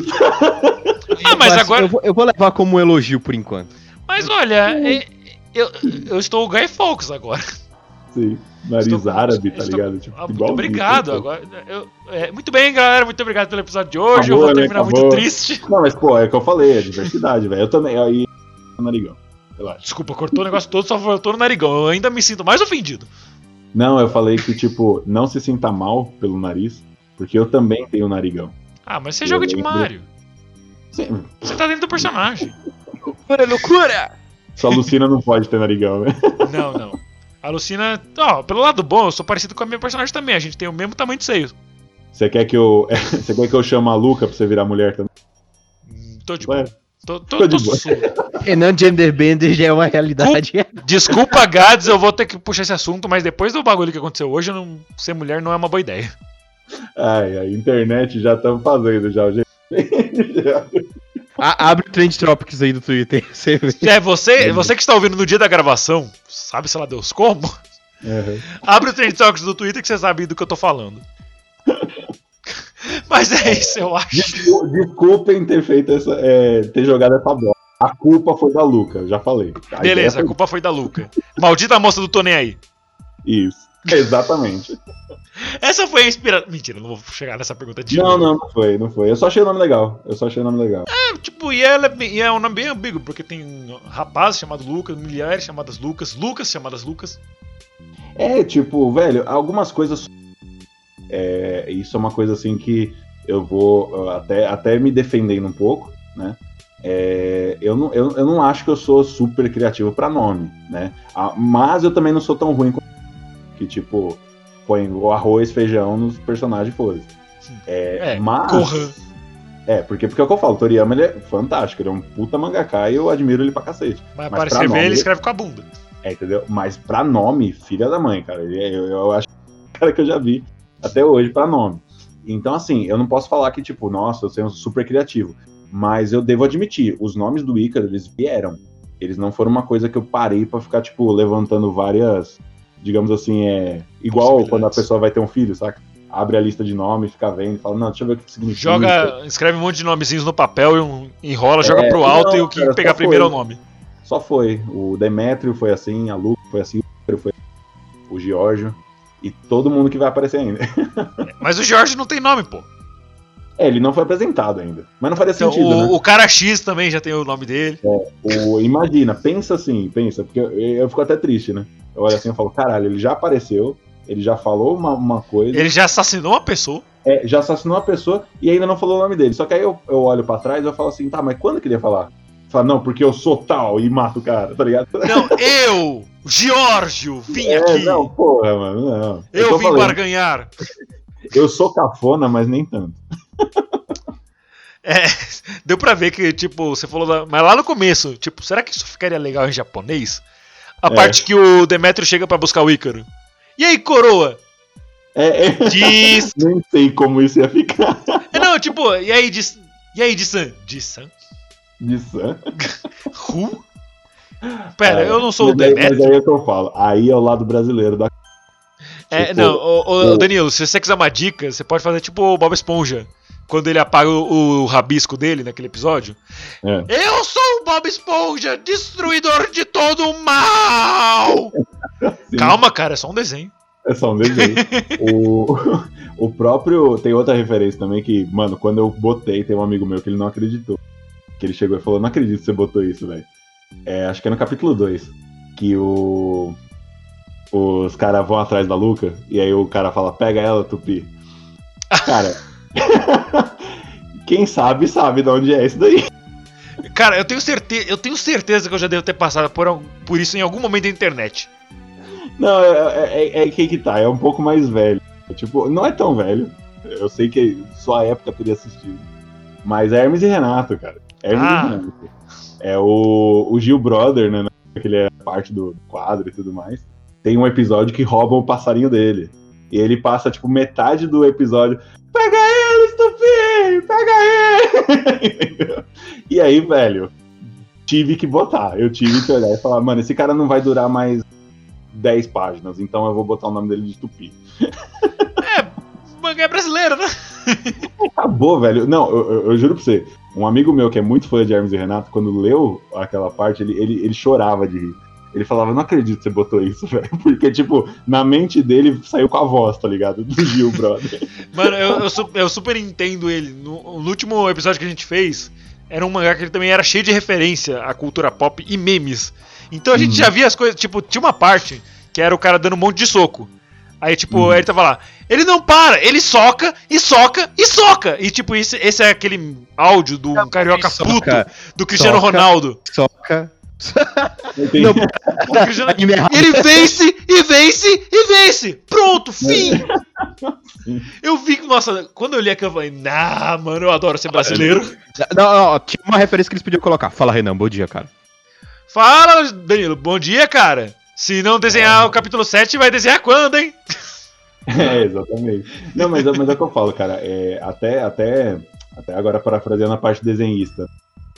Ah, mas Assim, agora. Eu vou, eu vou levar como um elogio por enquanto. Mas olha, é- eu, eu estou o Guy Fawkes agora. Sim, nariz Estou- árabe, tá estou- ligado? Tipo, Ah, muito igualzinho, obrigado. pô. Agora, eu- é, muito bem, galera. Muito obrigado pelo episódio de hoje. Acabou, eu vou né? terminar muito Acabou. triste. Não, mas pô, é o que eu falei, é diversidade, velho. Eu também, aí, narigão. Relaxa. Desculpa, cortou o negócio todo, só voltou no narigão. Eu ainda me sinto mais ofendido. Não, eu falei que, tipo, não se sinta mal pelo nariz, porque eu também tenho narigão. Ah, mas você Eu joga de lembro. Mario. Sim, Você tá dentro do personagem. Loucura, loucura! só a Lucina não pode ter narigão, né? Não, não. A Lucina, ó, pelo lado bom, eu sou parecido com a minha personagem também. A gente tem o mesmo tamanho de seio. Você quer que eu, você quer que eu chame a Luca pra você virar mulher também? Hum, Tô de Ué, boa. Tô, tô, tô de tô boa. surdo. Renan Genderbender já é uma realidade. Desculpa, Gads, eu vou ter que puxar esse assunto, mas depois do bagulho que aconteceu hoje, eu não, ser mulher não é uma boa ideia. Ai, a internet já estamos fazendo já, gente. A, abre o Trend Tropics aí do Twitter. Você vê. É, você, você que está ouvindo no dia da gravação, sabe se lá Deus como? Uhum. Abre o Trend Topics do Twitter que você sabe do que eu tô falando. Mas é isso, eu acho. Descul- Desculpem ter feito essa, é, ter jogado essa bola. A culpa foi da Luca, já falei. A Beleza, ideia a foi- culpa foi da Luca. Maldita moça do Tô Nem Aí. Isso, exatamente. Essa foi a inspiração. Mentira, eu não vou chegar nessa pergunta de Não, novo. não, não foi, não foi. Eu só achei o nome legal. Eu só achei o nome legal. É, tipo, e, ela é, bem- e é um nome bem ambíguo, porque tem rapazes chamados Lucas, mulheres chamadas Lucas, Lucas chamadas Lucas. É, tipo, velho, algumas coisas. É, isso é uma coisa assim que eu vou uh, até, até me defendendo um pouco, né? É, eu, não, eu, eu não acho que eu sou super criativo pra nome, né? Ah, mas eu também não sou tão ruim como que, tipo, põe o arroz, feijão nos personagens, foda-se. É, É, mas. Gohan. É, porque, porque é o que eu falo, Toriyama ele é fantástico, ele é um puta mangaka e eu admiro ele pra cacete. Mas, Mas para pra escrever, nome- ele escreve com a bunda. É, entendeu? Mas pra nome, filha da mãe, cara. Ele é- Eu, eu acho que é o cara que eu já vi até hoje pra nome. Então, assim, eu não posso falar que, tipo, nossa, eu sou super criativo. Mas eu devo admitir, os nomes do Ícaro, eles vieram. Eles não foram uma coisa que eu parei pra ficar, tipo, levantando várias, digamos assim, é... Igual Possibilidades. quando a pessoa vai ter um filho, saca? Abre a lista de nomes, fica vendo e fala, não, deixa eu ver o que significa. Joga, escreve um monte de nomezinhos no papel e um- enrola, joga É, pro alto não, e o que cara, pegar só primeiro é foi. o nome. Só foi. O Demétrio foi assim, a Luca foi assim, o Ícaro foi assim, o Giorgio. E todo mundo que vai aparecer ainda. Mas o Jorge não tem nome, pô. É, ele não foi apresentado ainda. Mas não faria Então, sentido, o, né? o cara X também já tem o nome dele. O, imagina, pensa assim, pensa, porque eu, eu fico até triste, né? Eu olho assim e falo, caralho, ele já apareceu, ele já falou uma, uma coisa, Ele já assassinou uma pessoa. é, já assassinou uma pessoa e ainda não falou o nome dele. Só que aí eu, eu olho pra trás e eu falo assim, tá, mas quando que ele ia falar? Fala, não, porque eu sou tal e mato o cara, tá ligado? Não, eu, Giorgio, vim É, aqui. não, porra, mano, não. É eu que vim falei, barganhar. eu sou cafona, mas nem tanto. É, deu pra ver que, tipo, você falou da... Mas lá no começo, tipo, será que isso ficaria legal em japonês? A É. parte que o Demétrio chega pra buscar o Ícaro. E aí, coroa? É, é, Diz... nem sei como isso ia ficar. É, não, tipo, e aí, diz... E aí, Dissan? Dissan? De Sam. Who? Pera, eu não sou o mas aí, mas Demétrio? aí é o que eu falo. Aí é o lado brasileiro da. É, tipo, não, ô, ô, o- Danilo, se você quiser uma dica, você pode fazer tipo o Bob Esponja. Quando ele apaga o, o rabisco dele naquele episódio. É. Eu sou o Bob Esponja, destruidor de todo o mal! Sim. Calma, cara, é só um desenho. É só um desenho. o, o próprio. Tem outra referência também que, mano, quando eu botei, tem um amigo meu que ele não acreditou. Que ele chegou e falou: não acredito que você botou isso, velho. É, acho que é no capítulo dois. Que o. Os caras vão atrás da Luca. E aí o cara fala: pega ela, Tupi. Cara. Quem sabe, sabe de onde é isso daí. Cara, eu tenho certeza, eu tenho certeza que eu já devo ter passado por, al- por isso em algum momento da internet. Não, é, é, é que que tá, é um pouco mais velho. Tipo, não é tão velho. Eu sei que só a época teria assistido. Mas é Hermes e Renato, cara. Hermes Ah. e Renato. É o, o Gil Brother, né? Que ele é parte do quadro e tudo mais. Tem um episódio que roubam o passarinho dele. E ele passa, tipo, metade do episódio. Pega ele, estupim! Pega ele! Entendeu? E aí, velho, tive que botar. Eu tive que olhar e falar, mano, esse cara não vai durar mais dez páginas, então eu vou botar o nome dele de Tupi. É, mangá é brasileiro, né? Acabou, velho. Não, eu, eu- eu juro pra você. Um amigo meu que é muito fã de Hermes e Renato, quando leu aquela parte, ele, ele, ele chorava de rir. Ele falava, não acredito que você botou isso, velho. Porque, tipo, na mente dele saiu com a voz, tá ligado? Do Gil, brother. Mano, eu, eu, su- eu super entendo ele. No, no último episódio que a gente fez, era um mangá que ele também era cheio de referência à cultura pop e memes. Então a gente Hum. já via as coisas, tipo, tinha uma parte que era o cara dando um monte de soco. Aí, tipo, Hum. ele tava lá, ele não para, ele soca, e soca, e soca. E, tipo, esse, esse é aquele áudio do um carioca soca, puto do Cristiano soca. Ronaldo. Soca. Entendi. Não, Do Cristiano- anime errado. E ele vence, e vence, e vence. Pronto, fim. Eu vi que, nossa, quando eu li aquilo, eu falei, nah, mano, eu adoro ser brasileiro. Não, não, tinha uma referência que eles podiam colocar. Fala, Renan, bom dia, cara. Fala, Danilo, bom dia, cara. Se não desenhar o capítulo sete, vai desenhar quando, hein? É, exatamente. Não, mas, mas é o que eu falo, cara. É, até, até, até agora, parafraseando a parte desenhista.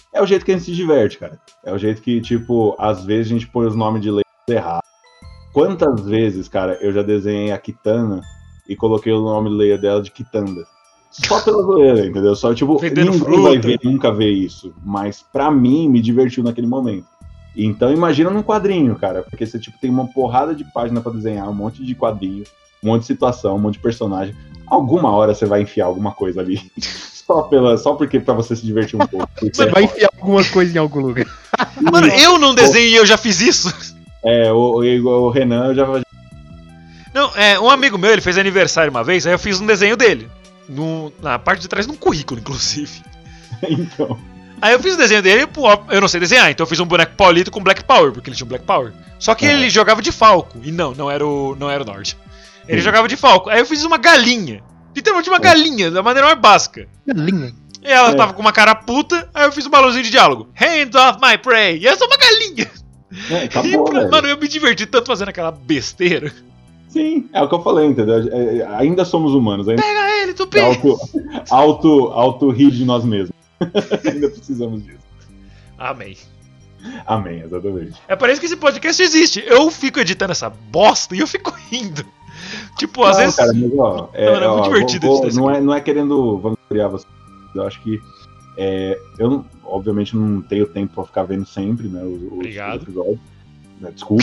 É o jeito que a gente se diverte, cara. É o jeito que, tipo, às vezes a gente põe os nomes de leis errados. Quantas vezes, cara, eu já desenhei a Kitana e coloquei o nome de layer dela de Kitanda. Só pela zoeira, entendeu? Só, tipo, Vendendo ninguém fruta. vai ver, nunca ver isso. Mas pra mim, me divertiu naquele momento. Então imagina num quadrinho, cara. Porque você, tipo, tem uma porrada de página pra desenhar, um monte de quadrinho, um monte de situação, um monte de personagem. Alguma hora você vai enfiar alguma coisa ali. Só, pela, só porque pra você se divertir um pouco. Você vai enfiar alguma coisa em algum lugar. Mano, eu não desenho e eu já fiz isso. É, o, o, o Renan já... Não, é, um amigo meu, ele fez aniversário uma vez, aí eu fiz um desenho dele. No, na parte de trás de um currículo, inclusive. Então... Aí eu fiz o desenho dele, pô, eu não sei desenhar, então eu fiz um boneco Paulito com Black Power, porque ele tinha um Black Power. Só que É. ele jogava de falco, e não, não era o, não era o Nord. Ele Sim. jogava de falco. Aí eu fiz uma galinha, literalmente uma É. galinha, da maneira mais básica. Galinha. E ela É. tava com uma cara puta, aí eu fiz um balãozinho de diálogo. Hands off my prey, e eu sou uma galinha. É, E, acabou, pra- velho. mano, eu me diverti tanto fazendo aquela besteira. Sim, é o que eu falei, entendeu? É, é, ainda somos humanos, ainda Pega ele, Tupi! auto, auto, auto rir de nós mesmos. Ainda precisamos disso. Amém. Amém, exatamente. É por isso que esse podcast existe. Eu fico editando essa bosta e eu fico rindo. Tipo, às Não, vezes. cara, mas, ó, é, Não, é ó, muito divertido vou- vou- editar isso não, aqui. é, não é querendo vangloriar você. Eu acho que é, eu, não- obviamente, não tenho tempo pra ficar vendo sempre, né? Os, os Obrigado. episódios. Né, desculpa.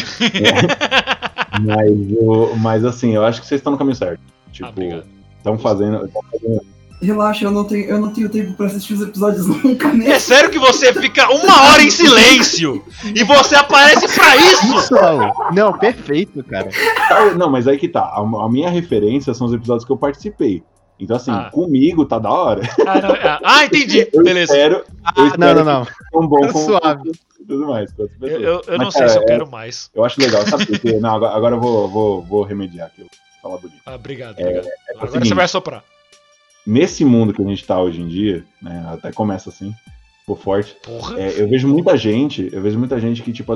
É, mas, eu- mas, assim, eu acho que vocês estão no caminho certo. Ah, Tipo, obrigado. estão fazendo. tão fazendo- Relaxa, eu não tenho, eu não tenho tempo pra assistir os episódios nunca É mesmo. sério que você fica uma hora em silêncio e você aparece pra isso? Pessoal, não, perfeito, cara. Ah, Não, mas aí que tá. A, a minha referência são os episódios que eu participei. Então, assim, Ah. comigo tá da hora. Ah, não, ah, ah, entendi. Eu Beleza. espero. Eu Ah, espero não, não, que não. seja tão bom como Suave. e tudo mais. com outras Eu, pessoas. eu, eu Mas, não sei cara, se eu é- quero mais. Eu acho legal, sabe por quê? Não, agora, agora eu vou, vou, vou remediar aqui. Eu vou falar bonito. Ah, obrigado, obrigado. é o Agora seguinte. você vai assoprar. Nesse mundo que a gente tá hoje em dia, né? Até começa assim, ficou forte. Porra. É, eu vejo muita gente, eu vejo muita gente que, tipo,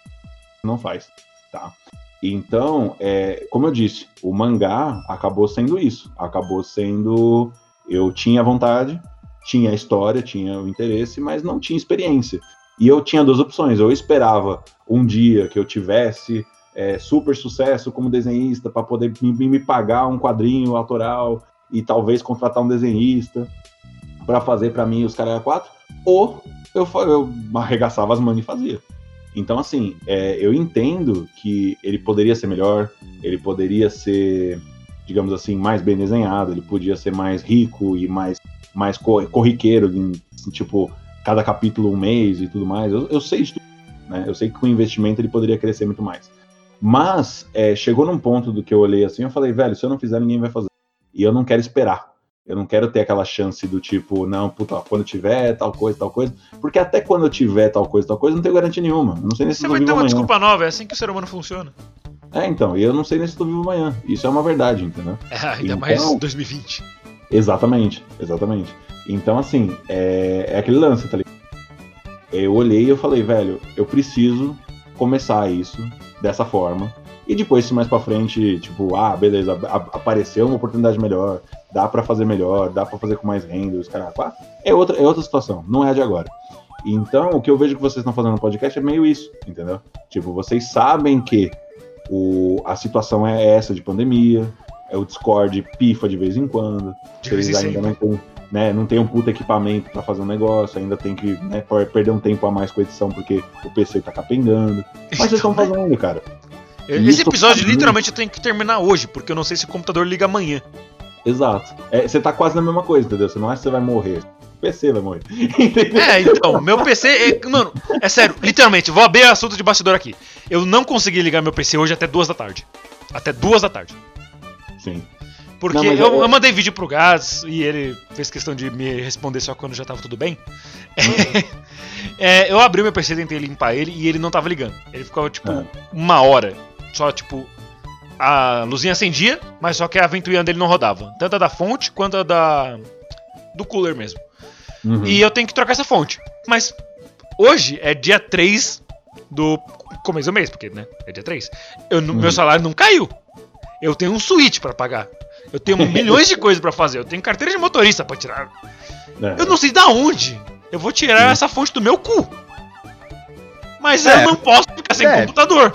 não faz, tá? Então, é, como eu disse, o mangá acabou sendo isso. Acabou sendo. Eu tinha vontade, tinha a história, tinha o interesse, mas não tinha experiência. E eu tinha duas opções. Eu esperava um dia que eu tivesse é, super sucesso como desenhista para poder me, me pagar um quadrinho autoral e talvez contratar um desenhista para fazer para mim os caras quatro, ou eu, fa- eu arregaçava as mangas e fazia. Então, assim, é, eu entendo que ele poderia ser melhor, ele poderia ser, digamos assim, mais bem desenhado, ele podia ser mais rico e mais, mais cor- corriqueiro, em, tipo, cada capítulo um mês e tudo mais. Eu, eu sei isso, né? Eu sei que com o investimento ele poderia crescer muito mais. Mas é, chegou num ponto do que eu olhei assim, eu falei, velho, se eu não fizer, ninguém vai fazer. E eu não quero esperar. Eu não quero ter aquela chance do tipo, não, puta, ó, quando tiver tal coisa, tal coisa. Porque até quando eu tiver tal coisa, tal coisa, não tenho garantia nenhuma. Eu não sei nem se Você eu vai tô ter vivo uma amanhã. desculpa nova, é assim que o ser humano funciona. É, então, e eu não sei nem se estou vivo amanhã. Isso é uma verdade, entendeu? É, ainda Então- mais dois mil e vinte. Exatamente, exatamente. Então, assim, é, é aquele lance, tá ligado? Eu olhei e eu falei, velho, eu preciso começar isso dessa forma. E depois, se mais pra frente, tipo, ah, beleza, a- apareceu uma oportunidade melhor, dá pra fazer melhor, dá pra fazer com mais renda, os caras, pá, é outra, é outra situação, não é a de agora. Então, o que eu vejo que vocês estão fazendo no podcast é meio isso, entendeu? Tipo, vocês sabem que o, a situação é essa de pandemia, é o Discord pifa de vez em quando, De vez em vocês ainda sempre. não tem, né, não tem um puta equipamento pra fazer um negócio, ainda tem que, né, per- perder um tempo a mais com a edição porque o P C tá capengando. Mas vocês estão Então, fazendo, cara. Esse Isso episódio pra mim- literalmente eu tenho que terminar hoje, porque eu não sei se o computador liga amanhã. Exato. É, você tá quase na mesma coisa, entendeu? Você não acha que você vai morrer. O P C vai morrer. Entendeu? É, então, meu P C. É, mano, é sério, literalmente, vou abrir assunto de bastidor aqui. Eu não consegui ligar meu P C hoje até duas da tarde. Até duas da tarde. Sim. Porque Não, mas eu, eu- eu mandei vídeo pro Gás e ele fez questão de me responder só quando já tava tudo bem. É, eu abri meu P C, tentei limpar ele e ele não tava ligando. Ele ficou tipo Ah. uma hora. Só tipo. A luzinha acendia, mas só que a ventoinha dele não rodava. Tanto a da fonte quanto a da. Do cooler mesmo. Uhum. E eu tenho que trocar essa fonte. Mas hoje é dia três do começo do mês, porque, né? É dia três. Eu, não- Uhum. Meu salário não caiu. Eu tenho um Switch pra pagar. Eu tenho milhões de coisas pra fazer. Eu tenho carteira de motorista pra tirar. É. Eu não sei da onde eu vou tirar essa fonte do meu cu. Mas É. eu não posso ficar sem É. computador.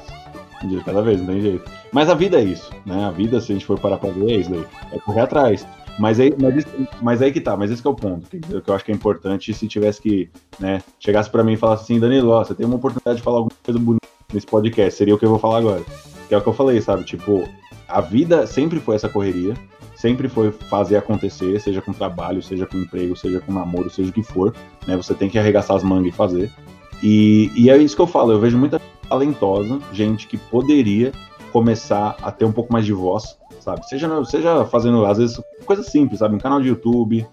Um dia de cada vez, não tem jeito. Mas a vida é isso, né? A vida, se a gente for parar pra ver, é isso daí. É correr atrás. Mas aí, mas, isso- mas aí que tá, mas esse que é o ponto, que, que eu acho que é importante se tivesse que, né, chegasse pra mim e falasse assim, Danilo, ó, você tem uma oportunidade de falar alguma coisa bonita nesse podcast, seria o que eu vou falar agora. Que é o que eu falei, sabe? Tipo, a vida sempre foi essa correria, sempre foi fazer acontecer, seja com trabalho, seja com emprego, seja com namoro, seja o que for, né? Você tem que arregaçar as mangas e fazer. E, e é isso que eu falo, eu vejo muita gente talentosa, gente que poderia começar a ter um pouco mais de voz, sabe? Seja, no- seja fazendo, às vezes, coisa simples, sabe? Um canal de YouTube,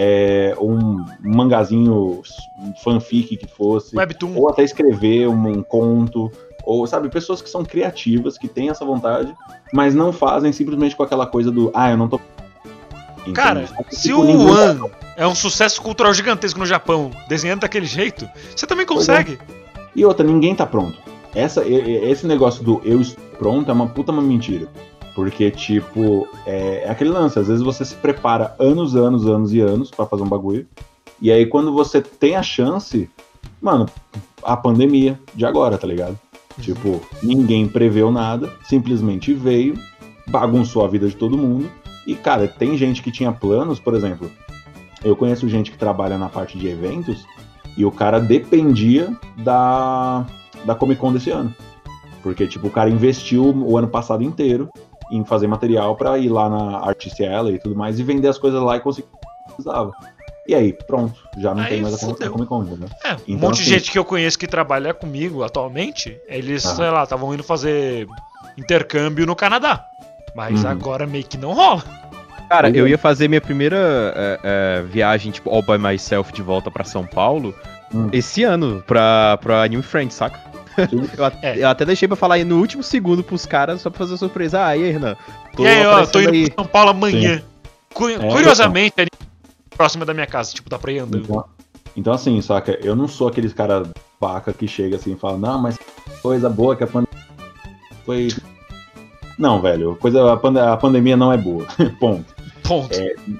é, um mangazinho, um fanfic que fosse, Webtoon. ou até escrever um, um conto, ou, sabe, pessoas que são criativas, que têm essa vontade, mas não fazem simplesmente com aquela coisa do, ah, eu não tô... Entende? Cara, Sabe? se Tipo, o ninguém- One é um sucesso cultural gigantesco no Japão, desenhando daquele jeito, você também consegue. E outra, ninguém tá pronto. Essa, e- e- esse negócio do eu estou pronto é uma puta uma mentira. Porque, tipo, é, é aquele lance, às vezes você se prepara anos, anos, anos e anos pra fazer um bagulho, e aí quando você tem a chance, mano, a pandemia de agora, tá ligado? Tipo, ninguém preveu nada, simplesmente veio, bagunçou a vida de todo mundo, e, cara, tem gente que tinha planos, por exemplo, eu conheço gente que trabalha na parte de eventos, e o cara dependia da, da Comic Con desse ano. Porque, tipo, o cara investiu o ano passado inteiro em fazer material pra ir lá na Artistiella e tudo mais e vender as coisas lá e conseguir o que precisava. E aí, pronto, já não Aí tem mais a fudeu. Comic Con, entendeu? É, um Então, monte de assim- gente que eu conheço que trabalha comigo atualmente, eles, Ah. sei lá, estavam indo fazer intercâmbio no Canadá. Mas Uhum. agora meio que não rola. Cara, Pois eu é. ia fazer minha primeira é, é, viagem, tipo, all by myself de volta pra São Paulo Hum. esse ano, pra, pra New Friends, saca? Sim. Eu, a- É. eu até deixei pra falar aí no último segundo pros caras, só pra fazer surpresa. Ah, e aí, Renan? e aí, ó, tô aparecendo indo pra São Paulo amanhã. Cu- É, Curiosamente, é próxima da minha casa, tipo, dá pra ir andando. Então, então, assim, saca, eu não sou aqueles cara vaca que chega assim e fala, não, mas coisa boa que a pandemia foi... Não, velho, coisa, a, pande- a pandemia não é boa, ponto. Ponto.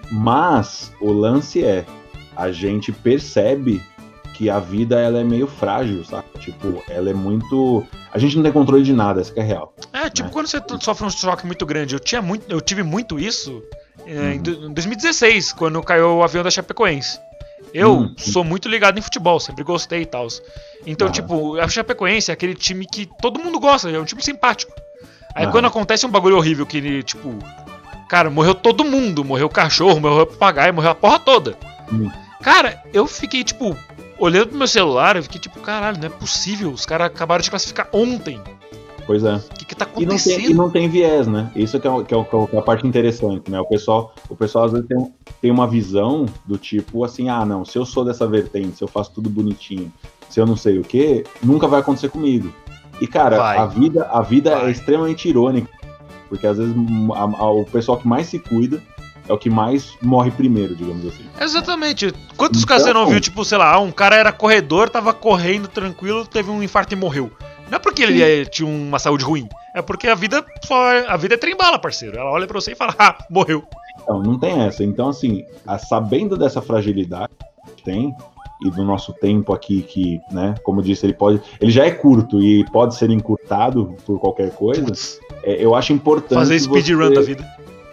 Mas o lance é, a gente percebe que a vida ela é meio frágil, sabe? Tipo, ela é muito... A gente não tem controle de nada, essa que é real. É, tipo, né? quando você t- sofre um choque muito grande, eu, tinha muito, eu tive muito isso é, em Uhum. do- em dois mil e dezesseis, quando caiu o avião da Chapecoense. Eu Uhum. sou muito ligado em futebol, sempre gostei e tal. Então, Aham. tipo, a Chapecoense é aquele time que todo mundo gosta, é um time simpático. Aí Aham. quando acontece um bagulho horrível que, tipo, cara, morreu todo mundo, morreu o cachorro, morreu o papagaio, morreu a porra toda. Uhum. Cara, eu fiquei, tipo, olhando pro meu celular, eu fiquei tipo, caralho, não é possível, os caras acabaram de classificar ontem. Pois é. O que que tá E não, acontecendo? tem, e não tem viés, né? Isso que é, o- que é, o- que é a parte interessante, né? O pessoal, o pessoal às vezes tem, um- tem uma visão do tipo assim, ah, não, se eu sou dessa vertente, se eu faço tudo bonitinho, se eu não sei o quê, nunca vai acontecer comigo. E, cara, Vai. a vida, a vida Vai. é extremamente irônica, porque às vezes a- a- o pessoal que mais se cuida é o que mais morre primeiro, digamos assim. Exatamente. Quantos Então- casos você não viu, tipo, sei lá, um cara era corredor, tava correndo tranquilo, teve um infarto e morreu. Não é porque ele eh, tinha uma saúde ruim, é porque a vida só é- a vida é trem-bala, parceiro. Ela olha pra você e fala, ah, morreu. Então, não tem essa. Então, assim, a- sabendo dessa fragilidade que tem, e do nosso tempo aqui, que, né, como eu disse, ele pode. Ele já é curto e pode ser encurtado por qualquer coisa. Putz, é, eu acho importante. fazer speedrun você- da vida.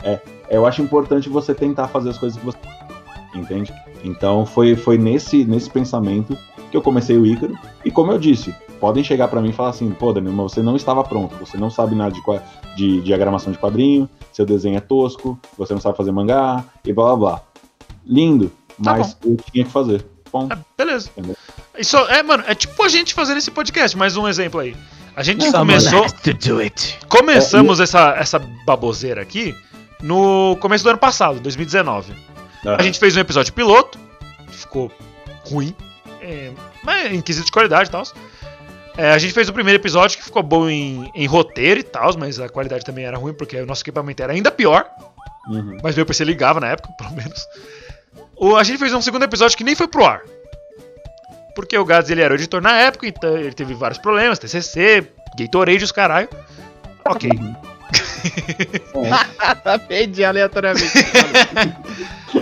Eu acho importante você tentar fazer as coisas que você. Entende? Então foi, foi nesse, nesse pensamento que eu comecei o Ícaro. E como eu disse, podem chegar pra mim e falar assim, pô, Danilo, mas você não estava pronto, você não sabe nada de, qua- de diagramação de quadrinho, seu desenho é tosco, você não sabe fazer mangá, e blá blá blá. Lindo, Tá mas eu tinha que fazer. Bom, É, beleza. Entendeu? Isso é, mano, é tipo a gente fazendo esse podcast, mais um exemplo aí. A gente Someone começou. has to do it. Começamos essa, essa baboseira aqui no começo do ano passado, dois mil e dezenove. A gente fez um episódio piloto, que ficou ruim, é, mas em quesito de qualidade e tal. É, a gente fez o primeiro episódio que ficou bom em, em roteiro e tal, mas a qualidade também era ruim porque o nosso equipamento era ainda pior. Uhum. Mas meu P C ligava na época, pelo menos. O, a gente fez um segundo episódio que nem foi pro ar. Porque o Gads ele era o editor na época, então ele teve vários problemas, T C C, Gatorade, os caralho. Ok. É, Perdi aleatoriamente.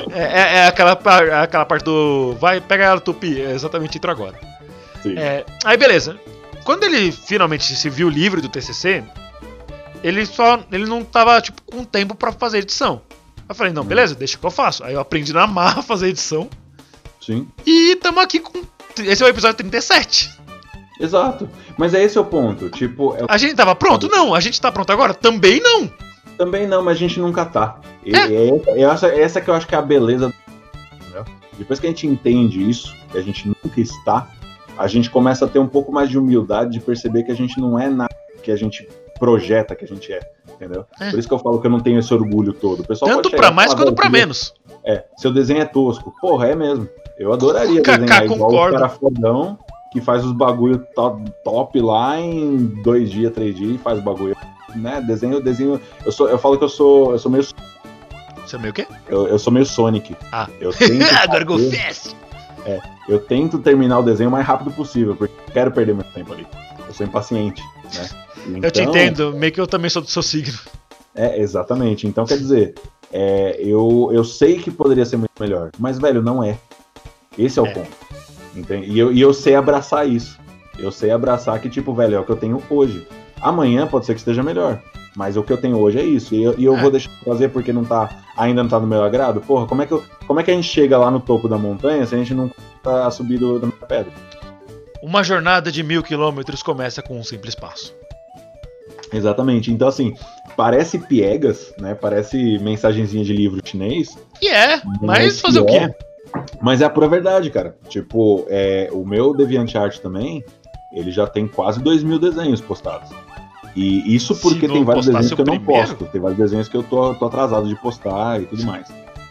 É, é, é aquela, par- é aquela parte do. Vai, pega ela, Tupi. É exatamente isso agora. Sim. É, aí beleza. Quando ele finalmente se viu livre do T C C, ele só. Ele não tava, tipo, com tempo pra fazer edição. Eu falei, não, beleza, deixa que eu faço. Aí eu aprendi na marra a fazer edição. Sim. E tamo aqui com. Esse é o episódio trinta e sete. Exato. Mas é esse o ponto. Tipo, é... A gente tava pronto? Não. A gente tá pronto agora? Também não. também não, mas a gente nunca tá. E, É. é essa, é essa, essa que eu acho que é a beleza. Entendeu? Depois que a gente entende isso, que a gente nunca está, a gente começa a ter um pouco mais de humildade de perceber que a gente não é nada que a gente projeta que a gente é. Entendeu? É. Por isso que eu falo que eu não tenho esse orgulho todo. O pessoal Tanto pode chegar pra e mais falar, quanto pra "Velho, menos. É, seu desenho é tosco." Porra, é mesmo. Eu adoraria Kaká, desenhar igual concordo. o cara fodão que faz os bagulho top, top lá em dois dias, três dias e faz o bagulho. Né? Desenho, desenho. Eu, sou, eu falo que eu sou. Eu sou meio. Você é meio o quê? Eu, eu sou meio Sonic. Ah. Eu tento, Agora go fazer- fast. eu tento terminar o desenho o mais rápido possível, porque eu quero perder muito tempo ali. Eu sou impaciente, né? Eu te Então, entendo, meio que eu também sou do seu signo. É, exatamente. Então, quer dizer, é, eu, eu sei que poderia ser muito melhor, mas, velho, não é. Esse é o É. ponto. Entende? E eu, e eu sei abraçar isso. Eu sei abraçar que, tipo, velho, é o que eu tenho hoje. Amanhã pode ser que esteja melhor, mas o que eu tenho hoje é isso. E eu, e eu É. vou deixar de fazer porque não tá, ainda não tá no meu agrado? Porra, como é, que eu, como é que a gente chega lá no topo da montanha se a gente não tá subindo da minha pedra? Uma jornada de mil quilômetros começa com um simples passo. Exatamente. Então, assim, parece piegas, né? Parece mensagenzinha de livro chinês. E é, mas fazer o que quê? é, Mas é a pura verdade, cara. Tipo, é, o meu DeviantArt também, ele já tem quase dois mil desenhos postados. E isso Se porque não tem vários postasse desenhos que eu o não primeiro? posto. Tem vários desenhos que eu tô, tô atrasado de postar e tudo mais.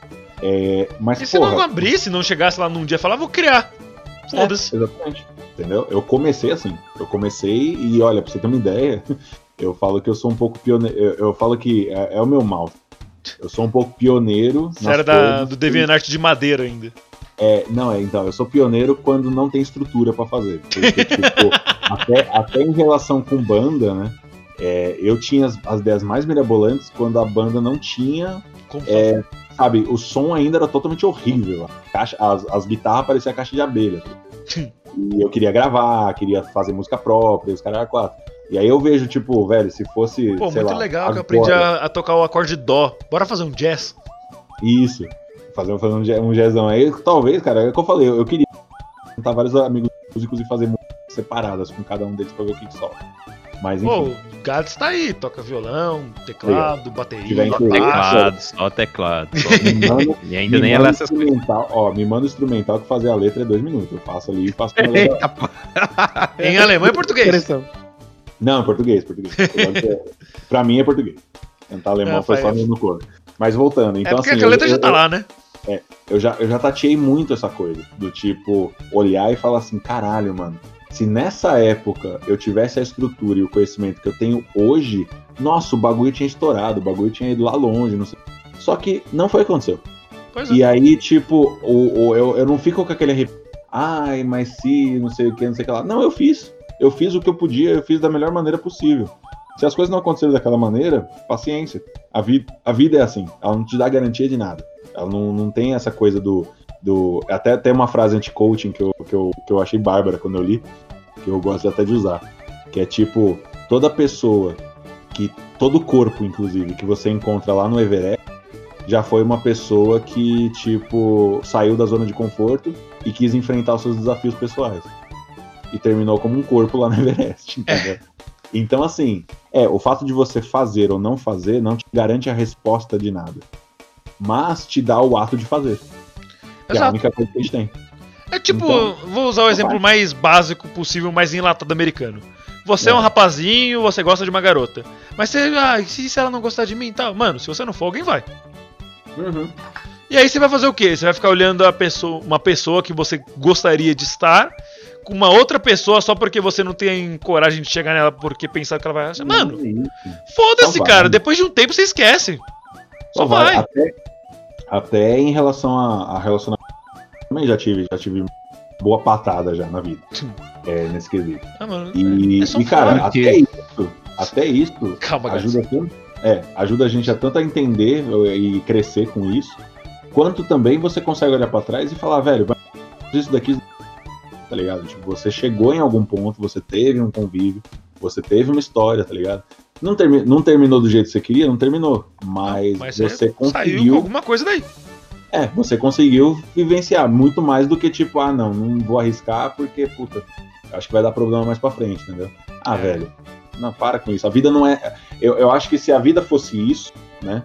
É, mas, E se porra, não abrisse, não chegasse lá num dia e falar, vou criar. Foda-se. É, exatamente. Entendeu? Eu comecei assim. Eu comecei e, olha, pra você ter uma ideia, eu falo que eu sou um pouco pioneiro. Eu, eu falo que é, é o meu mal. Eu sou um pouco pioneiro. Você nas era da, coisas do que- DeviantArt de madeira ainda. É, não, é, então, eu sou pioneiro quando não tem estrutura pra fazer. Porque, tipo, até, até em relação com banda, né? é, eu tinha as, as ideias mais mirabolantes quando a banda não tinha. Como É, sabe, o som ainda era totalmente horrível. A caixa, as, as guitarras pareciam caixa de abelha. E eu queria gravar, queria fazer música própria, os caras eram quatro. E aí eu vejo, tipo, velho, se fosse. Pô, sei muito lá, legal que eu agora- aprendi a, a tocar o acorde dó. Bora fazer um jazz? Isso. Fazer, fazer um, jazz- um jazzão aí. Talvez, cara, é o que eu falei. Eu, eu queria juntar vários amigos músicos e fazer músicas separadas com cada um deles pra ver o que, que solta. Mas enfim. Pô, o Gats tá aí, toca violão, teclado, bateria, Tiver baixo. interesse. Teclado, só teclado. Só. me manda, E ainda me nem manda ela essas coisas. instrumental, ó, me manda instrumental que fazer a letra é dois minutos. Eu faço ali e faço com a galera. Eita, pô. Em alemão e português. Interessante. Não, português, português. Pra mim é português. Cantar alemão É, foi só faz- no corpo. Mas voltando, É então porque assim. a letra eu, já tá eu- lá, né? Eu já, eu já tateei muito essa coisa. Do tipo, olhar e falar assim, caralho, mano. Se nessa época eu tivesse a estrutura e o conhecimento que eu tenho hoje, nossa, o bagulho tinha estourado, o bagulho tinha ido lá longe, não sei. Só que não foi o que aconteceu. Pois é. E aí, tipo, o, o- eu, eu não fico com aquele arrepio. Ai, mas se, não sei o que, não sei o que lá. Não, eu fiz. Eu fiz o que eu podia, eu fiz da melhor maneira possível. Se as coisas não aconteceram daquela maneira, paciência. A vida, a vida é assim, ela não te dá garantia de nada. Ela não, não tem essa coisa do. do até tem uma frase anti-coaching que eu, que, eu, que eu achei bárbara quando eu li, que eu gosto até de usar. Que é tipo, toda pessoa, que todo corpo, inclusive, que você encontra lá no Everest, já foi uma pessoa que, tipo, saiu da zona de conforto e quis enfrentar os seus desafios pessoais. E terminou como um corpo lá no Everest, entendeu? Então, assim, é, o fato de você fazer ou não fazer não te garante a resposta de nada. Mas te dá o ato de fazer. Que é a Exato. única coisa que a gente tem. É tipo, Então, vou usar o exemplo mais básico possível, mais enlatado americano. Você é. É. um rapazinho, você gosta de uma garota. Mas você, ah, e se, se ela não gostar de mim e tal? Mano, se você não for, alguém vai. Uhum. E aí você vai fazer o quê? Você vai ficar olhando a pessoa, uma pessoa que você gostaria de estar com uma outra pessoa só porque você não tem coragem de chegar nela porque pensar que ela vai achar. Mano, foda-se, Só vai. cara. Depois de um tempo você esquece. Só vai. Até, até em relação a, a relacionamento, também já tive, já tive boa patada já na vida. É, nesse quesito. Ah, mano, E, é só e cara, fora. até isso, até isso Calma, ajuda, tanto, é, ajuda a gente a tanto a entender e crescer com isso, quanto também você consegue olhar pra trás e falar, velho, isso daqui, tá ligado? Tipo, você chegou em algum ponto, você teve um convívio, você teve uma história, tá ligado? Não, termi- não terminou do jeito que você queria, não terminou, mas, Mas você saiu com conseguiu... alguma coisa daí. É, você conseguiu vivenciar muito mais do que tipo, ah, não, não vou arriscar porque, puta, acho que vai dar problema mais pra frente, entendeu? Ah, É. velho, não, para com isso. A vida não é... Eu, eu acho que se a vida fosse isso, né,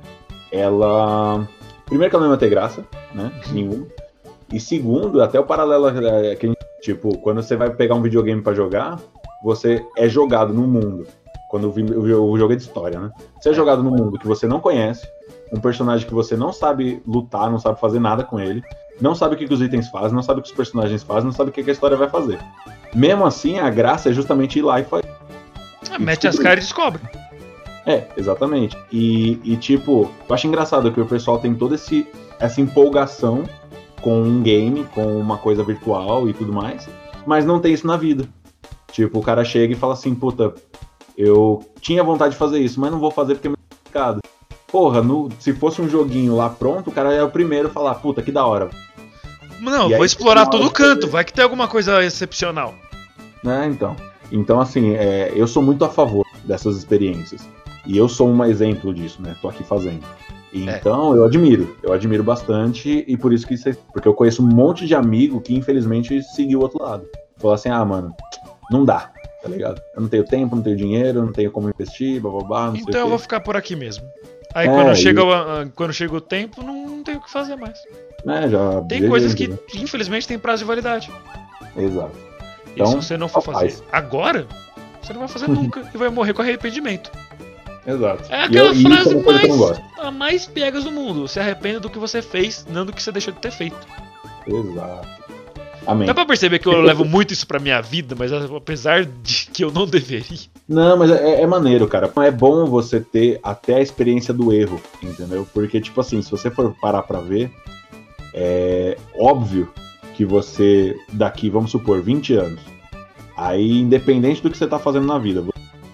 ela... Primeiro que ela não ia ter graça, né, nenhum. E segundo, até o paralelo é, que a gente, tipo, quando você vai pegar um videogame pra jogar, você é jogado num mundo. Quando o, vi- o, o jogo é de história, né? Você é jogado num mundo que você não conhece, um personagem que você não sabe lutar, não sabe fazer nada com ele, não sabe o que, que os itens fazem, não sabe o que os personagens fazem, não sabe o que, que a história vai fazer. Mesmo assim, a graça é justamente ir lá e fazer. Ah, mete as caras e descobre. É, exatamente. E, e, tipo, eu acho engraçado que o pessoal tem toda esse, essa empolgação com um game, com uma coisa virtual e tudo mais, mas não tem isso na vida. Tipo, o cara chega e fala assim, puta, eu tinha vontade de fazer isso, mas não vou fazer porque é muito complicado. Porra, no, se fosse um joguinho lá pronto, o cara é o primeiro a falar, puta, que da hora. Não, E vou aí, explorar na hora todo de canto, fazer- vai que tem alguma coisa excepcional. Né, então. Então, assim, é, eu sou muito a favor dessas experiências. E eu sou um exemplo disso, né? Tô aqui fazendo. E É. Então, eu admiro. Eu admiro bastante e por isso que... Cê, porque eu conheço um monte de amigo que, infelizmente, seguiu o outro lado. Falou assim, ah, mano, não dá, tá ligado? Eu não tenho tempo, não tenho dinheiro, não tenho como investir, bababá, não sei Então eu o vou quê. ficar por aqui mesmo. Aí É, quando, chega, e- o- ah, quando chega o tempo, não tem o que fazer mais. É, já Tem vejo, coisas que, entendeu? infelizmente, tem prazo de validade. Exato. E Então, se você não for só fazer faz. agora, você não vai fazer nunca e vai morrer com arrependimento. Exato. É E aquela eu- e isso frase é uma coisa que eu não mais, gosto. a mais piegas do mundo. Se arrependa do que você fez, não do que você deixou de ter feito. Exato. Amém. Dá pra perceber que eu levo muito isso pra minha vida, mas apesar de que eu não deveria. Não, mas é, é maneiro, cara. É bom você ter até a experiência do erro, entendeu? Porque, tipo assim, se você for parar pra ver, é óbvio que você, daqui, vamos supor, vinte anos, aí, independente do que você tá fazendo na vida,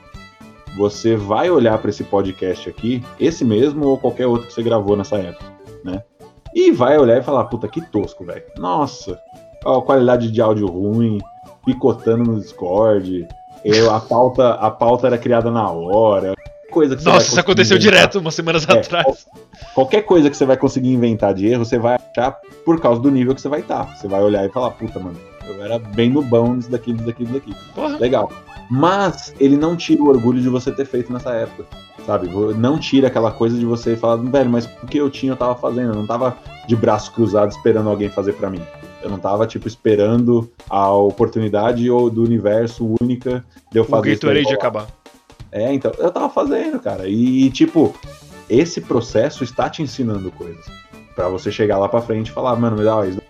você vai olhar pra esse podcast aqui, esse mesmo ou qualquer outro que você gravou nessa época, né? E vai olhar e falar, puta, que tosco, velho. Nossa, ó, qualidade de áudio ruim, picotando no Discord, eu, a, pauta, a pauta era criada na hora, coisa que você Nossa, vai isso aconteceu conseguir inventar. direto umas semanas É, atrás. Qualquer coisa que você vai conseguir inventar de erro, você vai achar por causa do nível que você vai estar. Você vai olhar e falar, puta, mano, eu era bem no bom nisso daqui, nisso daqui, nisso daqui. Porra. Legal. Mas ele não tira o orgulho de você ter feito nessa época, sabe? Não tira aquela coisa de você falar, velho, mas o que eu tinha eu tava fazendo, eu não tava de braço cruzado esperando alguém fazer pra mim. Eu não tava, tipo, esperando a oportunidade ou do universo única de eu O fazer isso. Gatorade daí. acabar. É, então, eu tava fazendo, cara. E, tipo, esse processo está te ensinando coisas. Pra você chegar lá pra frente e falar, mano, mas ó, isso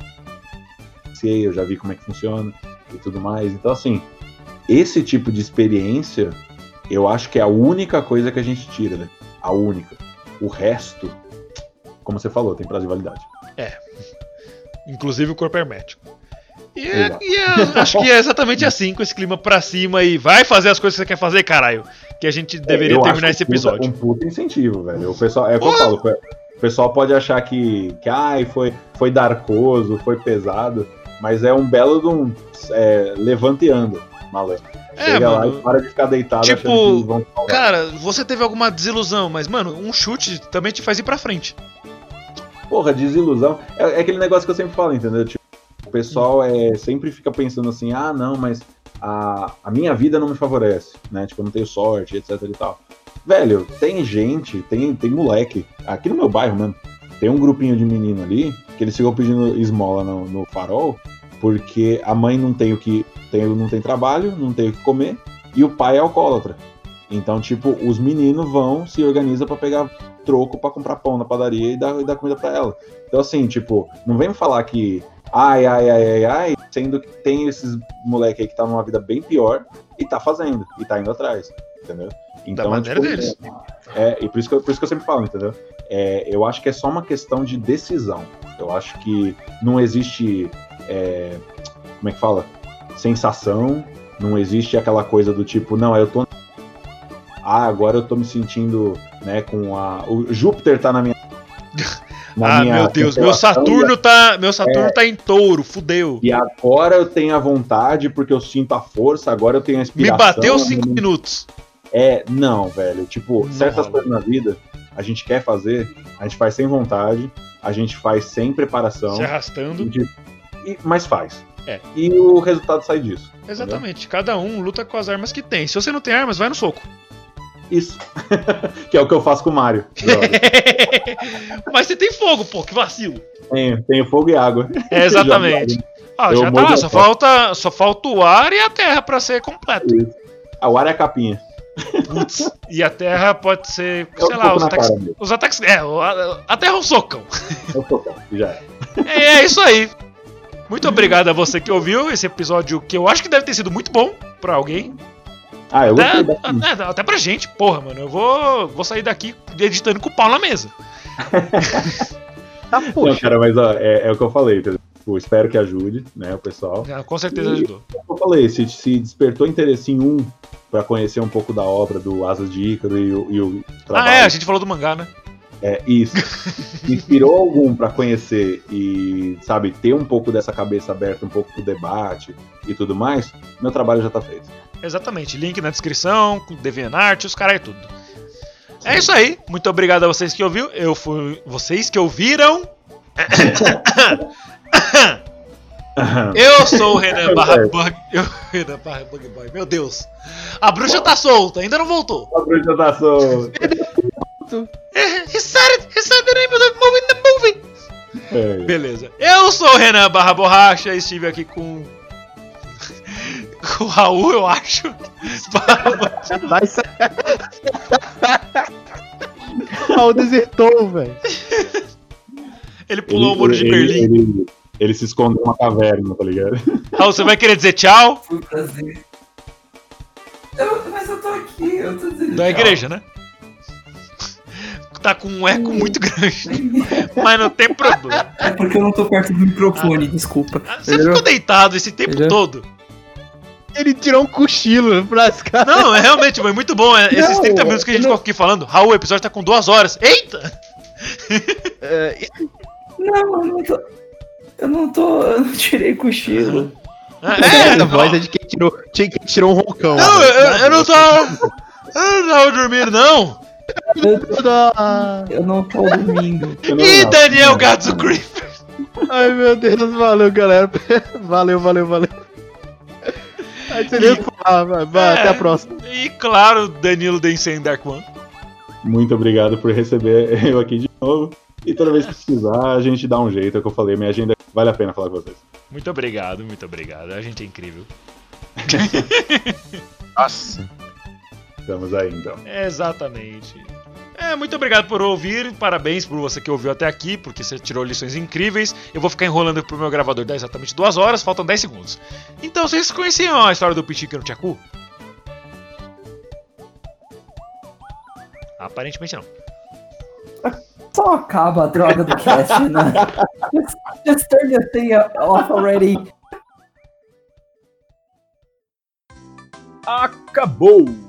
sei, eu já vi como é que funciona e tudo mais. Então, assim, esse tipo de experiência, eu acho que é a única coisa que a gente tira, né? A única. O resto, como você falou, tem prazo de validade. Inclusive o corpo hermético. E, é, Exato. e é- acho que é exatamente assim, com esse clima pra cima e vai fazer as coisas que você quer fazer, caralho. Que a gente deveria Eu terminar acho esse um puta- episódio. Um puta incentivo, velho. O pessoal, é o que eu falo, o pessoal pode achar que, que ai, foi, foi darkoso, foi pesado, mas é um belo de um é, levanta e anda, malandro. É, Chega lá mano. e para de ficar deitado Tipo, achando que vão te salvar. Cara, você teve alguma desilusão, mas, mano, um chute também te faz ir pra frente. Porra, desilusão. É, é aquele negócio que eu sempre falo, entendeu? Tipo, o pessoal é, sempre fica pensando assim, ah, não, mas a, a minha vida não me favorece, né? Tipo, eu não tenho sorte, etc e tal. Velho, tem gente, tem, tem moleque, aqui no meu bairro, mano, tem um grupinho de menino ali, que eles ficam pedindo esmola no, no farol, porque a mãe não tem o que, tem, não tem trabalho, não tem o que comer, e o pai é alcoólatra. Então, tipo, os meninos vão, se organizam pra pegar troco pra comprar pão na padaria e dar, e dar comida pra ela. Então, assim, tipo, não vem me falar que ai, ai, ai, ai, ai, sendo que tem esses moleque aí que tá numa vida bem pior e tá fazendo, e tá indo atrás, entendeu? Então, Da maneira tipo, deles. É, e por isso, que eu, por isso que eu sempre falo, entendeu? É, eu acho que é só uma questão de decisão. Eu acho que não existe, é, como é que fala? Sensação, não existe aquela coisa do tipo, não, eu tô... Ah, agora eu tô me sentindo, né, com a... O Júpiter tá na minha... Ah, meu Deus, meu Saturno, tá, meu Saturno é. tá em touro, fudeu. E agora eu tenho a vontade, porque eu sinto a força, agora eu tenho a inspiração. Me bateu cinco me... minutos. É, não, velho. Tipo, não certas rola. coisas na vida, a gente quer fazer, a gente faz sem vontade, a gente faz sem preparação. Se arrastando. Gente, e, mas faz. É. E o resultado sai disso. Exatamente. Entendeu? Cada um luta com as armas que tem. Se você não tem armas, vai no soco. Isso. Que é o que eu faço com o Mario. Mas você tem fogo, pô, que vacilo. Tenho, tenho fogo e água. É, exatamente. Ah, já tá lá, só falta, só falta o ar e a terra pra ser completo. Isso. Ah, o ar é a capinha. Putz, e a terra pode ser, eu sei lá, os ataques, os ataques. É, a terra é um socão. É um socão, já é. É, é isso aí. Muito obrigado a você que ouviu esse episódio, que eu acho que deve ter sido muito bom pra alguém. Ah, eu até, gostei até, até pra gente, porra, mano. Eu vou, vou sair daqui editando com o pau na mesa. Tá, poxa. Não, cara, mas ó, é, é o que eu falei, entendeu? Tipo, espero que ajude, né, o pessoal. É, com certeza e, ajudou. Eu falei, se, se despertou interesse em um pra conhecer um pouco da obra do Asas de Ícaro e o, e o trabalho. Ah, é, a gente falou do mangá, né? É, isso. Inspirou algum pra conhecer e, sabe, ter um pouco dessa cabeça aberta, um pouco pro debate e tudo mais, meu trabalho já tá feito. Exatamente, link na descrição, com DeviantArt, os caras e tudo. Sim. É isso aí, muito obrigado a vocês que ouviram. Eu fui. Vocês que ouviram. Eu sou o Renan Barra Bug. Eu, Renan Barra Bug Boy, meu Deus. A bruxa tá solta, ainda não voltou. A bruxa tá solta. He said it, he said the name of the movie in the movie. É. Beleza. Eu sou o Renan Barra Borracha, estive aqui com. Com o Raul, eu acho. Vai sair. O Raul desertou, velho. Ele pulou ele, o muro de ele, Berlim. Ele, ele, ele se escondeu numa caverna, tá ligado? Raul, você vai querer dizer tchau? Foi um prazer. Eu, mas eu tô aqui, eu tô dizendo. Da igreja, né? Tá com um eco muito grande. Mas não tem problema. É porque eu não tô perto do microfone, ah, desculpa. Você Entendeu? Ficou deitado esse tempo Entendeu? todo. Ele tirou um cochilo pra caras. Não, é realmente, foi muito bom. Esses não, trinta minutos que a gente não... ficou aqui falando. Raul, o episódio tá com duas horas. Eita! Não, eu não tô. Eu não tô. Eu não tirei cochilo. É, a voz é de quem tirou, quem tirou um roncão. Não, eu, eu, eu não tô. Eu não tava dormindo, não. Eu, tô... eu não tô dormindo. Ih, Daniel Gatsu Creeper. Ai, meu Deus, valeu, galera. Valeu, valeu, valeu. Aí você e... falar, vai, vai, é, até a próxima. E claro, Danilo Densen Dark One. Muito obrigado por receber eu aqui de novo. E toda vez que precisar, a gente dá um jeito, é o que eu falei, minha agenda vale a pena falar com vocês. Muito obrigado, muito obrigado. A gente é incrível. Nossa. Estamos aí, então. Exatamente. É, muito obrigado por ouvir, parabéns por você que ouviu até aqui, porque você tirou lições incríveis. Eu vou ficar enrolando pro meu gravador dar exatamente duas horas, faltam dez segundos. Então, vocês conheciam a história do Pichique no Tchaku? Aparentemente não. Só acaba a droga do cast, né? Just, just turn the thing off already. Acabou!